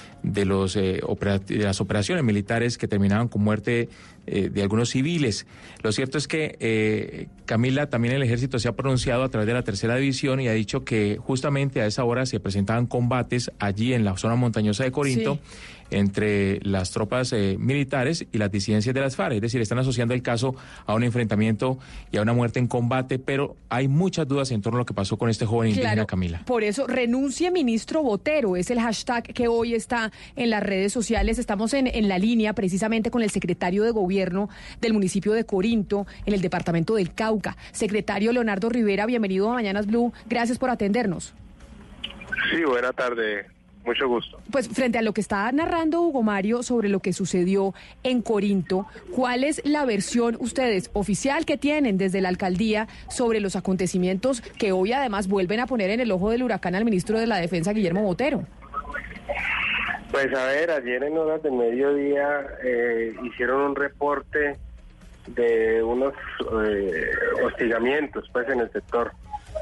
Speaker 12: las operaciones militares que terminaban con muerte de algunos civiles. Lo cierto es que, Camila, también el ejército se ha pronunciado a través de la tercera división y ha dicho que justamente a esa hora se presentaban combates allí en la zona montañosa de Corinto. Sí. Entre las tropas militares y las disidencias de las FARC, es decir, están asociando el caso a un enfrentamiento y a una muerte en combate, pero hay muchas dudas en torno a lo que pasó con este joven indígena, Camila.
Speaker 10: Por eso, renuncie ministro Botero, es el hashtag que hoy está en las redes sociales. Estamos en la línea precisamente con el secretario de Gobierno del municipio de Corinto, en el departamento del Cauca. Secretario Leonardo Rivera, bienvenido a Mañanas Blue, gracias por atendernos.
Speaker 16: Sí, buena tarde. Mucho gusto.
Speaker 10: Pues frente a lo que está narrando Hugo Mario sobre lo que sucedió en Corinto, ¿cuál es la versión ustedes oficial que tienen desde la alcaldía sobre los acontecimientos que hoy además vuelven a poner en el ojo del huracán al ministro de la Defensa, Guillermo Botero?
Speaker 16: Pues a ver, ayer en horas de mediodía hicieron un reporte de unos hostigamientos pues en el sector.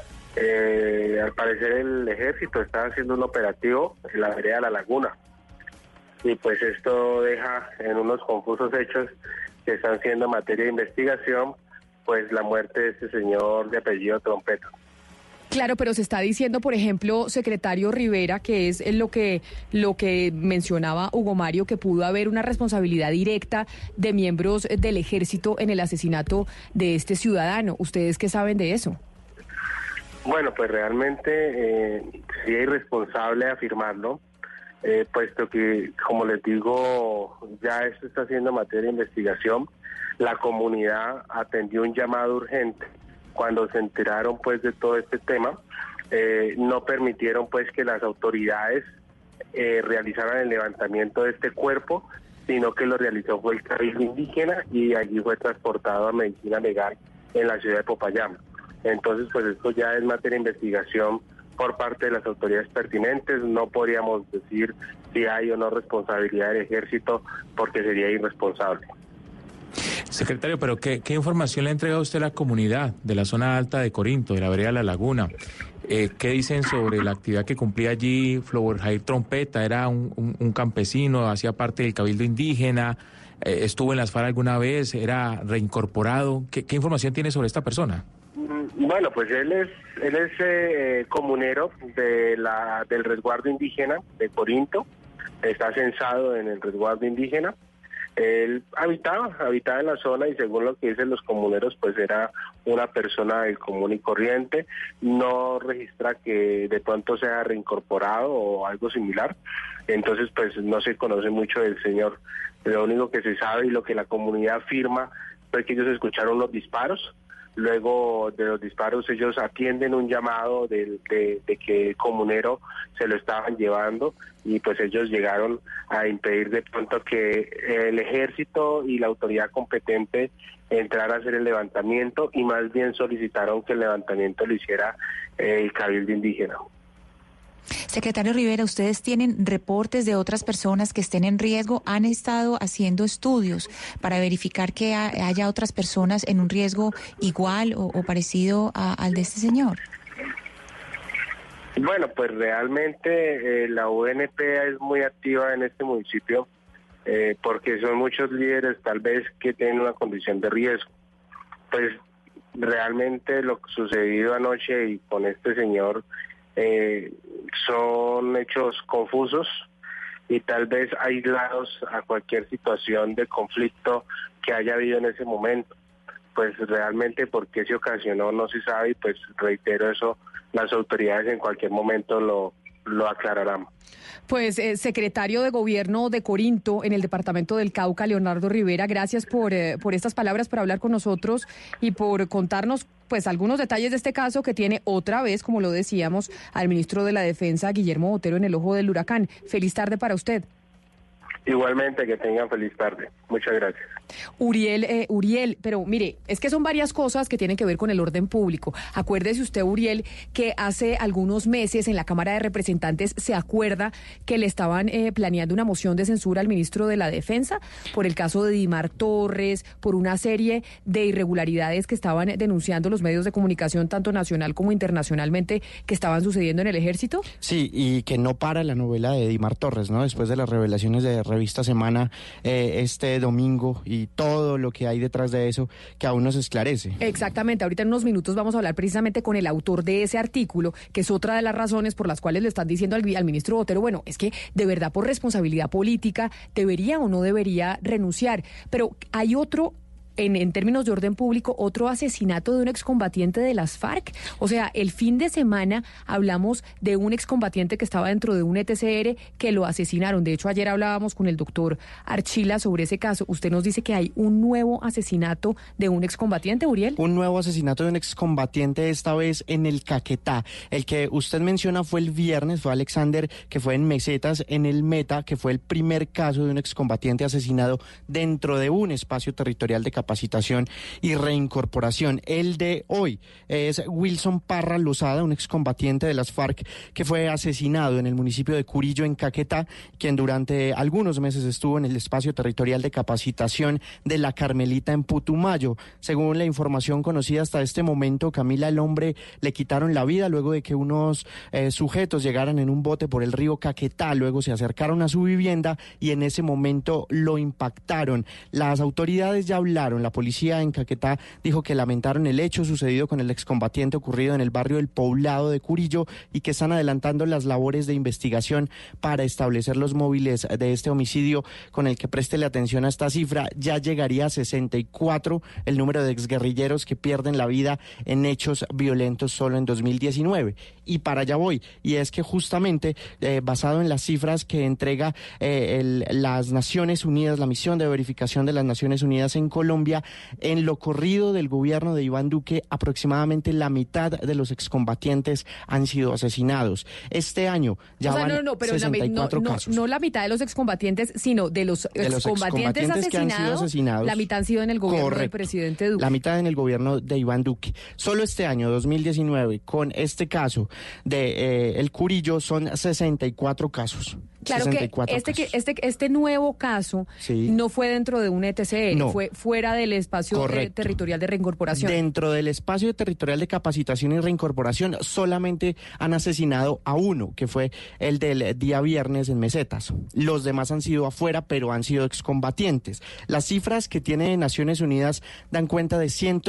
Speaker 16: Al parecer el ejército está haciendo un operativo en la vereda de La Laguna y pues esto deja en unos confusos hechos que están siendo materia de investigación pues la muerte de este señor de apellido Trompeta.
Speaker 10: Claro, pero se está diciendo, por ejemplo, secretario Rivera, que es lo que mencionaba Hugo Mario, que pudo haber una responsabilidad directa de miembros del ejército en el asesinato de este ciudadano. ¿Ustedes qué saben de eso?
Speaker 16: Bueno, pues realmente sería irresponsable afirmarlo, puesto que, como les digo, ya esto está siendo materia de investigación. La comunidad atendió un llamado urgente cuando se enteraron pues de todo este tema. No permitieron pues que las autoridades realizaran el levantamiento de este cuerpo, sino que lo realizó fue el Cabildo Indígena y allí fue transportado a medicina legal en la ciudad de Popayán. Entonces, pues esto ya es materia de investigación por parte de las autoridades pertinentes. No podríamos decir si hay o no responsabilidad del ejército porque sería irresponsable.
Speaker 12: Secretario, pero ¿qué información le ha entregado usted a la comunidad de la zona alta de Corinto, de la vereda La Laguna? ¿Qué dicen sobre la actividad que cumplía allí Flower Jair Trompeta? ¿Era un campesino, hacía parte del cabildo indígena? ¿Estuvo en las FARC alguna vez? ¿Era reincorporado? ¿Qué información tiene sobre esta persona?
Speaker 16: Bueno, pues él es comunero del resguardo indígena de Corinto, está censado en el resguardo indígena. Él habitaba en la zona y según lo que dicen los comuneros, pues era una persona del común y corriente. No registra que de pronto sea reincorporado o algo similar. Entonces, pues no se conoce mucho del señor. Lo único que se sabe y lo que la comunidad afirma fue que ellos escucharon los disparos. Luego de los disparos ellos atienden un llamado de que el comunero se lo estaban llevando y pues ellos llegaron a impedir de pronto que el ejército y la autoridad competente entrara a hacer el levantamiento y más bien solicitaron que el levantamiento lo hiciera el Cabildo Indígena.
Speaker 11: Secretario Rivera, ¿ustedes tienen reportes de otras personas que estén en riesgo? ¿Han estado haciendo estudios para verificar que haya otras personas en un riesgo igual o parecido al de este señor?
Speaker 16: Bueno, pues realmente la UNP es muy activa en este municipio porque son muchos líderes tal vez que tienen una condición de riesgo. Pues realmente lo sucedido anoche y con este señor son hechos confusos y tal vez aislados a cualquier situación de conflicto que haya habido en ese momento.
Speaker 19: pues realmente por qué se ocasionó no se sabe, y pues reitero eso, las autoridades en cualquier momento lo aclararán.
Speaker 10: Pues secretario de Gobierno de Corinto en el departamento del Cauca, Leonardo Rivera, gracias por estas palabras, por hablar con nosotros y por contarnos pues algunos detalles de este caso que tiene otra vez, como lo decíamos, al ministro de la Defensa, Guillermo Botero, en el ojo del huracán. Feliz tarde para usted.
Speaker 19: Igualmente, que tengan feliz tarde. Muchas gracias.
Speaker 10: Uriel, pero mire, es que son varias cosas que tienen que ver con el orden público. Acuérdese usted, Uriel, que hace algunos meses en la Cámara de Representantes se acuerda que le estaban planeando una moción de censura al ministro de la Defensa por el caso de Dimar Torres, por una serie de irregularidades que estaban denunciando los medios de comunicación, tanto nacional como internacionalmente, que estaban sucediendo en el Ejército.
Speaker 20: Sí, y que no para la novela de Dimar Torres, ¿no? Después de las revelaciones de Revista Semana este domingo y todo lo que hay detrás de eso que aún no se esclarece.
Speaker 10: Exactamente, ahorita en unos minutos vamos a hablar precisamente con el autor de ese artículo, que es otra de las razones por las cuales le están diciendo al ministro Botero, bueno, es que de verdad por responsabilidad política debería o no debería renunciar, pero hay otro... En términos de orden público, otro asesinato de un excombatiente de las FARC. O sea, el fin de semana hablamos de un excombatiente que estaba dentro de un ETCR que lo asesinaron. De hecho, ayer hablábamos con el doctor Archila sobre ese caso. Usted nos dice que hay un nuevo asesinato de un excombatiente, Uriel.
Speaker 20: Un nuevo asesinato de un excombatiente, esta vez en el Caquetá. El que usted menciona fue el viernes, fue Alexander, que fue en Mesetas, en el Meta, que fue el primer caso de un excombatiente asesinado dentro de un espacio territorial de capacitación y reincorporación. El de hoy es Wilson Parra Lozada, un excombatiente de las FARC que fue asesinado en el municipio de Curillo, en Caquetá, quien durante algunos meses estuvo en el espacio territorial de capacitación de la Carmelita en Putumayo. Según la información conocida hasta este momento, Camila, el hombre le quitaron la vida luego de que unos sujetos llegaran en un bote por el río Caquetá, luego se acercaron a su vivienda y en ese momento lo impactaron. Las autoridades ya hablaron. La policía en Caquetá dijo que lamentaron el hecho sucedido con el excombatiente ocurrido en el barrio del Poblado de Curillo y que están adelantando las labores de investigación para establecer los móviles de este homicidio, con el que préstele atención a esta cifra. Ya llegaría a 64 el número de exguerrilleros que pierden la vida en hechos violentos solo en 2019. Y para allá voy, y es que justamente basado en las cifras que entrega las Naciones Unidas, la misión de verificación de las Naciones Unidas en Colombia, en lo corrido del gobierno de Iván Duque, aproximadamente la mitad de los excombatientes han sido asesinados. Este año ya van 64 casos.
Speaker 10: No la mitad de los excombatientes, sino de los excombatientes asesinados,
Speaker 20: que han sido asesinados.
Speaker 10: La mitad han sido en el gobierno
Speaker 20: Correcto.
Speaker 10: del presidente Duque.
Speaker 20: La mitad en el gobierno de Iván Duque. Solo este año, 2019, con este caso de el Curillo, son 64 casos.
Speaker 10: Claro que este nuevo caso no fue dentro de un ETCR,
Speaker 20: no.
Speaker 10: Fue fuera del espacio territorial de reincorporación.
Speaker 20: Dentro del espacio territorial de capacitación y reincorporación solamente han asesinado a uno, que fue el del día viernes en Mesetas. Los demás han sido afuera, pero han sido excombatientes. Las cifras que tiene Naciones Unidas dan cuenta de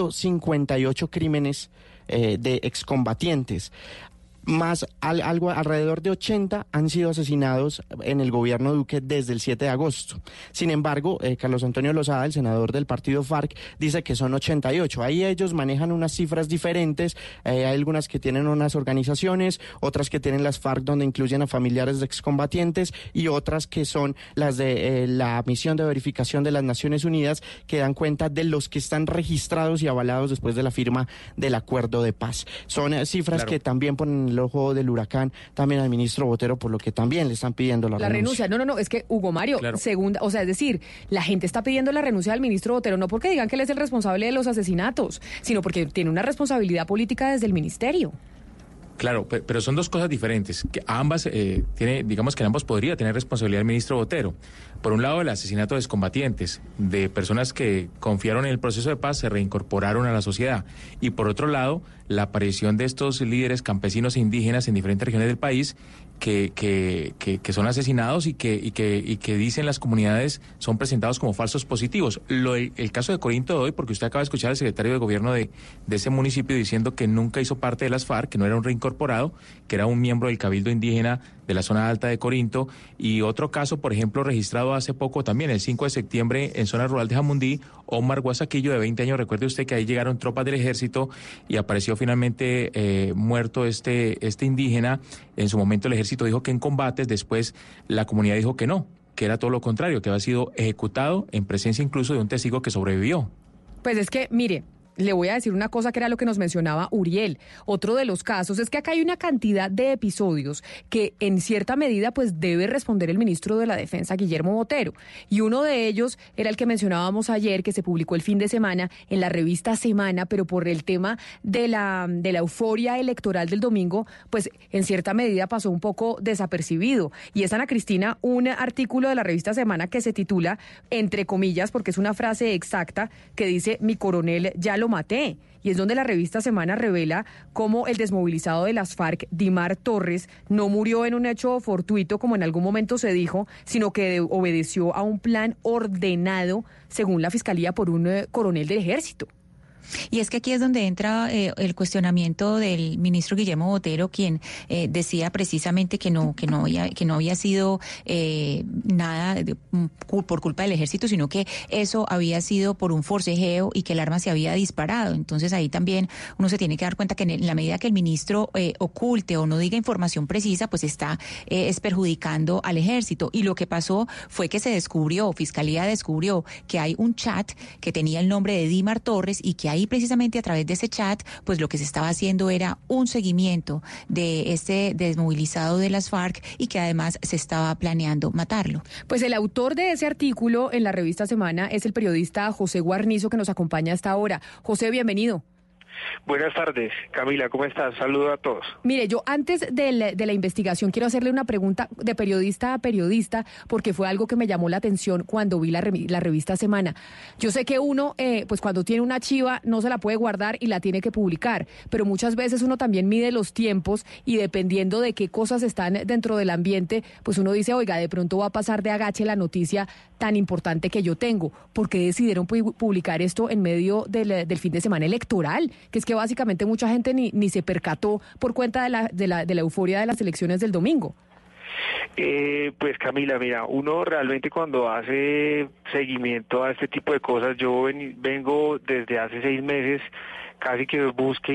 Speaker 20: 158 crímenes de excombatientes. Más algo alrededor de 80 han sido asesinados en el gobierno Duque desde el 7 de agosto. Sin embargo, Carlos Antonio Lozada, el senador del partido FARC, dice que son 88. Ahí ellos manejan unas cifras diferentes. Hay algunas que tienen unas organizaciones, otras que tienen las FARC donde incluyen a familiares de excombatientes y otras que son las de la misión de verificación de las Naciones Unidas, que dan cuenta de los que están registrados y avalados después de la firma del acuerdo de paz. Son cifras que también ponen el ojo del huracán también al ministro Botero, por lo que también le están pidiendo la renuncia.
Speaker 10: No, es que Hugo Mario, segunda, o sea, es decir, la gente está pidiendo la renuncia del ministro Botero no porque digan que él es el responsable de los asesinatos, sino porque tiene una responsabilidad política desde el ministerio.
Speaker 12: Claro, pero son dos cosas diferentes. Que ambas, digamos que en ambos podría tener responsabilidad el ministro Botero. Por un lado, el asesinato de excombatientes, de personas que confiaron en el proceso de paz, se reincorporaron a la sociedad. Y por otro lado, la aparición de estos líderes campesinos e indígenas en diferentes regiones del país que son asesinados y que dicen las comunidades son presentados como falsos positivos. El caso de Corinto de hoy, porque usted acaba de escuchar al secretario de gobierno de ese municipio diciendo que nunca hizo parte de las FARC, que no era un reincorporado, que era un miembro del cabildo indígena de la zona alta de Corinto. Y otro caso, por ejemplo, registrado hace poco también, el 5 de septiembre, en zona rural de Jamundí, Omar Guasaquillo, de 20 años. Recuerde usted que ahí llegaron tropas del ejército y apareció finalmente muerto este indígena. En su momento el ejército dijo que en combates, después la comunidad dijo que no, que era todo lo contrario, que había sido ejecutado en presencia incluso de un testigo que sobrevivió.
Speaker 10: Pues es que, mire, le voy a decir una cosa que era lo que nos mencionaba Uriel. Otro de los casos es que acá hay una cantidad de episodios que en cierta medida pues debe responder el ministro de la Defensa, Guillermo Botero. Y uno de ellos era el que mencionábamos ayer, que se publicó el fin de semana en la revista Semana, pero por el tema de la euforia electoral del domingo, pues en cierta medida pasó un poco desapercibido. Y es, Ana Cristina, un artículo de la revista Semana que se titula, entre comillas, porque es una frase exacta, que dice: mi coronel ya lo maté. Y es donde la revista Semana revela cómo el desmovilizado de las FARC, Dimar Torres, no murió en un hecho fortuito, como en algún momento se dijo, sino que obedeció a un plan ordenado, según la Fiscalía, por un coronel del Ejército.
Speaker 11: Y es que aquí es donde entra el cuestionamiento del ministro Guillermo Botero, quien decía precisamente que no había sido nada por culpa del ejército, sino que eso había sido por un forcejeo y que el arma se había disparado. Entonces ahí también uno se tiene que dar cuenta que en la medida que el ministro oculte o no diga información precisa, pues está perjudicando al ejército. Y lo que pasó fue que Fiscalía descubrió que hay un chat que tenía el nombre de Dimar Torres y que ahí precisamente a través de ese chat, pues lo que se estaba haciendo era un seguimiento de este desmovilizado de las FARC y que además se estaba planeando matarlo.
Speaker 10: Pues el autor de ese artículo en la revista Semana es el periodista José Guarnizo, que nos acompaña hasta ahora. José, bienvenido.
Speaker 21: Buenas tardes, Camila, ¿cómo estás? Saludo a todos.
Speaker 10: Mire, yo antes de la investigación quiero hacerle una pregunta de periodista a periodista, porque fue algo que me llamó la atención cuando vi la revista Semana. Yo sé que uno, pues cuando tiene una chiva, no se la puede guardar y la tiene que publicar, pero muchas veces uno también mide los tiempos y dependiendo de qué cosas están dentro del ambiente, pues uno dice, oiga, de pronto va a pasar de agache la noticia tan importante que yo tengo. ¿Por qué decidieron publicar esto en medio del fin de semana electoral? Que es que básicamente mucha gente ni se percató por cuenta de la euforia de las elecciones del domingo.
Speaker 21: Pues Camila, mira, uno realmente cuando hace seguimiento a este tipo de cosas, yo vengo desde hace 6 meses, casi que busque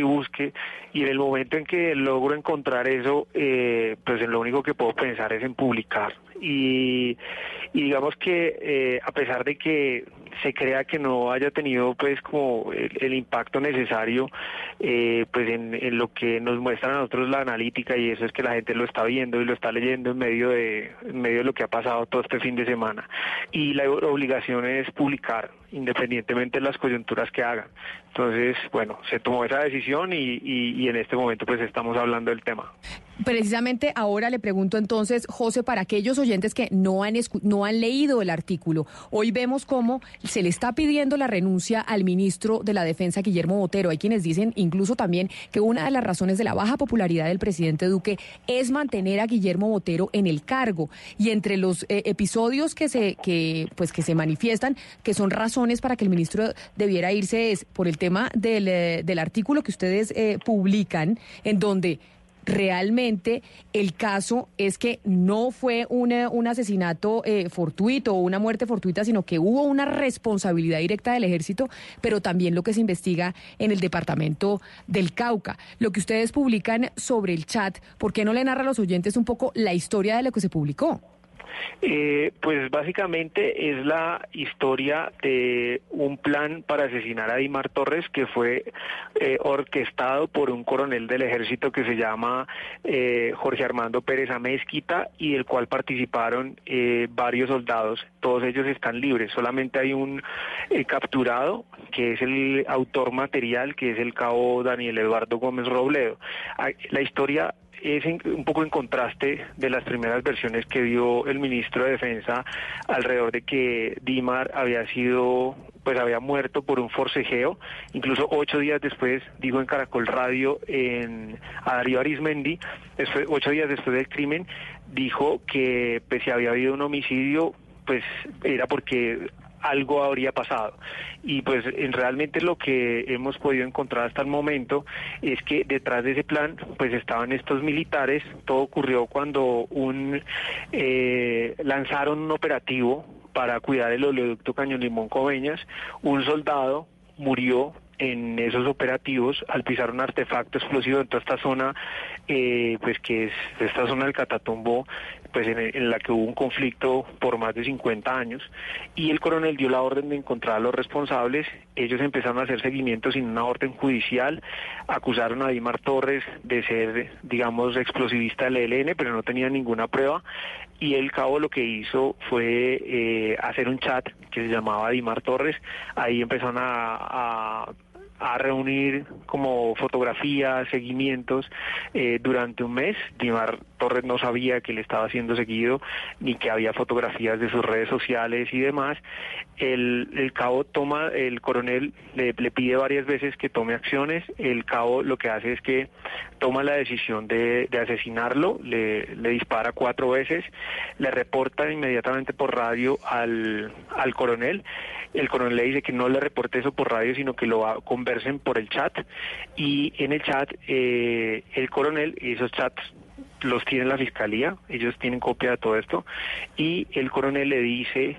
Speaker 21: y en el momento en que logro encontrar eso, pues en lo único que puedo pensar es en publicar. Y digamos que a pesar de que se crea que no haya tenido pues como el impacto necesario, pues en lo que nos muestra a nosotros la analítica, y eso es que la gente lo está viendo y lo está leyendo en medio de lo que ha pasado todo este fin de semana, y la obligación es publicar independientemente de las coyunturas que hagan. Entonces, bueno, se tomó esa decisión y en este momento pues estamos hablando del tema.
Speaker 10: Precisamente ahora le pregunto entonces, José, para aquellos oyentes que no han leído el artículo, hoy vemos cómo se le está pidiendo la renuncia al ministro de la Defensa, Guillermo Botero. Hay quienes dicen incluso también que una de las razones de la baja popularidad del presidente Duque es mantener a Guillermo Botero en el cargo. Y entre los episodios que se manifiestan, que son razones para que el ministro debiera irse, es por el tema del artículo que ustedes publican, en donde realmente el caso es que no fue un asesinato fortuito o una muerte fortuita, sino que hubo una responsabilidad directa del ejército, pero también lo que se investiga en el departamento del Cauca. Lo que ustedes publican sobre el chat, ¿por qué no le narra a los oyentes un poco la historia de lo que se publicó?
Speaker 21: Pues básicamente es la historia de un plan para asesinar a Dimar Torres que fue orquestado por un coronel del ejército que se llama Jorge Armando Pérez Amezquita, y del cual participaron varios soldados. Todos ellos están libres, solamente hay un capturado que es el autor material, que es el cabo Daniel Eduardo Gómez Robledo. La historia es un poco en contraste de las primeras versiones que dio el ministro de Defensa alrededor de que Dimar había muerto por un forcejeo. Incluso 8 días después, digo en Caracol Radio, a Darío Arizmendi, 8 días después del crimen, dijo que pues, si había habido un homicidio, pues era porque algo habría pasado. Y pues realmente lo que hemos podido encontrar hasta el momento es que detrás de ese plan pues estaban estos militares. Todo ocurrió cuando lanzaron un operativo para cuidar el oleoducto Caño Limón Coveñas. Un soldado murió en esos operativos al pisar un artefacto explosivo en toda esta zona, pues que es esta zona del Catatumbo, pues en la que hubo un conflicto por más de 50 años, y el coronel dio la orden de encontrar a los responsables. Ellos empezaron a hacer seguimiento sin una orden judicial, acusaron a Dimar Torres de ser, digamos, explosivista del ELN, pero no tenía ninguna prueba, y el cabo lo que hizo fue hacer un chat que se llamaba Dimar Torres. Ahí empezaron a reunir como fotografías, seguimientos durante un mes. Dimar Torres no sabía que le estaba siendo seguido ni que había fotografías de sus redes sociales y demás. El cabo el coronel le pide varias veces que tome acciones. El cabo lo que hace es que toma la decisión de asesinarlo, le dispara 4 veces, le reporta inmediatamente por radio al coronel. El coronel le dice que no le reporte eso por radio, sino que lo conversen por el chat, y en el chat el coronel, y esos chats los tiene la fiscalía, ellos tienen copia de todo esto, y el coronel le dice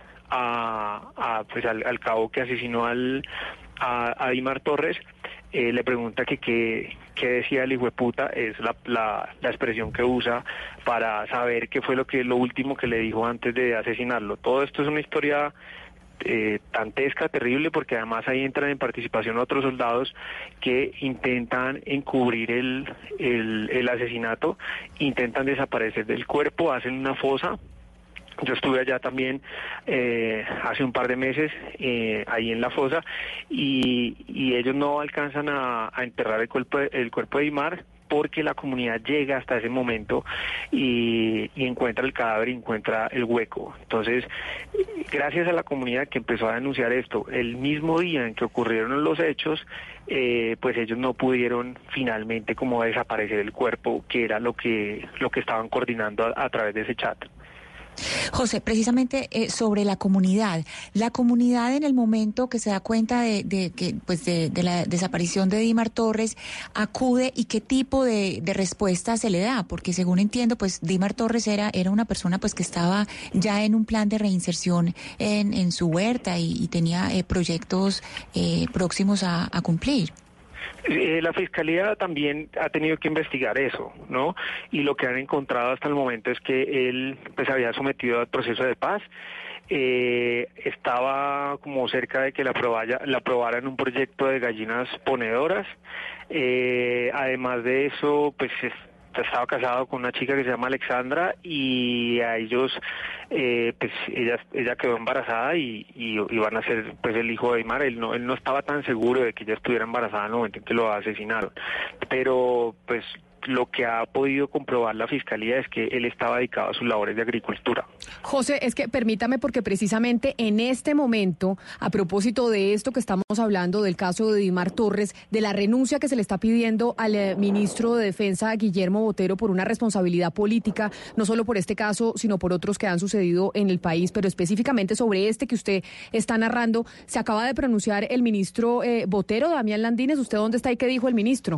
Speaker 21: al cabo que asesinó a Dimar Torres, le pregunta que qué decía el hijueputa, es la expresión que usa para saber qué fue lo último que le dijo antes de asesinarlo. Todo esto es una historia dantesca, terrible, porque además ahí entran en participación otros soldados que intentan encubrir el asesinato, intentan desaparecer del cuerpo, hacen una fosa. Yo estuve allá también hace un par de meses, ahí en la fosa, y ellos no alcanzan a enterrar el cuerpo de Dimar, porque la comunidad llega hasta ese momento y encuentra el cadáver, y encuentra el hueco. Entonces, gracias a la comunidad que empezó a denunciar esto, el mismo día en que ocurrieron los hechos, pues ellos no pudieron finalmente como desaparecer el cuerpo, que era lo que estaban coordinando a través de ese chat.
Speaker 11: José, precisamente sobre la comunidad en el momento que se da cuenta de la desaparición de Dimar Torres, acude, y qué tipo de respuesta se le da, porque según entiendo, pues Dimar Torres era una persona pues que estaba ya en un plan de reinserción en su huerta y tenía proyectos próximos a cumplir.
Speaker 21: La Fiscalía también ha tenido que investigar eso, ¿no? Y lo que han encontrado hasta el momento es que él pues había sometido al proceso de paz, estaba como cerca de que la aprobaran un proyecto de gallinas ponedoras, además de eso, pues estaba casado con una chica que se llama Alexandra, y a ellos pues ella quedó embarazada y van a ser pues el hijo de Dimar. Él no estaba tan seguro de que ella estuviera embarazada en el momento en que lo asesinaron, pero pues lo que ha podido comprobar la Fiscalía es que él estaba dedicado a sus labores de agricultura.
Speaker 10: José, es que permítame, porque precisamente en este momento, a propósito de esto que estamos hablando, del caso de Dimar Torres, de la renuncia que se le está pidiendo al ministro de Defensa, Guillermo Botero, por una responsabilidad política, no solo por este caso, sino por otros que han sucedido en el país, pero específicamente sobre este que usted está narrando, se acaba de pronunciar el ministro Botero, Damián Landines. ¿Usted dónde está y qué dijo el ministro?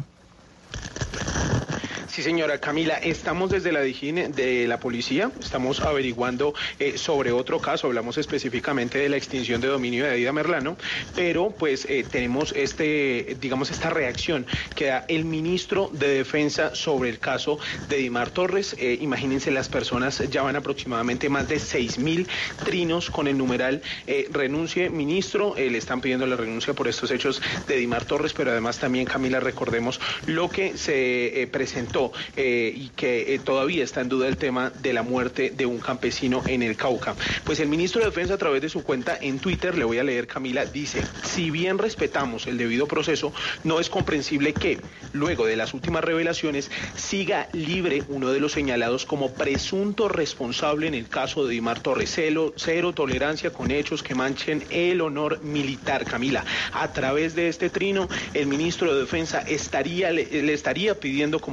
Speaker 1: Sí, señora Camila, estamos desde la DIJÍN de la policía, estamos averiguando sobre otro caso, hablamos específicamente de la extinción de dominio de Aida Merlano, pero pues tenemos esta reacción que da el ministro de Defensa sobre el caso de Dimar Torres. Imagínense, las personas ya van aproximadamente más de 6.000 trinos con el numeral renuncie ministro, le están pidiendo la renuncia por estos hechos de Dimar Torres, pero además también, Camila, recordemos lo que se presentó y que todavía está en duda, el tema de la muerte de un campesino en el Cauca. Pues el ministro de Defensa, a través de su cuenta en Twitter, le voy a leer, Camila, dice: si bien respetamos el debido proceso, no es comprensible que, luego de las últimas revelaciones, siga libre uno de los señalados como presunto responsable en el caso de Dimar Torres. Cero tolerancia con hechos que manchen el honor militar. Camila, a través de este trino, el ministro de Defensa le estaría pidiendo como tal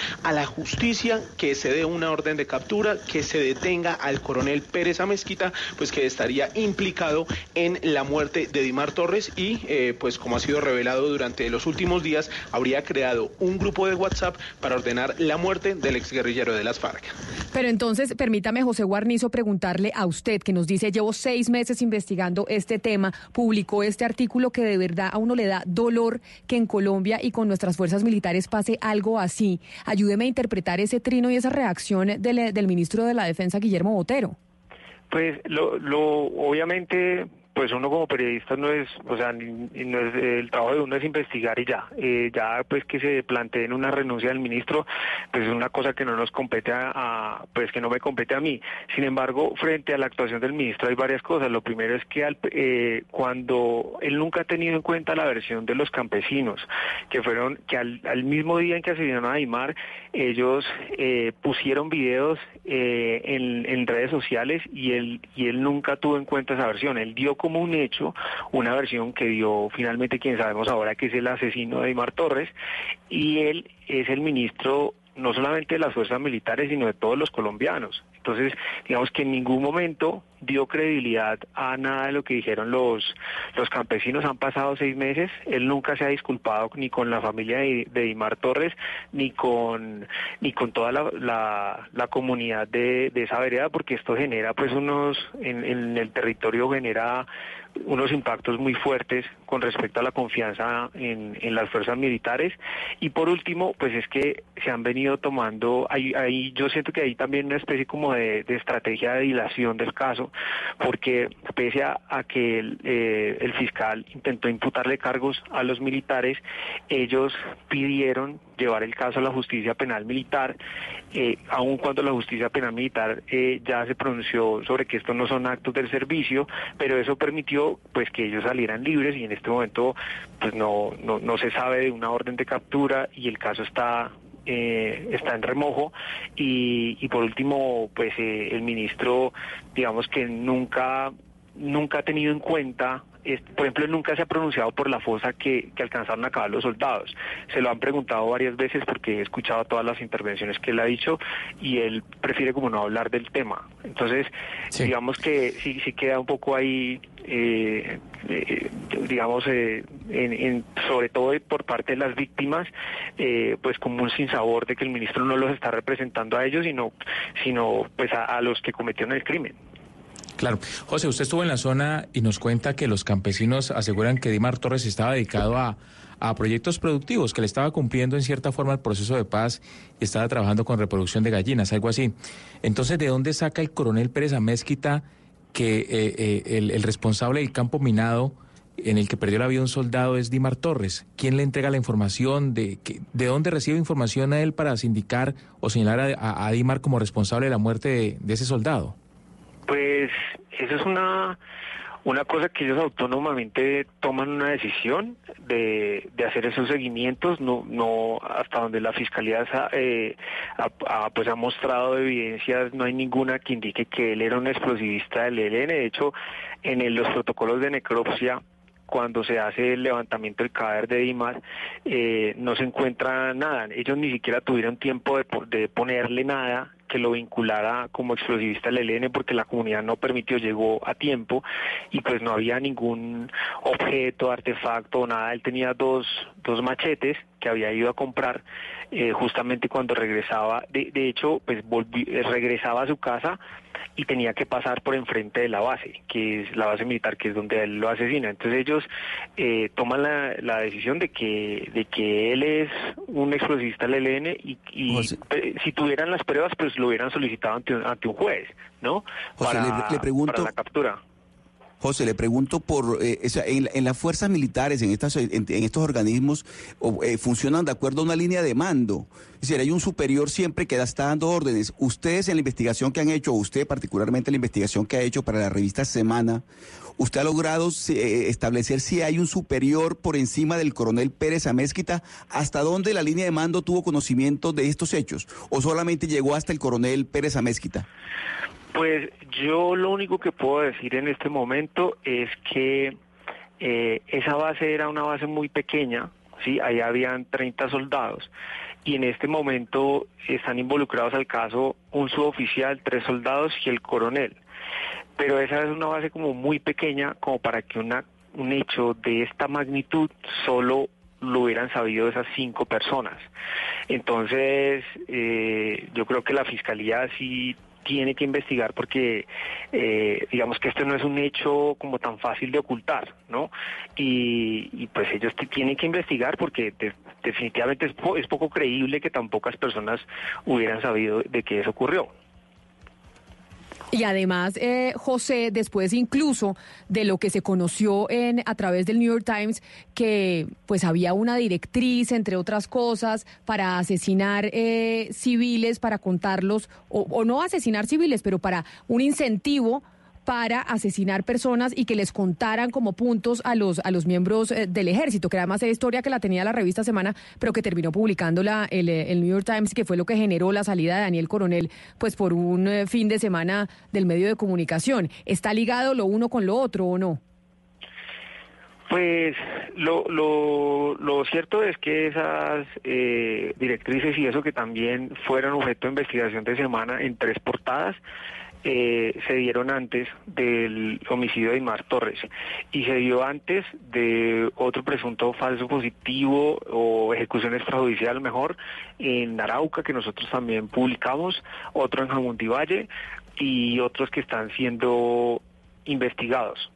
Speaker 1: a la justicia que se dé una orden de captura, que se detenga al coronel Pérez Amezquita, pues que estaría implicado en la muerte de Dimar Torres y pues como ha sido revelado durante los últimos días, habría creado un grupo de WhatsApp para ordenar la muerte del exguerrillero de las FARC.
Speaker 10: Pero entonces, permítame, José Guarnizo, preguntarle a usted, que nos dice, llevo 6 meses investigando este tema, publicó este artículo que de verdad a uno le da dolor que en Colombia y con nuestras fuerzas militares pase algo así. Ayúdeme a interpretar ese trino y esa reacción del ministro de la Defensa, Guillermo Botero.
Speaker 21: Pues obviamente, pues uno como periodista no es, o sea, no es, el trabajo de uno es investigar y ya. Ya pues que se planteen una renuncia del ministro, pues es una cosa que no nos compete pues que no me compete a mí. Sin embargo, frente a la actuación del ministro hay varias cosas. Lo primero es que cuando él nunca ha tenido en cuenta la versión de los campesinos, que al mismo día en que asesinaron a Dimar, ellos pusieron videos en redes sociales y él nunca tuvo en cuenta esa versión. Él dio como un hecho una versión que dio finalmente quien sabemos ahora que es el asesino de Dimar Torres, y él es el ministro no solamente de las fuerzas militares sino de todos los colombianos. Entonces, digamos que en ningún momento dio credibilidad a nada de lo que dijeron los campesinos. Han pasado 6 meses, él nunca se ha disculpado ni con la familia de Dimar Torres, ni con toda la comunidad de esa vereda, porque esto genera pues en el territorio genera unos impactos muy fuertes con respecto a la confianza en las fuerzas militares. Y por último, pues es que se han venido tomando, ahí yo siento que hay también una especie como de estrategia de dilación del caso, porque pese a que el fiscal intentó imputarle cargos a los militares, ellos pidieron llevar el caso a la justicia penal militar, aun cuando la justicia penal militar ya se pronunció sobre que estos no son actos del servicio, pero eso permitió pues que ellos salieran libres, y en este momento pues no se sabe de una orden de captura y el caso está en remojo. Y por último, pues el ministro, digamos que nunca ha tenido en cuenta, por ejemplo, nunca se ha pronunciado por la fosa que alcanzaron a acabar los soldados. Se lo han preguntado varias veces porque he escuchado todas las intervenciones que él ha dicho y él prefiere como no hablar del tema. Entonces, sí, digamos que sí queda un poco ahí, digamos, sobre todo por parte de las víctimas, pues como un sinsabor de que el ministro no los está representando a ellos, sino pues a los que cometieron el crimen.
Speaker 12: Claro. José, usted estuvo en la zona y nos cuenta que los campesinos aseguran que Dimar Torres estaba dedicado a proyectos productivos, que le estaba cumpliendo en cierta forma el proceso de paz y estaba trabajando con reproducción de gallinas, algo así. Entonces, ¿de dónde saca el coronel Pérez Amezquita que el responsable del campo minado en el que perdió la vida un soldado es Dimar Torres? ¿Quién le entrega la información? ¿De dónde recibe información a él para sindicar o señalar a Dimar como responsable de la muerte de ese soldado?
Speaker 21: Pues eso es una cosa que ellos autónomamente toman una decisión de hacer esos seguimientos, no hasta donde la fiscalía pues ha mostrado evidencias, no hay ninguna que indique que él era un explosivista del ELN. De hecho, en los protocolos de necropsia, cuando se hace el levantamiento del cadáver de Dimar, no se encuentra nada. Ellos ni siquiera tuvieron tiempo de ponerle nada que lo vinculara como explosivista al ELN, porque la comunidad no permitió, llegó a tiempo y pues no había ningún objeto, artefacto o nada. Él tenía dos machetes que había ido a comprar justamente cuando regresaba. De hecho, pues regresaba a su casa y tenía que pasar por enfrente de la base, que es la base militar, que es donde él lo asesina. Entonces ellos toman la decisión de que él es un explosivista del ELN y si tuvieran las pruebas, pues lo hubieran solicitado ante un juez, ¿no?
Speaker 8: José, le pregunto,
Speaker 21: para la captura.
Speaker 8: José, le pregunto en las fuerzas militares, en estos organismos, funcionan de acuerdo a una línea de mando. Es decir, hay un superior siempre que está dando órdenes. Ustedes en la investigación que han hecho, usted particularmente en la investigación que ha hecho para la revista Semana, ¿usted ha logrado establecer si hay un superior por encima del coronel Pérez Amezquita? ¿Hasta dónde la línea de mando tuvo conocimiento de estos hechos? ¿O solamente llegó hasta el coronel Pérez Amezquita?
Speaker 21: Pues yo lo único que puedo decir en este momento es que esa base era una base muy pequeña, o ¿sí? Ahí habían 30 soldados. Y en este momento están involucrados al caso un suboficial, 3 soldados y el coronel. Pero esa es una base como muy pequeña como para que un hecho de esta magnitud solo lo hubieran sabido esas 5 personas. Entonces, yo creo que la Fiscalía sí tiene que investigar porque digamos que este no es un hecho como tan fácil de ocultar, ¿no? Y pues ellos tienen que investigar porque definitivamente es poco creíble que tan pocas personas hubieran sabido de que eso ocurrió.
Speaker 10: Y además, José, después incluso de lo que se conoció a través del New York Times, que pues había una directriz, entre otras cosas, para asesinar civiles, para contarlos, o no asesinar civiles, pero para un incentivo para asesinar personas y que les contaran como puntos a los miembros del ejército, que además era historia que la tenía la revista Semana, pero que terminó publicándola el New York Times, que fue lo que generó la salida de Daniel Coronel, pues por un fin de semana del medio de comunicación. ¿Está ligado lo uno con lo otro o no?
Speaker 21: Pues lo cierto es que esas directrices y eso que también fueron objeto de investigación de Semana en 3 portadas, se dieron antes del homicidio de Aymar Torres y se dio antes de otro presunto falso positivo o ejecución extrajudicial mejor en Arauca, que nosotros también publicamos, otro en Jamundí-Valle y otros que están siendo investigados.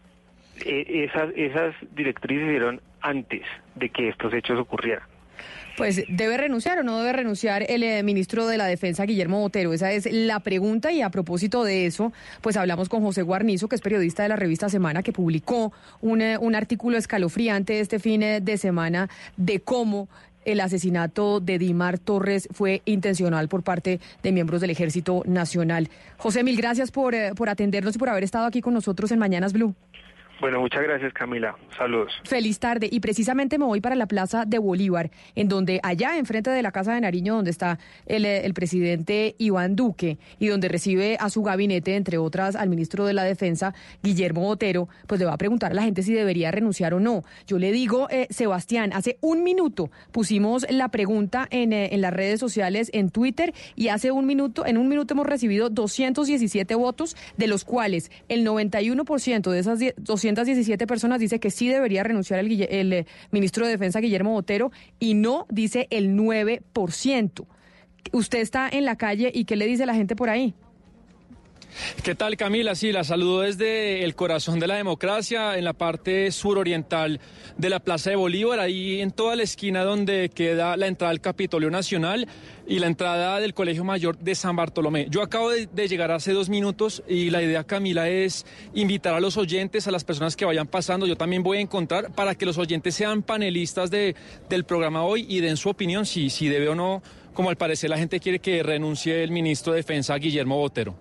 Speaker 21: Esas directrices se dieron antes de que estos hechos ocurrieran.
Speaker 10: Pues, ¿debe renunciar o no debe renunciar el ministro de la Defensa, Guillermo Botero? Esa es la pregunta, y a propósito de eso, pues hablamos con José Guarnizo, que es periodista de la revista Semana, que publicó un artículo escalofriante este fin de semana de cómo el asesinato de Aymar Torres fue intencional por parte de miembros del Ejército Nacional. José, mil gracias por atendernos y por haber estado aquí con nosotros en Mañanas Blue.
Speaker 21: Bueno, muchas gracias, Camila. Saludos.
Speaker 10: Feliz tarde. Y precisamente me voy para la Plaza de Bolívar, en donde allá enfrente de la Casa de Nariño, donde está el presidente Iván Duque y donde recibe a su gabinete, entre otras, al ministro de la Defensa, Guillermo Botero, pues le va a preguntar a la gente si debería renunciar o no. Yo le digo, Sebastián, hace un minuto pusimos la pregunta en las redes sociales, en Twitter, y en un minuto hemos recibido 217 votos, de los cuales el 91% de esas 217 personas dice que sí debería renunciar el ministro de Defensa, Guillermo Botero, y no dice el 9%. Usted está en la calle, ¿y qué le dice la gente por ahí?
Speaker 2: ¿Qué tal, Camila? Sí, la saludo desde el corazón de la democracia, en la parte suroriental de la Plaza de Bolívar, ahí en toda la esquina donde queda la entrada al Capitolio Nacional y la entrada del Colegio Mayor de San Bartolomé. Yo acabo de llegar hace 2 minutos y la idea, Camila, es invitar a los oyentes, a las personas que vayan pasando. Yo también voy a encontrar para que los oyentes sean panelistas del programa hoy y den su opinión si debe o no, como al parecer la gente quiere que renuncie el ministro de Defensa, Guillermo Botero.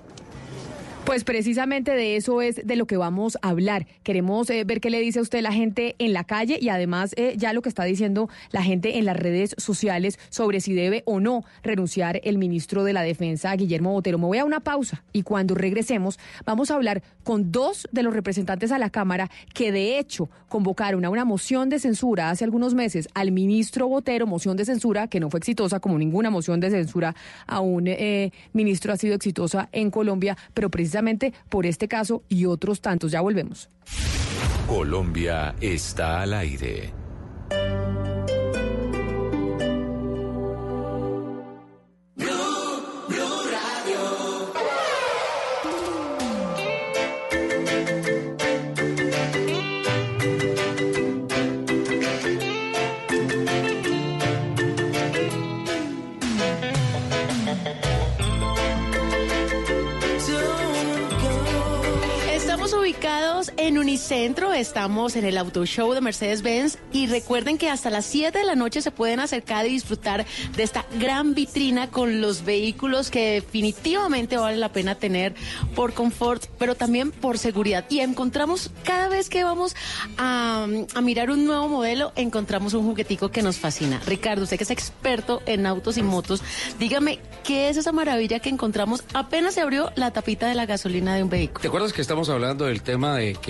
Speaker 10: Pues precisamente de eso es de lo que vamos a hablar. Queremos ver qué le dice a usted la gente en la calle y además ya lo que está diciendo la gente en las redes sociales sobre si debe o no renunciar el ministro de la Defensa, Guillermo Botero. Me voy a una pausa y cuando regresemos vamos a hablar con 2 de los representantes a la Cámara que de hecho convocaron a una moción de censura hace algunos meses al ministro Botero, moción de censura que no fue exitosa, como ninguna moción de censura a un ministro ha sido exitosa en Colombia, pero precisamente por este caso y otros tantos. Ya volvemos.
Speaker 6: Colombia está al aire.
Speaker 17: Ubicados en Unicentro, estamos en el Auto Show de Mercedes-Benz y recuerden que hasta las 7 de la noche se pueden acercar y disfrutar de esta gran vitrina con los vehículos que definitivamente vale la pena tener por confort, pero también por seguridad. Y encontramos, cada vez que vamos a mirar un nuevo modelo, encontramos un juguetico que nos fascina. Ricardo, usted que es experto en autos y motos, dígame, ¿qué es esa maravilla que encontramos apenas se abrió la tapita de la gasolina de un vehículo?
Speaker 18: ¿Te acuerdas que estamos hablando del tema de que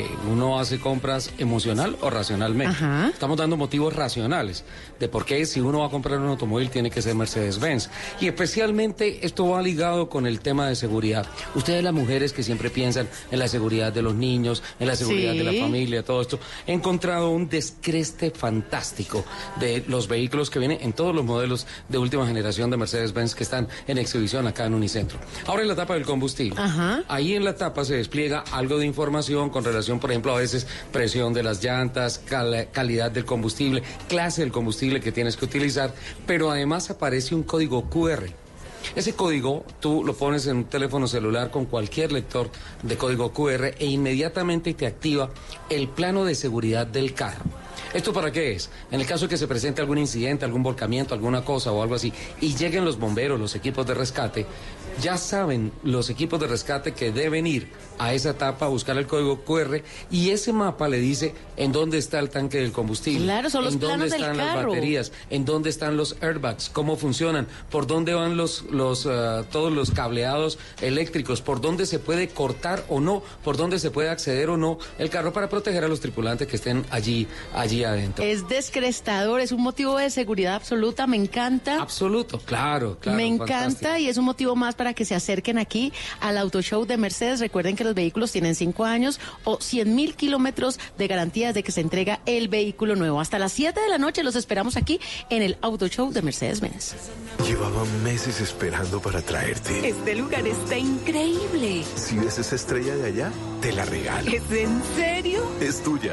Speaker 18: uno hace compras emocional o racionalmente.
Speaker 11: Ajá.
Speaker 18: Estamos dando motivos racionales de por qué si uno va a comprar un automóvil tiene que ser Mercedes-Benz. Y especialmente esto va ligado con el tema de seguridad. Ustedes las mujeres que siempre piensan en la seguridad de los niños, en la seguridad de la familia, todo esto, he encontrado un descreste fantástico de los vehículos que vienen en todos los modelos de última generación de Mercedes-Benz que están en exhibición acá en Unicentro. Ahora en la tapa del combustible.
Speaker 11: Ajá.
Speaker 18: Ahí en la tapa se despliega algo de información con relación, por ejemplo, a veces presión de las llantas, calidad del combustible, clase del combustible que tienes que utilizar, pero además aparece un código QR. Ese código tú lo pones en un teléfono celular con cualquier lector de código QR e inmediatamente te activa el plano de seguridad del carro. ¿Esto para qué es? En el caso de que se presente algún incidente, algún volcamiento, alguna cosa o algo así, y lleguen los bomberos, los equipos de rescate, ya saben los equipos de rescate que deben ir a esa etapa a buscar el código QR y ese mapa le dice en dónde está el tanque del combustible,
Speaker 17: claro, son los
Speaker 18: en dónde están las baterías, en dónde están los airbags, cómo funcionan, por dónde van todos los cableados eléctricos, por dónde se puede cortar o no, por dónde se puede acceder o no el carro para proteger a los tripulantes que estén allí adentro.
Speaker 17: Es descrestador, es un motivo de seguridad absoluta, me encanta.
Speaker 18: Absoluto, claro.
Speaker 17: Me encanta
Speaker 18: fantástico.
Speaker 17: Y es un motivo más para que se acerquen aquí al Auto Show de Mercedes. Recuerden que los vehículos tienen 5 años o 100.000 kilómetros de garantías de que se entrega el vehículo nuevo. Hasta las 7 de la noche los esperamos aquí en el Auto Show de Mercedes-Benz.
Speaker 4: Llevaba meses esperando para traerte.
Speaker 22: Este lugar está increíble.
Speaker 4: Si ves esa estrella de allá, te la regalo.
Speaker 22: ¿Es en serio?
Speaker 4: Es tuya.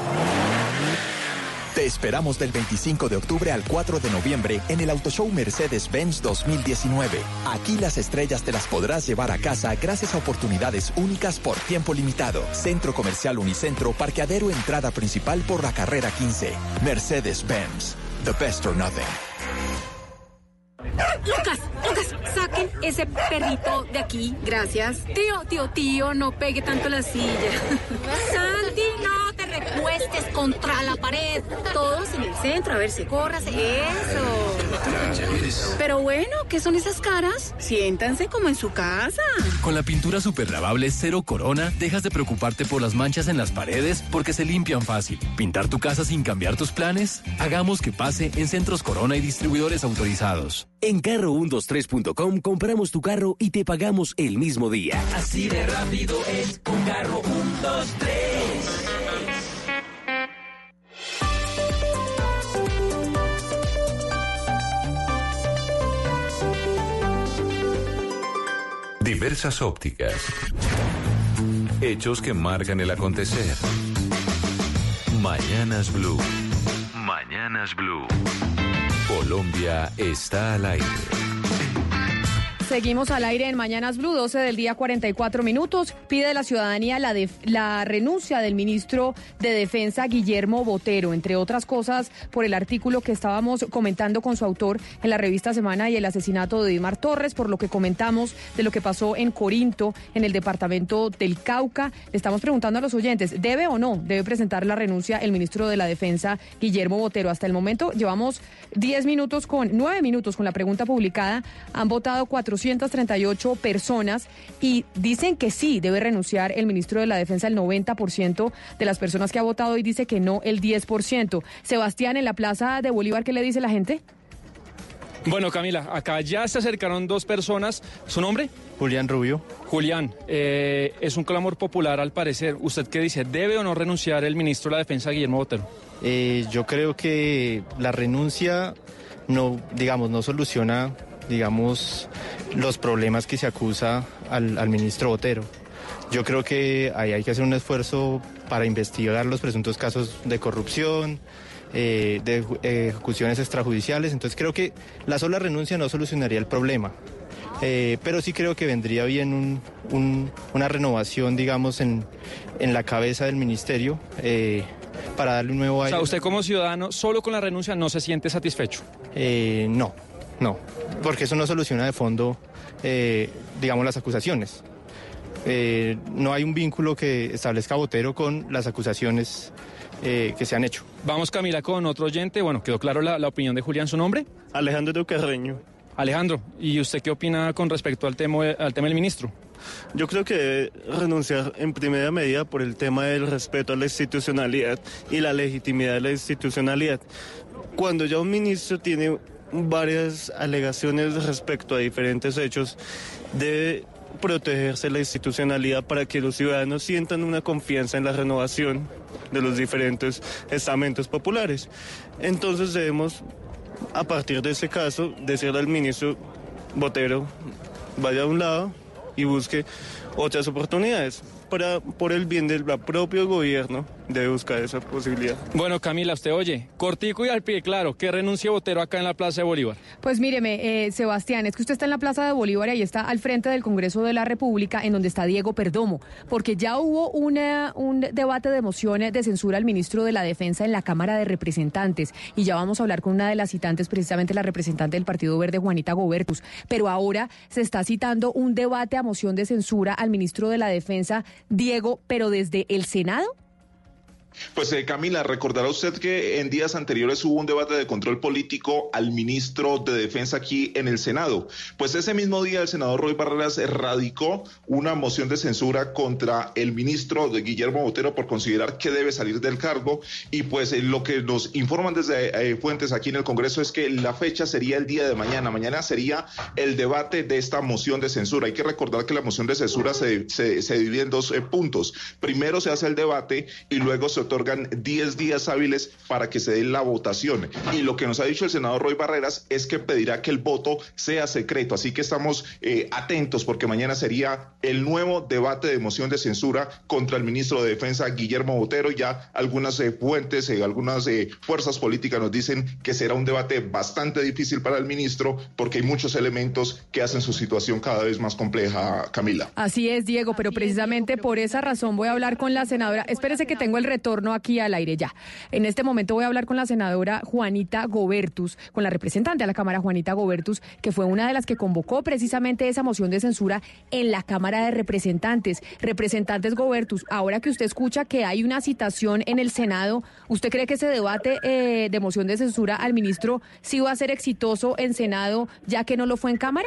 Speaker 23: Te esperamos del 25 de octubre al 4 de noviembre en el Auto Show Mercedes-Benz 2019. Aquí las estrellas te las podrás llevar a casa gracias a oportunidades únicas por tiempo limitado. Centro Comercial Unicentro, parqueadero entrada principal por la carrera 15. Mercedes-Benz. The best or nothing.
Speaker 22: Lucas, saquen ese perrito de aquí, gracias. Tío, no pegue tanto la silla. Santi, no te recuestes contra la pared. Todos en el centro, a ver si corras, eso. Pero bueno, ¿qué son esas caras? Siéntanse como en su casa.
Speaker 24: Con la pintura super lavable Cero Corona, dejas de preocuparte por las manchas en las paredes porque se limpian fácil. ¿Pintar tu casa sin cambiar tus planes? Hagamos que pase en Centros Corona y distribuidores autorizados.
Speaker 25: En carro123.com compramos tu carro y te pagamos el mismo día.
Speaker 13: Así de rápido es con Carro 123.
Speaker 6: Diversas ópticas. Hechos que marcan el acontecer. Mañanas Blue. Mañanas Blue. Colombia está al aire.
Speaker 10: Seguimos al aire en Mañanas Blue, 12 del día, 44 minutos. Pide la ciudadanía la renuncia del ministro de Defensa, Guillermo Botero, entre otras cosas por el artículo que estábamos comentando con su autor en la revista Semana y el asesinato de Dimar Torres, por lo que comentamos de lo que pasó en Corinto, en el departamento del Cauca. Le estamos preguntando a los oyentes, ¿debe o no debe presentar la renuncia el ministro de la Defensa, Guillermo Botero? Hasta el momento llevamos 9 minutos con la pregunta publicada. Han votado 438 personas y dicen que sí debe renunciar el ministro de la Defensa. El 90% de las personas que ha votado y dice que no el 10%. Sebastián, en la Plaza de Bolívar, ¿qué le dice la gente?
Speaker 2: Bueno, Camila, acá ya se acercaron 2 personas. ¿Su nombre?
Speaker 20: Julián Rubio.
Speaker 2: Julián, es un clamor popular al parecer. ¿Usted qué dice? ¿Debe o no renunciar el ministro de la Defensa, Guillermo Botero?
Speaker 20: Yo creo que la renuncia no soluciona, los problemas que se acusa al ministro Botero. Yo creo que ahí hay que hacer un esfuerzo para investigar los presuntos casos de corrupción, de ejecuciones extrajudiciales. Entonces creo que la sola renuncia no solucionaría el problema. Pero sí creo que vendría bien una renovación, en la cabeza del ministerio, para darle un nuevo aire.
Speaker 2: O sea, usted como ciudadano, solo con la renuncia no se siente satisfecho.
Speaker 20: No, porque eso no soluciona de fondo, las acusaciones. No hay un vínculo que establezca a Botero con las acusaciones que se han hecho.
Speaker 2: Vamos, Camila, con otro oyente. Bueno, quedó claro la opinión de Julián. ¿Su nombre?
Speaker 26: Alejandro Carreño.
Speaker 2: Alejandro, ¿y usted qué opina con respecto al tema del ministro?
Speaker 3: Yo creo que debe renunciar en primera medida por el tema del respeto a la institucionalidad y la legitimidad de la institucionalidad. Cuando ya un ministro tiene varias alegaciones respecto a diferentes hechos, debe protegerse la institucionalidad para que los ciudadanos sientan una confianza en la renovación de los diferentes estamentos populares. Entonces debemos, a partir de ese caso, decirle al ministro Botero, vaya a un lado y busque otras oportunidades. Por el bien del propio gobierno, debe buscar esa posibilidad.
Speaker 2: Bueno, Camila, usted oye, cortico y al pie, claro, que renuncie Botero acá en la Plaza de Bolívar.
Speaker 10: Pues míreme, Sebastián, es que usted está en la Plaza de Bolívar y ahí está al frente del Congreso de la República, en donde está Diego Perdomo, porque ya hubo un debate de mociones de censura al ministro de la Defensa en la Cámara de Representantes, y ya vamos a hablar con una de las citantes, precisamente la representante del Partido Verde, Juanita Gobertus, pero ahora se está citando un debate a moción de censura al ministro de la Defensa, Diego, pero desde el Senado.
Speaker 5: Pues Camila, recordará usted que en días anteriores hubo un debate de control político al ministro de Defensa aquí en el Senado. Pues ese mismo día el senador Roy Barreras radicó una moción de censura contra el ministro de Guillermo Botero por considerar que debe salir del cargo, y pues lo que nos informan desde fuentes aquí en el Congreso es que la fecha sería el día de mañana. Mañana sería el debate de esta moción de censura. Hay que recordar que la moción de censura se divide en dos puntos. Primero se hace el debate y luego se otorgan 10 días hábiles para que se dé la votación. Y lo que nos ha dicho el senador Roy Barreras es que pedirá que el voto sea secreto. Así que estamos atentos, porque mañana sería el nuevo debate de moción de censura contra el ministro de Defensa, Guillermo Botero. Ya algunas fuentes, algunas fuerzas políticas nos dicen que será un debate bastante difícil para el ministro, porque hay muchos elementos que hacen su situación cada vez más compleja, Camila.
Speaker 10: Así es, Diego, pero precisamente por esa razón voy a hablar con la senadora. Espérese que tengo el retorno aquí al aire ya. En este momento voy a hablar con la senadora Juanita Gobertus, con la representante de la Cámara, Juanita Gobertus, que fue una de las que convocó precisamente esa moción de censura en la Cámara de Representantes. Representantes Gobertus, ahora que usted escucha que hay una citación en el Senado, ¿usted cree que ese debate de moción de censura al ministro sí va a ser exitoso en Senado, ya que no lo fue en Cámara?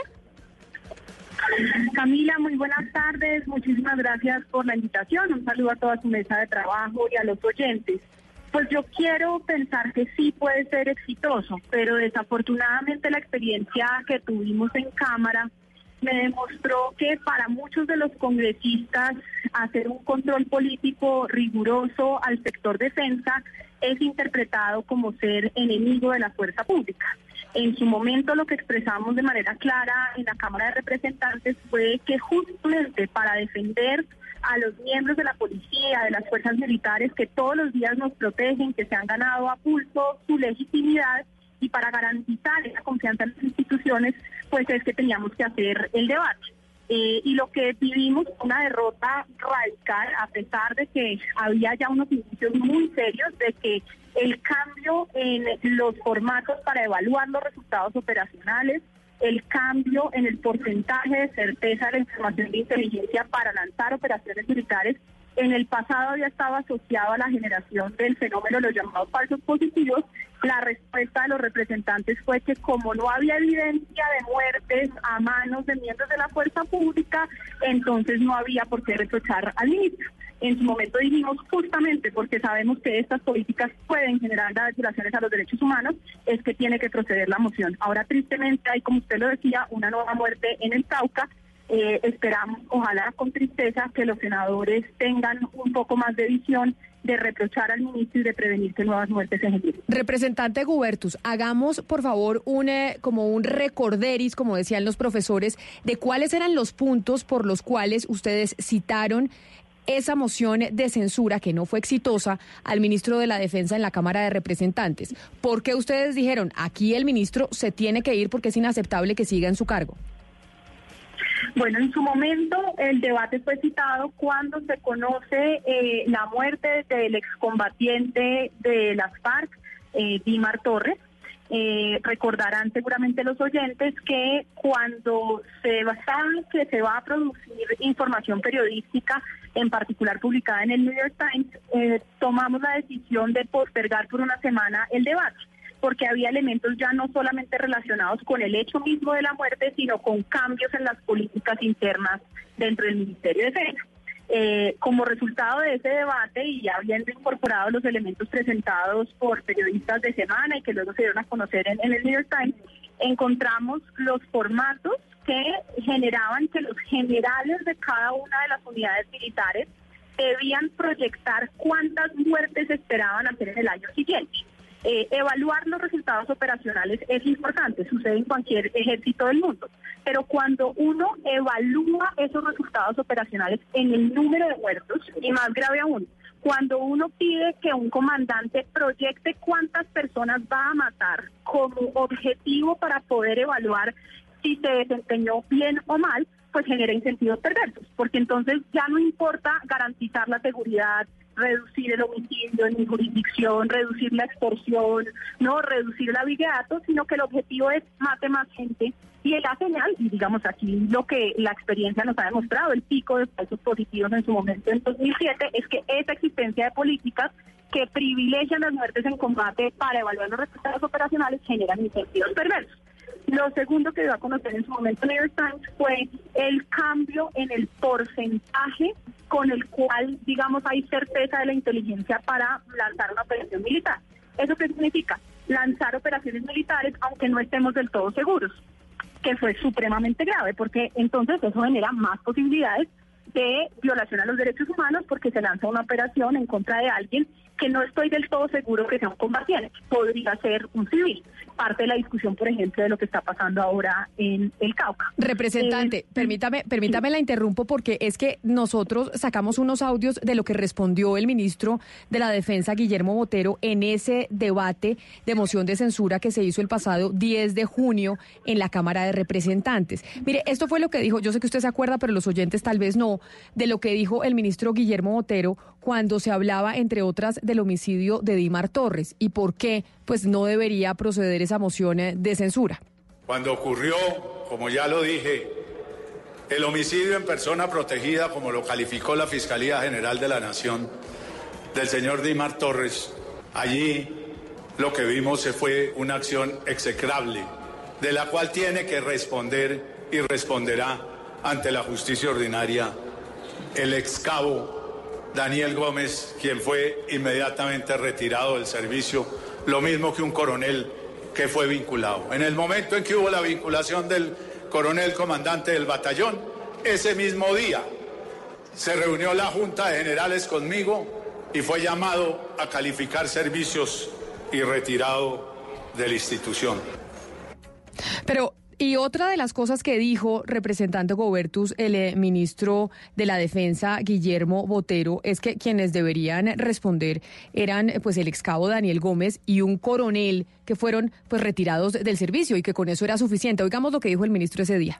Speaker 7: Camila, muy buenas tardes, muchísimas gracias por la invitación, un saludo a toda su mesa de trabajo y a los oyentes. Pues yo quiero pensar que sí puede ser exitoso, pero desafortunadamente la experiencia que tuvimos en Cámara me demostró que para muchos de los congresistas hacer un control político riguroso al sector defensa es interpretado como ser enemigo de la fuerza pública. En su momento lo que expresamos de manera clara en la Cámara de Representantes fue que justamente para defender a los miembros de la policía, de las fuerzas militares que todos los días nos protegen, que se han ganado a pulso su legitimidad, y para garantizar esa confianza en las instituciones, pues es que teníamos que hacer el debate. Y lo que vivimos fue una derrota radical, a pesar de que había ya unos indicios muy serios de que el cambio en los formatos para evaluar los resultados operacionales, el cambio en el porcentaje de certeza de la información de inteligencia para lanzar operaciones militares, en el pasado había estado asociado a la generación del fenómeno de los llamados falsos positivos. La respuesta de los representantes fue que como no había evidencia de muertes a manos de miembros de la fuerza pública, entonces no había por qué reprochar al ministro. En su momento dijimos, justamente porque sabemos que estas políticas pueden generar violaciones a los derechos humanos, es que tiene que proceder la moción. Ahora, tristemente, hay, como usted lo decía, una nueva muerte en el Cauca. Esperamos, ojalá con tristeza, que los senadores tengan un poco más de visión de reprochar al ministro y de prevenir que nuevas muertes se generen.
Speaker 10: Representante Gobertus, hagamos por favor como un recorderis, como decían los profesores, de cuáles eran los puntos por los cuales ustedes citaron esa moción de censura que no fue exitosa al ministro de la Defensa en la Cámara de Representantes. ¿Por qué ustedes dijeron, aquí el ministro se tiene que ir porque es inaceptable que siga en su cargo?
Speaker 7: Bueno, en su momento el debate fue citado cuando se conoce la muerte del excombatiente de las FARC, Dimar Torres. Recordarán seguramente los oyentes que cuando se sabe que se va a producir información periodística, en particular publicada en el New York Times, tomamos la decisión de postergar por una semana el debate. porque había elementos ya no solamente relacionados con el hecho mismo de la muerte, sino con cambios en las políticas internas dentro del Ministerio de Defensa. Como resultado de ese debate y ya habiendo incorporado los elementos presentados por periodistas de Semana y que luego se dieron a conocer en el New York Times, encontramos los formatos que generaban que los generales de cada una de las unidades militares debían proyectar cuántas muertes esperaban hacer en el año siguiente. Evaluar los resultados operacionales es importante, sucede en cualquier ejército del mundo, pero cuando uno evalúa esos resultados operacionales en el número de muertos, y más grave aún, cuando uno pide que un comandante proyecte cuántas personas va a matar como objetivo para poder evaluar si se desempeñó bien o mal, pues genera incentivos perversos, porque entonces ya no importa garantizar la seguridad, reducir el homicidio en mi jurisdicción, reducir la extorsión, no reducir el abigeato, sino que el objetivo es mate más gente. Y la señal, y digamos aquí lo que la experiencia nos ha demostrado, el pico de falsos positivos en su momento en 2007, es que esa existencia de políticas que privilegian las muertes en combate para evaluar los resultados operacionales generan incentivos perversos. Lo segundo que dio a conocer en su momento New York Times fue el cambio en el porcentaje con el cual, digamos, hay certeza de la inteligencia para lanzar una operación militar. ¿Eso qué significa? Lanzar operaciones militares aunque no estemos del todo seguros, que fue supremamente grave, porque entonces eso genera más posibilidades de violación a los derechos humanos, porque se lanza una operación en contra de alguien que no estoy del todo seguro que sea un combatiente, podría ser un civil. Parte de la discusión, por ejemplo, de lo que está pasando ahora en el Cauca.
Speaker 10: Representante, permítame la interrumpo porque es que nosotros sacamos unos audios de lo que respondió el ministro de la Defensa, Guillermo Botero, en ese debate de moción de censura que se hizo el pasado 10 de junio en la Cámara de Representantes. Mire, esto fue lo que dijo, yo sé que usted se acuerda, pero los oyentes tal vez no, de lo que dijo el ministro Guillermo Botero cuando se hablaba, entre otras, del homicidio de Dimar Torres y por qué pues no debería proceder esa moción de censura.
Speaker 9: Cuando ocurrió, como ya lo dije, el homicidio en persona protegida, como lo calificó la Fiscalía General de la Nación, del señor Dimar Torres, allí lo que vimos fue una acción execrable, de la cual tiene que responder y responderá ante la justicia ordinaria el excabo Daniel Gómez, quien fue inmediatamente retirado del servicio, lo mismo que un coronel que fue vinculado. En el momento en que hubo la vinculación del coronel comandante del batallón, ese mismo día se reunió la Junta de Generales conmigo y fue llamado a calificar servicios y retirado de la institución.
Speaker 10: Pero y otra de las cosas que dijo, representante Gobertus, el ministro de la Defensa, Guillermo Botero, es que quienes deberían responder eran pues el excabo Daniel Gómez y un coronel que fueron pues retirados del servicio y que con eso era suficiente. Oigamos lo que dijo el ministro ese día.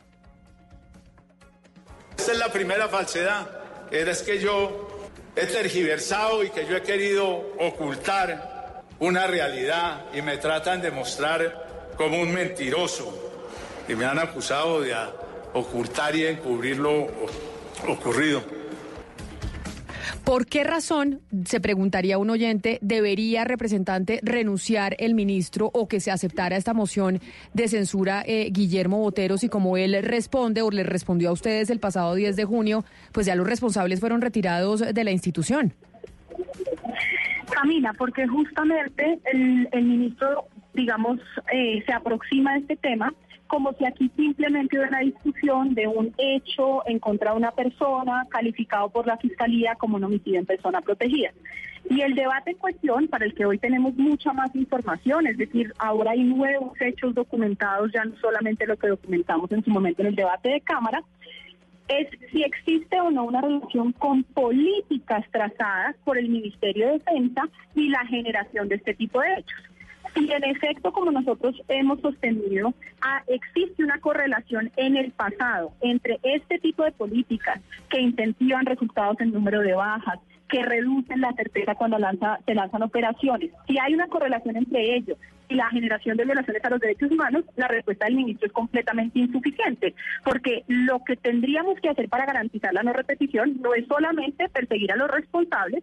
Speaker 9: Esta es la primera falsedad, es que yo he tergiversado y que yo he querido ocultar una realidad y me tratan de mostrar como un mentiroso. Y me han acusado de ocultar y encubrir lo ocurrido.
Speaker 10: ¿Por qué razón, se preguntaría un oyente, debería, representante, renunciar el ministro o que se aceptara esta moción de censura Guillermo Botero, si como él responde o le respondió a ustedes el pasado 10 de junio, pues ya los responsables fueron retirados de la institución?
Speaker 7: Camila, porque justamente el ministro, digamos, se aproxima a este tema como si aquí simplemente hubiera una discusión de un hecho en contra de una persona calificado por la Fiscalía como un homicidio en persona protegida. Y el debate en cuestión, para el que hoy tenemos mucha más información, es decir, ahora hay nuevos hechos documentados, ya no solamente lo que documentamos en su momento en el debate de Cámara, es si existe o no una relación con políticas trazadas por el Ministerio de Defensa y la generación de este tipo de hechos. Y en efecto, como nosotros hemos sostenido, existe una correlación en el pasado entre este tipo de políticas que incentivan resultados en número de bajas, que reducen la certeza cuando se lanzan operaciones. Si hay una correlación entre ello y la generación de violaciones a los derechos humanos, la respuesta del ministro es completamente insuficiente, porque lo que tendríamos que hacer para garantizar la no repetición no es solamente perseguir a los responsables,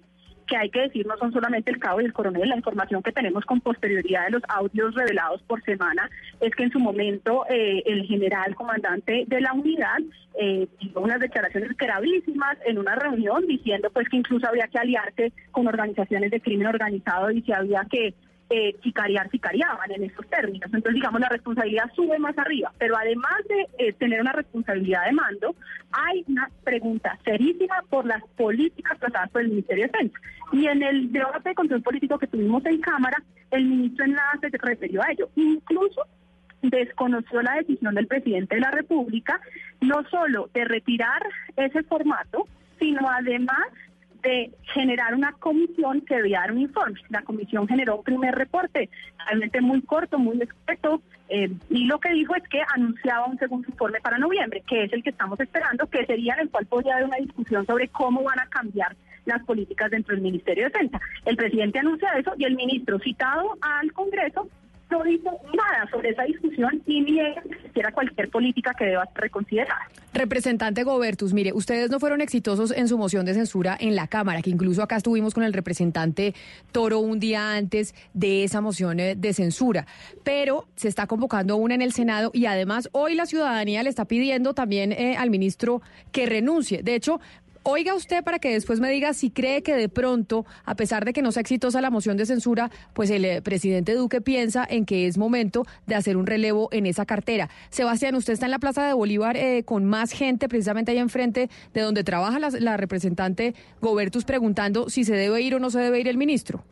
Speaker 7: que hay que decir no son solamente el cabo y el coronel. La información que tenemos con posterioridad de los audios revelados por semana es que en su momento el general comandante de la unidad dio unas declaraciones gravísimas en una reunión diciendo pues que incluso había que aliarse con organizaciones de crimen organizado y que había que sicariaban en estos términos. Entonces, digamos, la responsabilidad sube más arriba, pero además de tener una responsabilidad de mando, hay una pregunta serísima por las políticas tratadas por el Ministerio de Defensa. Y en el debate de control político que tuvimos en Cámara, el ministro en nada se refirió a ello. Incluso desconoció la decisión del presidente de la República, no solo de retirar ese formato, sino además de generar una comisión que debía dar un informe. La comisión generó un primer reporte, realmente muy corto, muy experto, y lo que dijo es que anunciaba un segundo informe para noviembre, que es el que estamos esperando, que sería en el cual podría haber una discusión sobre cómo van a cambiar las políticas dentro del Ministerio de Defensa. El presidente anuncia eso y el ministro citado al Congreso no dice nada sobre esa discusión y niega que existiera cualquier política que deba ser reconsiderada.
Speaker 10: Representante Gobertus, mire, ustedes no fueron exitosos en su moción de censura en la Cámara, que incluso acá estuvimos con el representante Toro un día antes de esa moción de censura, pero se está convocando una en el Senado y además hoy la ciudadanía le está pidiendo también al ministro que renuncie. De hecho, oiga usted para que después me diga si cree que de pronto, a pesar de que no sea exitosa la moción de censura, pues el presidente Duque piensa en que es momento de hacer un relevo en esa cartera. Sebastián, usted está en la Plaza de Bolívar con más gente, precisamente ahí enfrente de donde trabaja la representante Gobertus, preguntando si se debe ir o no se debe ir el ministro.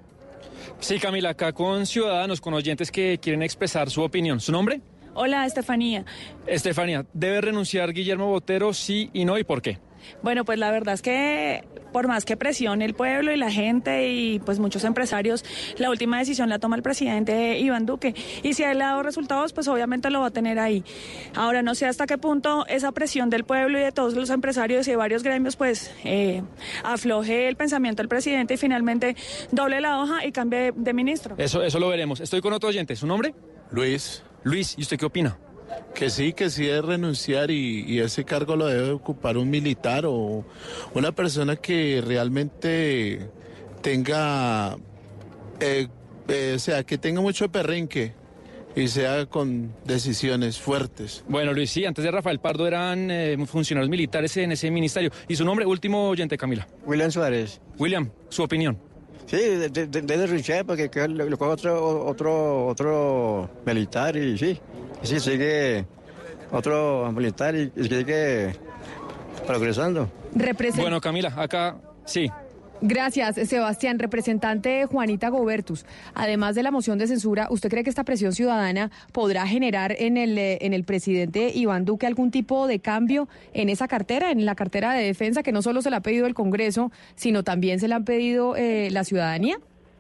Speaker 2: Sí, Camila, acá con ciudadanos, con oyentes que quieren expresar su opinión. ¿Su nombre?
Speaker 1: Hola, Estefanía.
Speaker 2: Estefanía, ¿debe renunciar Guillermo Botero, sí y no, y por qué?
Speaker 1: Bueno, pues la verdad es que por más que presione el pueblo y la gente y pues muchos empresarios, la última decisión la toma el presidente Iván Duque. Y si a él le ha dado resultados, pues obviamente lo va a tener ahí. Ahora, no sé hasta qué punto esa presión del pueblo y de todos los empresarios y de varios gremios, pues afloje el pensamiento del presidente y finalmente doble la hoja y cambie de ministro.
Speaker 2: Eso lo veremos. Estoy con otro oyente. ¿Su nombre?
Speaker 14: Luis.
Speaker 2: Luis, ¿y usted qué opina?
Speaker 14: Que sí debe renunciar y ese cargo lo debe ocupar un militar o una persona que realmente tenga, que tenga mucho perrinque y sea con decisiones fuertes.
Speaker 2: Bueno, Luis, sí, antes de Rafael Pardo eran funcionarios militares en ese ministerio. ¿Y su nombre? Último oyente, Camila.
Speaker 15: William Suárez.
Speaker 2: William, ¿su opinión?
Speaker 15: Sí, debe renunciar porque lo coge otro militar y sí sigue otro militar y sigue progresando.
Speaker 2: Bueno, Camila, acá sí.
Speaker 10: Gracias, Sebastián. Representante Juanita Gobertus, además de la moción de censura, ¿usted cree que esta presión ciudadana podrá generar en el presidente Iván Duque algún tipo de cambio en esa cartera, en la cartera de defensa, que no solo se la ha pedido el Congreso, sino también se la han pedido la ciudadanía?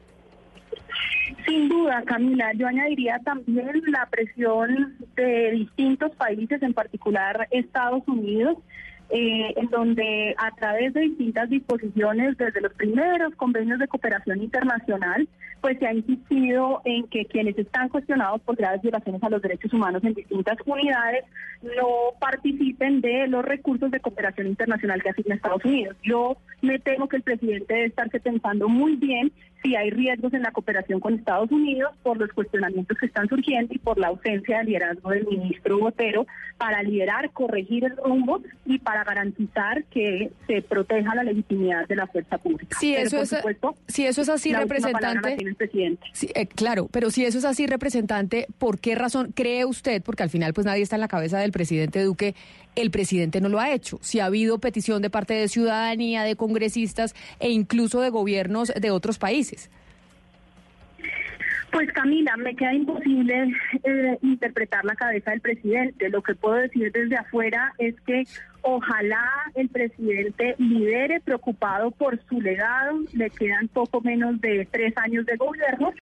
Speaker 7: Sin duda, Camila, yo añadiría también la presión de distintos países, en particular Estados Unidos, en donde a través de distintas disposiciones, desde los primeros convenios de cooperación internacional, pues se ha insistido en que quienes están cuestionados por graves violaciones a los derechos humanos en distintas unidades no participen de los recursos de cooperación internacional que asigna Estados Unidos. Yo me temo que el presidente debe estarse pensando muy bien si hay riesgos en la cooperación con Estados Unidos por los cuestionamientos que están surgiendo y por la ausencia de liderazgo del ministro Botero para liderar, corregir el rumbo y para garantizar que se proteja la legitimidad de la fuerza pública.
Speaker 10: Si eso es así, representante, sí, claro, pero si eso es así, representante, ¿por qué razón cree usted, porque al final pues nadie está en la cabeza del presidente Duque, el presidente no lo ha hecho? Si ha habido petición de parte de ciudadanía, de congresistas e incluso de gobiernos de otros países.
Speaker 7: Pues Camila, me queda imposible interpretar la cabeza del presidente. Lo que puedo decir desde afuera es que ojalá el presidente lidere preocupado por su legado. Le quedan poco menos de 3 años de gobierno